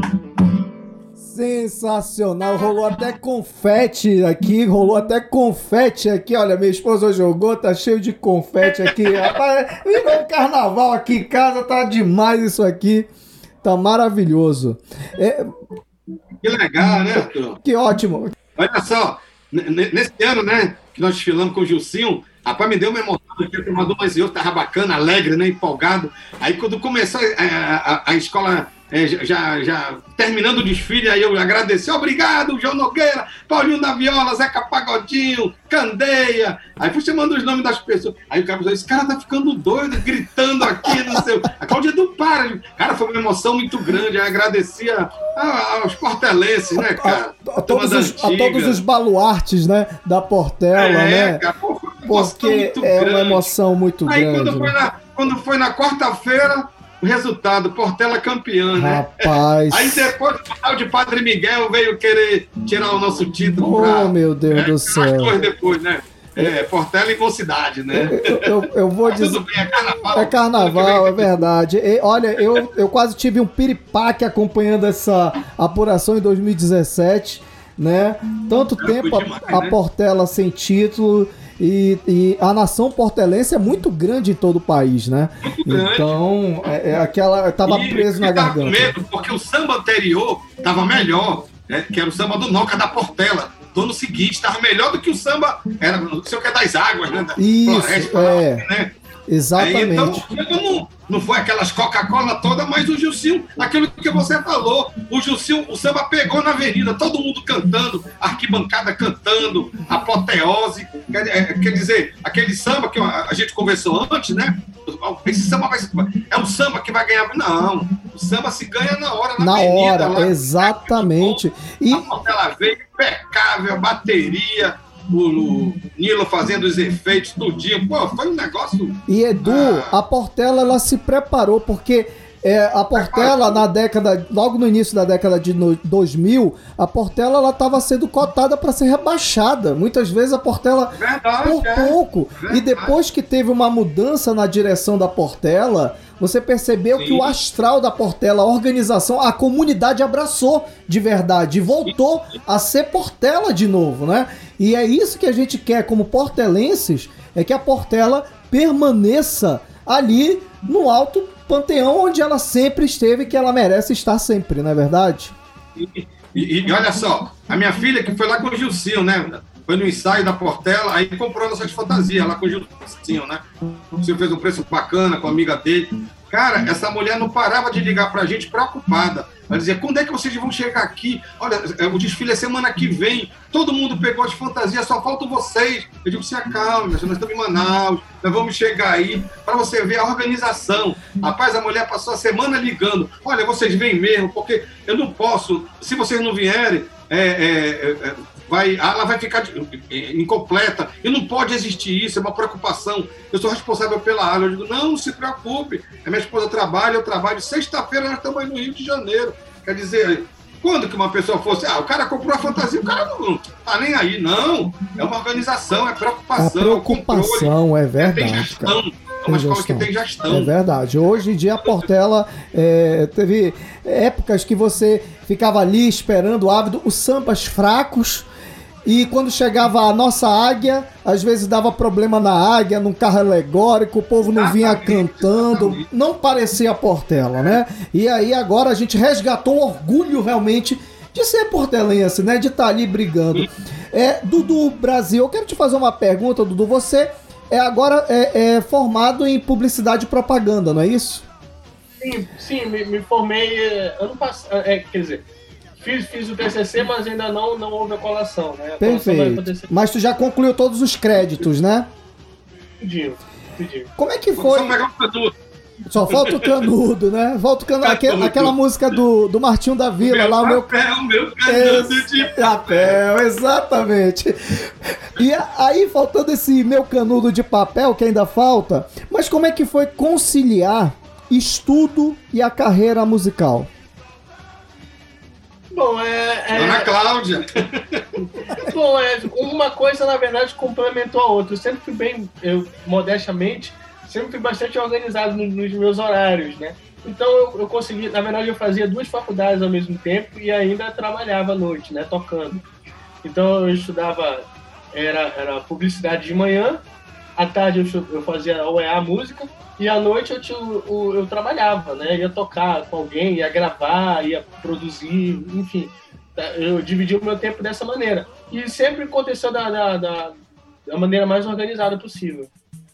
Sensacional, rolou até confete aqui, rolou até confete aqui, olha, minha esposa jogou, tá cheio de confete aqui, rapaz, virou um carnaval aqui em casa, tá demais isso aqui, tá maravilhoso. É... Que legal, né, Arthur? Que ótimo. Olha só, nesse ano, né, que nós desfilamos com o Gilcinho, rapaz, me deu uma emoção, porque eu tomado mais e eu tava bacana, alegre, né, empolgado, aí quando começou a, a, a escola... É, já, já terminando o desfile, aí eu agradeci, obrigado, João Nogueira, Paulinho da Viola, Zeca Pagodinho, Candeia, aí fui chamando os nomes das pessoas, aí o cara falou, esse cara tá ficando doido, gritando aqui, não sei, a Cláudia não para, cara, foi uma emoção muito grande, eu agradecia aos portelenses, né, cara, a, a, a, todos, os, a todos os baluartes, né, da Portela, é, né, cara, pô, foi uma porque é grande. Uma emoção muito aí, grande. Aí quando, né? foi na, quando foi na quarta-feira, o resultado, Portela campeã, né? Rapaz. Aí depois o tal de Padre Miguel veio querer tirar o nosso título. Oh, pra, meu Deus é, do céu. Duas depois, né? É, Portela e Mocidade, né? Eu, eu, eu vou dizer. Tudo bem, é carnaval. É carnaval, é verdade. E, olha, eu, eu quase tive um piripaque acompanhando essa apuração em dois mil e dezessete, né? Tanto é, tempo demais, a, a Portela sem título. E, e a nação portelense é muito grande em todo o país, né? Muito grande. Então, é, é aquela... Tava e, preso na garganta. Com medo, porque o samba anterior tava melhor, né? Que era o samba do Noca da Portela. Do ano seguinte, tava melhor do que o samba... Era, não sei o que é das águas, né? Da Isso, floresta, é. Né? Exatamente. Aí, então, não, não foi aquelas Coca-Cola toda, mas o Gilcinho, aquilo que você falou, o Gilcinho, o samba pegou na avenida, todo mundo cantando, arquibancada cantando, apoteose, quer, quer dizer, aquele samba que a gente conversou antes, né? Esse samba vai, é um samba que vai ganhar. Não, o samba se ganha na hora, na, na avenida. Na hora, exatamente. E... A Portela veio impecável, bateria... O, o Nilo fazendo os efeitos, tudinho. Pô, foi um negócio... E, Edu, ah. a Portela, ela se preparou, porque é, a Portela, na década... Logo no início da década de dois mil, a Portela, ela estava sendo cotada para ser rebaixada. Muitas vezes a Portela, verdade, por é. pouco. Verdade. E depois que teve uma mudança na direção da Portela... Você percebeu Sim. que o astral da Portela, a organização, a comunidade abraçou de verdade e voltou a ser Portela de novo, né? E é isso que a gente quer como portelenses, é que a Portela permaneça ali no alto panteão onde ela sempre esteve, que ela merece estar sempre, não é verdade? E, e, e olha só, a minha filha que foi lá com o Gilcinho, né? Foi no ensaio da Portela, aí comprou nossas fantasias lá com o Gilcinho, né? O Gilcinho fez um preço bacana com a amiga dele. Cara, essa mulher não parava de ligar pra gente preocupada. Ela dizia, quando é que vocês vão chegar aqui? Olha, o desfile é semana que vem. Todo mundo pegou as fantasias, só faltam vocês. Eu digo, se acalme, nós estamos em Manaus, nós vamos chegar aí para você ver a organização. Rapaz, a mulher passou a semana ligando. Olha, vocês vêm mesmo, porque eu não posso, se vocês não vierem, é, é, é, vai, ela vai ficar incompleta. E não pode existir isso, é uma preocupação. Eu sou responsável pela área. Eu digo, não, não se preocupe. A minha esposa trabalha, eu trabalho. Sexta-feira nós estamos aí no Rio de Janeiro. Quer dizer, quando que uma pessoa fosse... Ah, o cara comprou a fantasia, o cara não tá nem aí. Não, é uma organização, é preocupação. A preocupação, é, é verdade, cara. É uma escola que tem gestão. É verdade. Hoje em dia a Portela é, teve épocas que você ficava ali esperando ávido os sambas fracos, e quando chegava a nossa águia, às vezes dava problema na águia, num carro alegórico, o povo não vinha cantando, exatamente. Não parecia Portela, né? E aí agora a gente resgatou o orgulho realmente de ser portelense, né? De estar ali brigando. É, Dudu Brasil, eu quero te fazer uma pergunta, Dudu. Você é agora é, é formado em publicidade e propaganda, não é isso? Sim, sim, me, me formei ano passado, é, quer dizer, fiz, fiz o T C C, mas ainda não, não houve a colação, né? A Perfeito. Colação mas tu já concluiu todos os créditos, né? Tudinho, tudinho. Como é que foi? Só pegar o canudo. Só falta o canudo, né? Volta o canudo, aquela, aquela música do, do Martinho da Vila, meu lá papel, o meu... meu canudo de papel, exatamente. E aí, faltando esse meu canudo de papel, que ainda falta, mas como é que foi conciliar estudo e a carreira musical? Bom, é... é... Dona Cláudia! Bom, é, uma coisa, na verdade, complementou a outra. Eu sempre fui bem, eu, modestamente, sempre fui bastante organizado nos, nos meus horários, né? Então eu, eu consegui, na verdade eu fazia duas faculdades ao mesmo tempo e ainda trabalhava à noite, né, tocando. Então eu estudava, era, era publicidade de manhã, à tarde eu, eu fazia a O E A, música, e à noite eu, tinha, eu, eu trabalhava, né, ia tocar com alguém, ia gravar, ia produzir, enfim. Eu dividi o meu tempo dessa maneira. E sempre aconteceu da, da, da, da maneira mais organizada possível.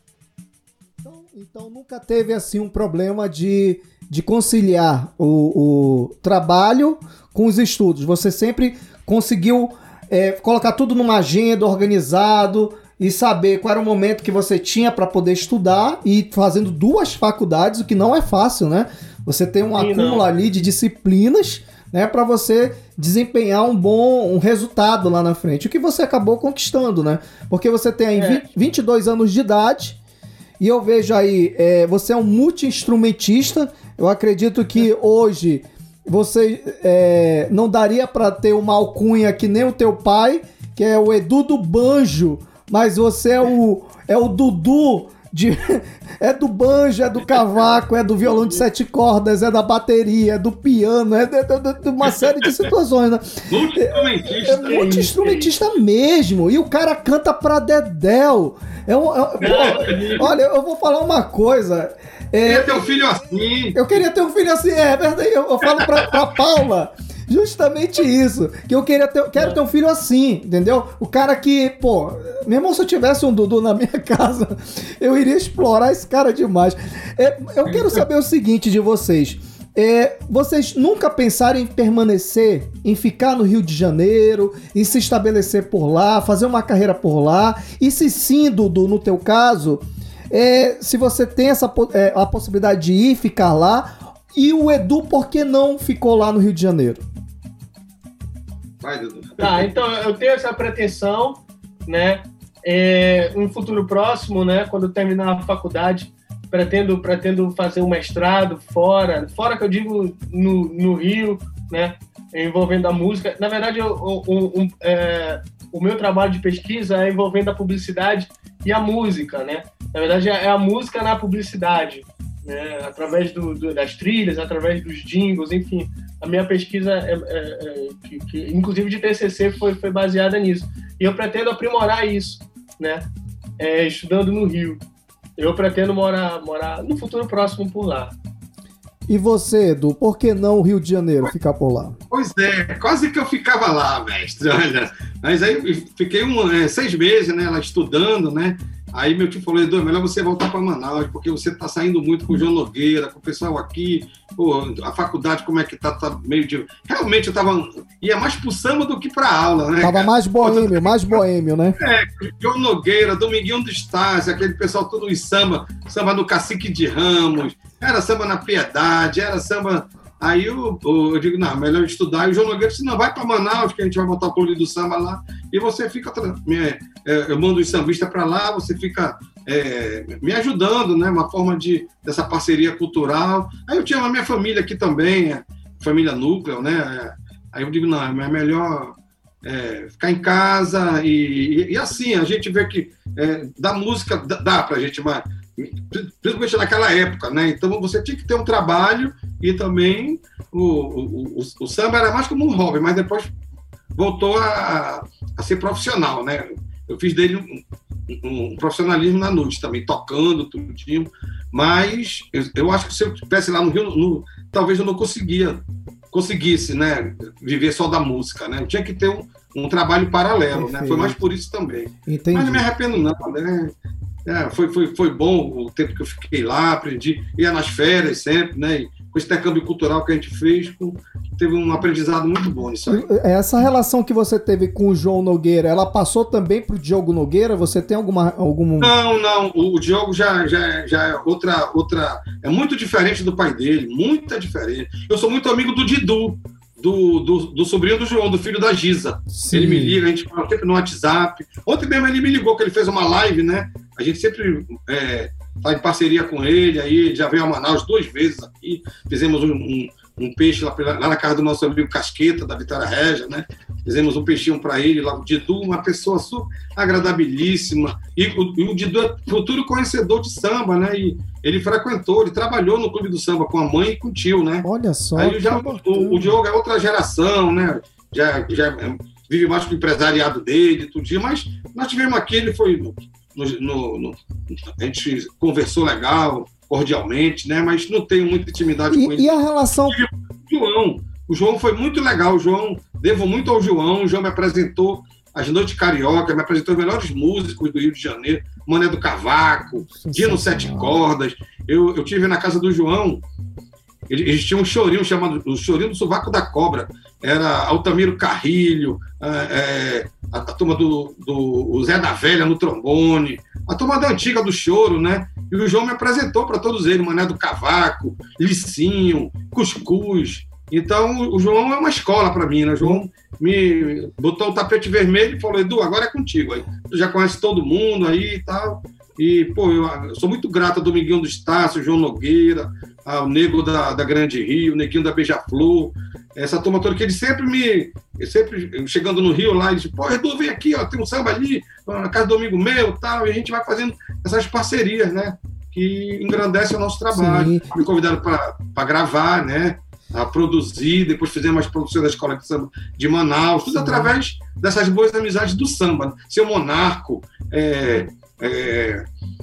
Então, então nunca teve assim um problema de, de conciliar o, o trabalho com os estudos. Você sempre conseguiu é, colocar tudo numa agenda, organizado, e saber qual era o momento que você tinha para poder estudar, e fazendo duas faculdades, o que não é fácil, né? Você tem um Sim, acúmulo não. ali de disciplinas, né, para você desempenhar um bom um resultado lá na frente, o que você acabou conquistando, né? Porque você tem aí é. vinte e dois anos de idade, e eu vejo aí, é, você é um multi-instrumentista. Eu acredito que hoje você é, não daria para ter uma alcunha que nem o teu pai, que é o Edu do banjo, mas você é o, é o Dudu de, é do banjo, é do cavaco, é do violão de sete cordas, é da bateria, é do piano, é de, de, de uma série de situações, né? Multi-instrumentista. É, é multi-instrumentista mesmo. E o cara canta pra dedéu. É um, é, olha, eu vou falar uma coisa. É, eu queria ter um filho assim. Eu queria ter um filho assim, é verdade. Eu, eu falo pra, pra Paula justamente isso, que eu queria ter, quero ter um filho assim, entendeu? O cara que, pô, mesmo se eu tivesse um Dudu na minha casa, eu iria explorar esse cara demais. É, eu quero saber o seguinte de vocês. É, vocês nunca pensaram em permanecer, em ficar no Rio de Janeiro, em se estabelecer por lá, fazer uma carreira por lá? E se sim, Dudu, no teu caso, é, se você tem essa, é, a possibilidade de ir, ficar lá, e o Edu, por que não ficou lá no Rio de Janeiro? Vai, Dudu. Tá, então eu tenho essa pretensão, né? É, um futuro próximo, né? Quando eu terminar a faculdade, pretendo, pretendo fazer um mestrado fora, fora que eu digo no, no Rio, né? Envolvendo a música. Na verdade, eu, eu, eu, é, o meu trabalho de pesquisa é envolvendo a publicidade e a música, né? Na verdade, é a música na publicidade, né? Através do, do, das trilhas, através dos jingles, enfim. A minha pesquisa, é, é, é, que, que, inclusive de T C C, foi, foi baseada nisso. E eu pretendo aprimorar isso, né? É, estudando no Rio. Eu pretendo morar, morar no futuro próximo por lá. E você, Edu, por que não o Rio de Janeiro ficar por lá? Pois é, quase que eu ficava lá, mestre, olha. Mas aí fiquei um, é, seis meses, né, lá estudando, né? Aí meu tio falou, Edu, é melhor você voltar para Manaus, porque você está saindo muito com o João Nogueira, com o pessoal aqui, pô, a faculdade como é que tá, tá meio de... Realmente eu tava, ia mais pro samba do que pra aula, né? Tava cara? mais boêmio, mais boêmio, né? É, João Nogueira, Dominguinho do Estácio, aquele pessoal todo em samba, samba no Cacique de Ramos, era samba na Piedade, era samba... Aí eu, eu digo, não, melhor estudar. E o João Nogueira disse, não, vai para Manaus, que a gente vai botar o Clube do Samba lá, e você fica... É, eu mando os sambistas para lá, você fica é, me ajudando, né? Uma forma de, dessa parceria cultural. Aí eu tinha a minha família aqui também, a família núcleo, né? Aí eu digo, não, é melhor é, ficar em casa. E, e, e assim, a gente vê que é, da música dá, dá para a gente... Mas, principalmente naquela época, né? Então você tinha que ter um trabalho e também o, o, o, o samba era mais como um hobby, mas depois voltou a, a ser profissional, né? Eu fiz dele um, um, um profissionalismo na noite também, tocando, tudinho, mas eu, eu acho que se eu estivesse lá no Rio, no, talvez eu não conseguia, conseguisse, né, viver só da música, né? Eu tinha que ter um, um trabalho paralelo, Perfeito. Né? Foi mais por isso também. Entendi. Mas não me arrependo não, né? É, foi, foi, foi bom o tempo que eu fiquei lá, aprendi, ia nas férias sempre, né? E com esse intercâmbio cultural que a gente fez, com, teve um aprendizado muito bom nisso aí. Essa relação que você teve com o João Nogueira, ela passou também para o Diogo Nogueira? Você tem alguma... algum... Não, não, o, o Diogo já, já, já é outra, outra... É muito diferente do pai dele, muito diferente. Eu sou muito amigo do Didu, do, do, do sobrinho do João, do filho da Giza. Sim. Ele me liga, a gente fala sempre no WhatsApp. Ontem mesmo ele me ligou, que ele fez uma live, né? A gente sempre é, tá em parceria com ele, aí ele já veio a Manaus duas vezes aqui, fizemos um, um, um peixe lá, lá na casa do nosso amigo Casqueta, da Vitória Régia, né? Fizemos um peixinho para ele lá, o Didu, uma pessoa super agradabilíssima, e o, e o Didu é futuro conhecedor de samba, né? E ele frequentou, ele trabalhou no Clube do Samba com a mãe e com o tio, né? Olha só. Aí já, o, o Diogo é outra geração, né? Já, já vive mais com o empresariado dele, tudo, mas nós tivemos aqui, ele foi... No, no, no, a gente conversou legal, cordialmente, né? Mas não tenho muita intimidade e, com ele. E a relação... O João, o João foi muito legal, o João, devo muito ao João, o João me apresentou as Noites Carioca, me apresentou os melhores músicos do Rio de Janeiro, Mané do Cavaco, Dino Sete Cordas. Eu, eu tive na casa do João, eles tinham um chorinho chamado o Chorinho do Sovaco da Cobra, era Altamiro Carrilho, é, a, a turma do, do o Zé da Velha no trombone, a turma da antiga do choro, né? E o João me apresentou para todos eles, Mané do Cavaco, Licinho, Cuscuz. Então o João é uma escola para mim, né? O João me botou o tapete vermelho e falou: Edu, agora é contigo. Aí, tu já conhece todo mundo aí e tal. E, pô, eu, eu sou muito grato a Dominguinho do Estácio, João Nogueira, ao Nego da, da Grande Rio, o Neguinho da Beija-Flor, essa turma toda que ele sempre me... sempre chegando no Rio lá, ele diz: pô, Edu, vem aqui, ó, tem um samba ali, na casa do amigo meu e tal, e a gente vai fazendo essas parcerias, né, que engrandecem o nosso trabalho. Sim. Me convidaram para gravar, né, a produzir, depois fizemos as produções da Escola de Samba de Manaus, tudo Sim. através dessas boas amizades do samba. Seu Monarco, é, é,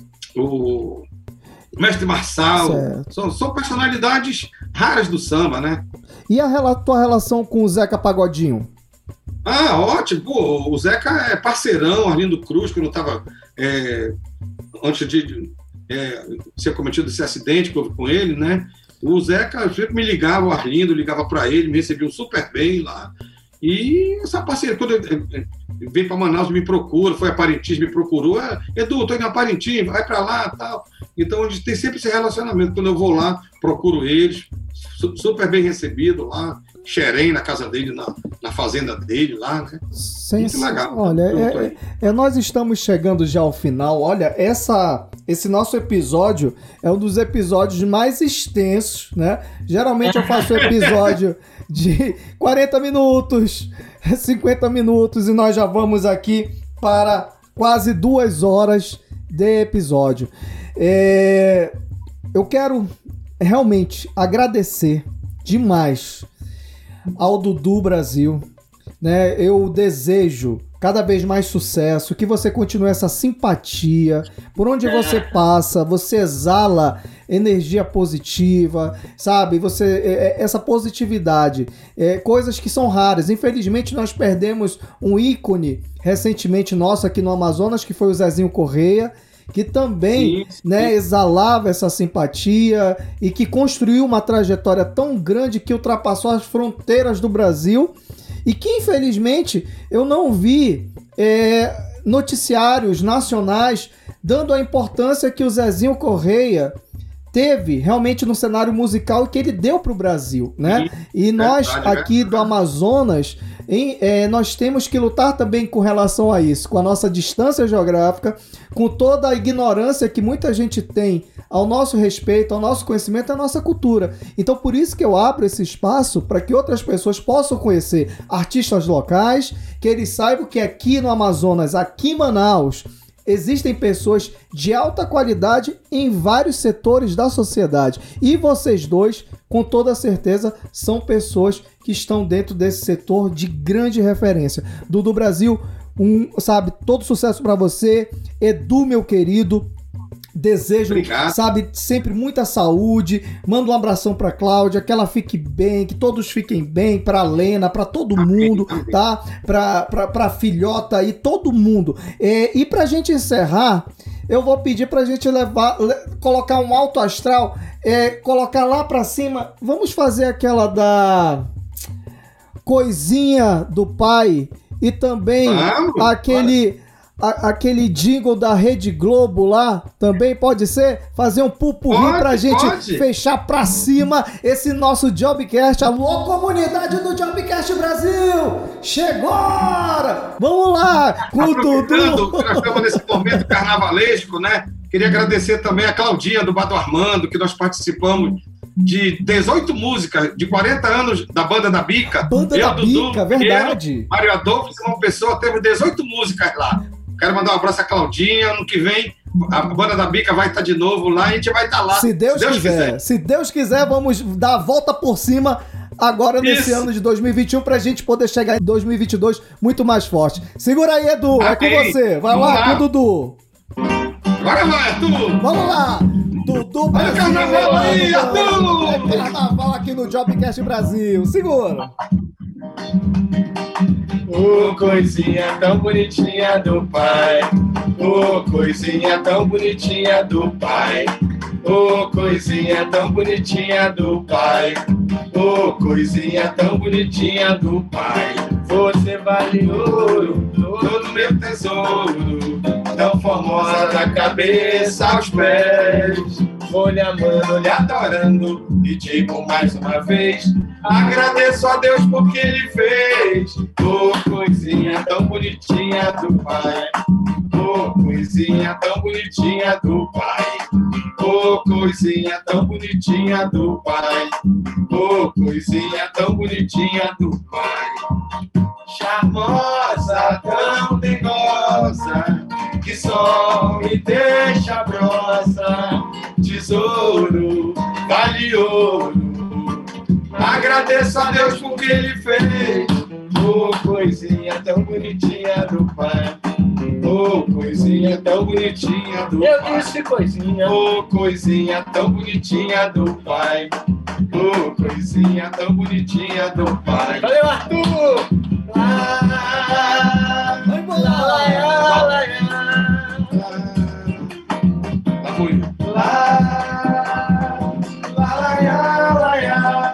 o Mestre Marçal, são, são personalidades raras do samba, né? E a tua relação com o Zeca Pagodinho? Ah, ótimo. Pô, o Zeca é parceirão, Arlindo Cruz, que eu não estava... É, antes de é, ser cometido esse acidente que houve com ele, né? O Zeca sempre me ligava, o Arlindo ligava para ele, me recebiam super bem lá. E essa parceria, quando ele vem para Manaus, me procura, foi a Parintins, me procurou, ah, Edu, estou indo a Parintins, vai para lá e tal. Então a gente tem sempre esse relacionamento. Quando eu vou lá, procuro eles, super bem recebido lá, xerém na casa dele, na, na fazenda dele lá, né? Muito legal. Olha, é, é, nós estamos chegando já ao final. Olha, essa, esse nosso episódio é um dos episódios mais extensos, né? Geralmente eu faço um episódio de quarenta minutos, cinquenta minutos, e nós já vamos aqui para quase duas horas de episódio. É, eu quero realmente agradecer demais ao Dudu Brasil, né? Eu desejo cada vez mais sucesso, que você continue essa simpatia, por onde você passa, você exala energia positiva, sabe? Você, essa positividade, é, coisas que são raras. Infelizmente nós perdemos um ícone recentemente nosso aqui no Amazonas, que foi o Zezinho Correia, que também, sim, sim. né, exalava essa simpatia e que construiu uma trajetória tão grande que ultrapassou as fronteiras do Brasil e que, infelizmente, eu não vi é, noticiários nacionais dando a importância que o Zezinho Correia teve realmente no cenário musical e que ele deu para o Brasil, né? E nós aqui do Amazonas, em, é, nós temos que lutar também com relação a isso, com a nossa distância geográfica, com toda a ignorância que muita gente tem ao nosso respeito, ao nosso conhecimento, à nossa cultura. Então por isso que eu abro esse espaço para que outras pessoas possam conhecer artistas locais, que eles saibam que aqui no Amazonas, aqui em Manaus, existem pessoas de alta qualidade em vários setores da sociedade. E vocês dois, com toda certeza, são pessoas que estão dentro desse setor de grande referência. Dudu Brasil, um, sabe, todo sucesso para você. Edu, meu querido, desejo, Obrigado. sabe, sempre muita saúde. Manda um abração pra Cláudia, que ela fique bem, que todos fiquem bem, pra Lena, pra todo amém, mundo, amém. tá? Pra, pra, pra filhota aí, todo mundo. É, e pra gente encerrar, eu vou pedir pra gente levar, le, colocar um alto astral, é, colocar lá pra cima. Vamos fazer aquela da Coisinha do Pai e também Vamos, aquele... A, aquele jingle da Rede Globo lá, também pode ser? Fazer um pupurri pra gente pode. fechar pra cima esse nosso Jobcast. Alô, comunidade do Jobcast Brasil! Chegou! Vamos lá! Com Aproveitando que nós estamos nesse momento carnavalesco, né? Queria agradecer também a Claudinha do Bato Armando, que nós participamos de dezoito músicas, de quarenta anos da Banda da Bica. Banda eu, da Dudu, Bica, verdade. Eu, Mário Adolfo, uma pessoa, teve dezoito músicas lá. Quero mandar um abraço a Claudinha. Ano que vem, a Banda da Bica vai estar de novo lá e a gente vai estar lá. Se Deus, se Deus quiser. quiser. Se Deus quiser, vamos dar a volta por cima agora nesse Isso. ano de dois mil e vinte e um pra gente poder chegar em dois mil e vinte e dois muito mais forte. Segura aí, Edu. Amém. É com você. Vai lá, lá com o Dudu. Bora lá, Edu. Vamos lá. Dudu Brasil. Olha o carnaval aí, Edu. É carnaval aqui no Jobcast Brasil. Segura. Ô oh, coisinha tão bonitinha do pai, ô oh, coisinha tão bonitinha do pai, ô oh, coisinha tão bonitinha do pai, ô oh, coisinha tão bonitinha do pai. Você vale ouro, todo meu tesouro, tão formosa da cabeça aos pés. Vou lhe amando, lhe adorando e digo mais uma vez, agradeço a Deus por que Ele fez. Ô oh, coisinha tão bonitinha do pai, ô oh, coisinha tão bonitinha do pai, ô oh, coisinha tão bonitinha do pai, ô oh, coisinha tão bonitinha do pai. Charmosa, tão dengosa, que só me deixa brosa, tesouro, vale ouro. Agradeço a Deus por que Ele fez. Ô oh, coisinha tão bonitinha do pai, ô oh, coisinha tão bonitinha do Eu pai. Eu disse coisinha. Ô oh, coisinha tão bonitinha do pai, ô oh, coisinha tão bonitinha do pai. Valeu, Arthur! Lá, vai lá, lá, lá, lá, lá fui. Lá, lá, lá, lá,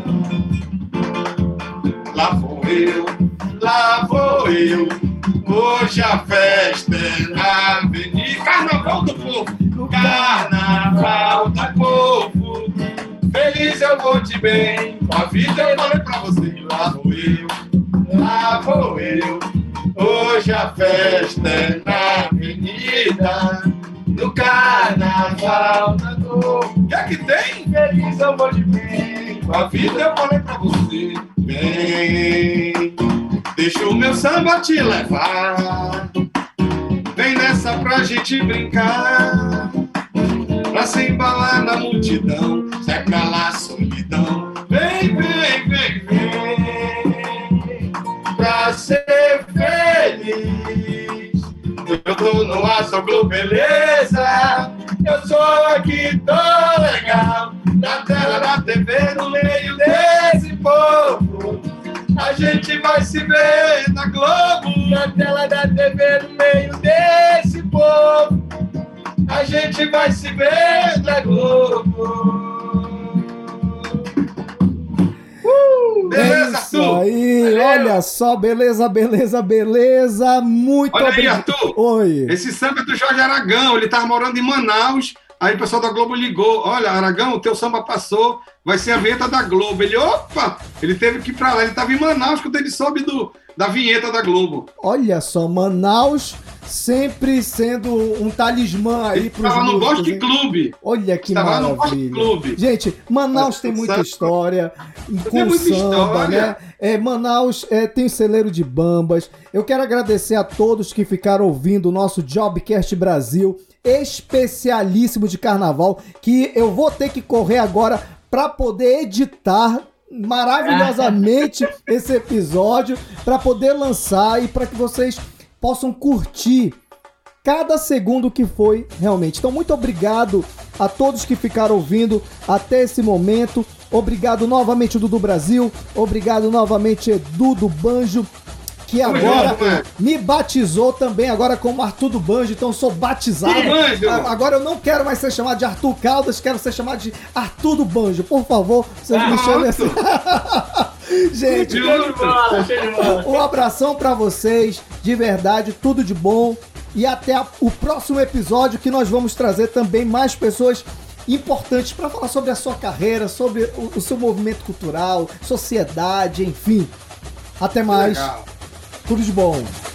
lá vou eu, lá vou eu. Hoje a festa é na avenida. Carnaval do povo, carnaval do povo. Feliz eu vou de bem, com a vida eu falei pra você. Lá vou eu, lá vou eu, hoje a festa é na avenida, no carnaval da dor. O que é que tem? Feliz eu vou de bem, com a vida eu falei pra você. Vem, deixa o meu samba te levar, vem nessa pra gente brincar, pra se embalar na multidão, sai pra lá a solidão. Vem, vem, vem, vem, pra ser feliz. Eu tô no Aço Globo, beleza? Eu sou aqui, tô legal, na tela da T V, no meio desse povo. A gente vai se ver na Globo, na tela da T V, no meio desse povo. A gente vai se ver na Globo. Uh, beleza, é isso aí, valeu. Olha só, beleza, beleza, beleza, muito Olha aí, Arthur. Oi. Esse samba é do Jorge Aragão, ele tava morando em Manaus, aí o pessoal da Globo ligou, olha, Aragão, o teu samba passou, vai ser a vinheta da Globo. Ele, opa, Ele teve que ir pra lá, ele estava em Manaus quando ele sobe do, da vinheta da Globo. Olha só, Manaus sempre sendo um talismã aí para os músicos. Estava no Goste hein? Clube. Olha que Estava maravilha. no Goste Clube. Gente, Manaus tem muita história com tem muita samba, história. né? É, Manaus é, tem celeiro de bambas. Eu quero agradecer a todos que ficaram ouvindo o nosso Jobcast Brasil, especialíssimo de carnaval, que eu vou ter que correr agora para poder editar maravilhosamente esse episódio, para poder lançar e para que vocês possam curtir cada segundo que foi realmente. Então, muito obrigado a todos que ficaram ouvindo até esse momento. Obrigado novamente, Dudu Brasil. Obrigado novamente, Edu do Banjo, que agora me batizou também agora como Arthur do Banjo, então sou batizado. Agora eu não quero mais ser chamado de Arthur Caldas, quero ser chamado de Arthur do Banjo. Por favor, vocês me chamem assim. Gente, um abração pra vocês, de verdade, tudo de bom. E até a, o próximo episódio, que nós vamos trazer também mais pessoas importantes para falar sobre a sua carreira, sobre o, o seu movimento cultural, sociedade, enfim. Até mais. Legal. Tudo de bom.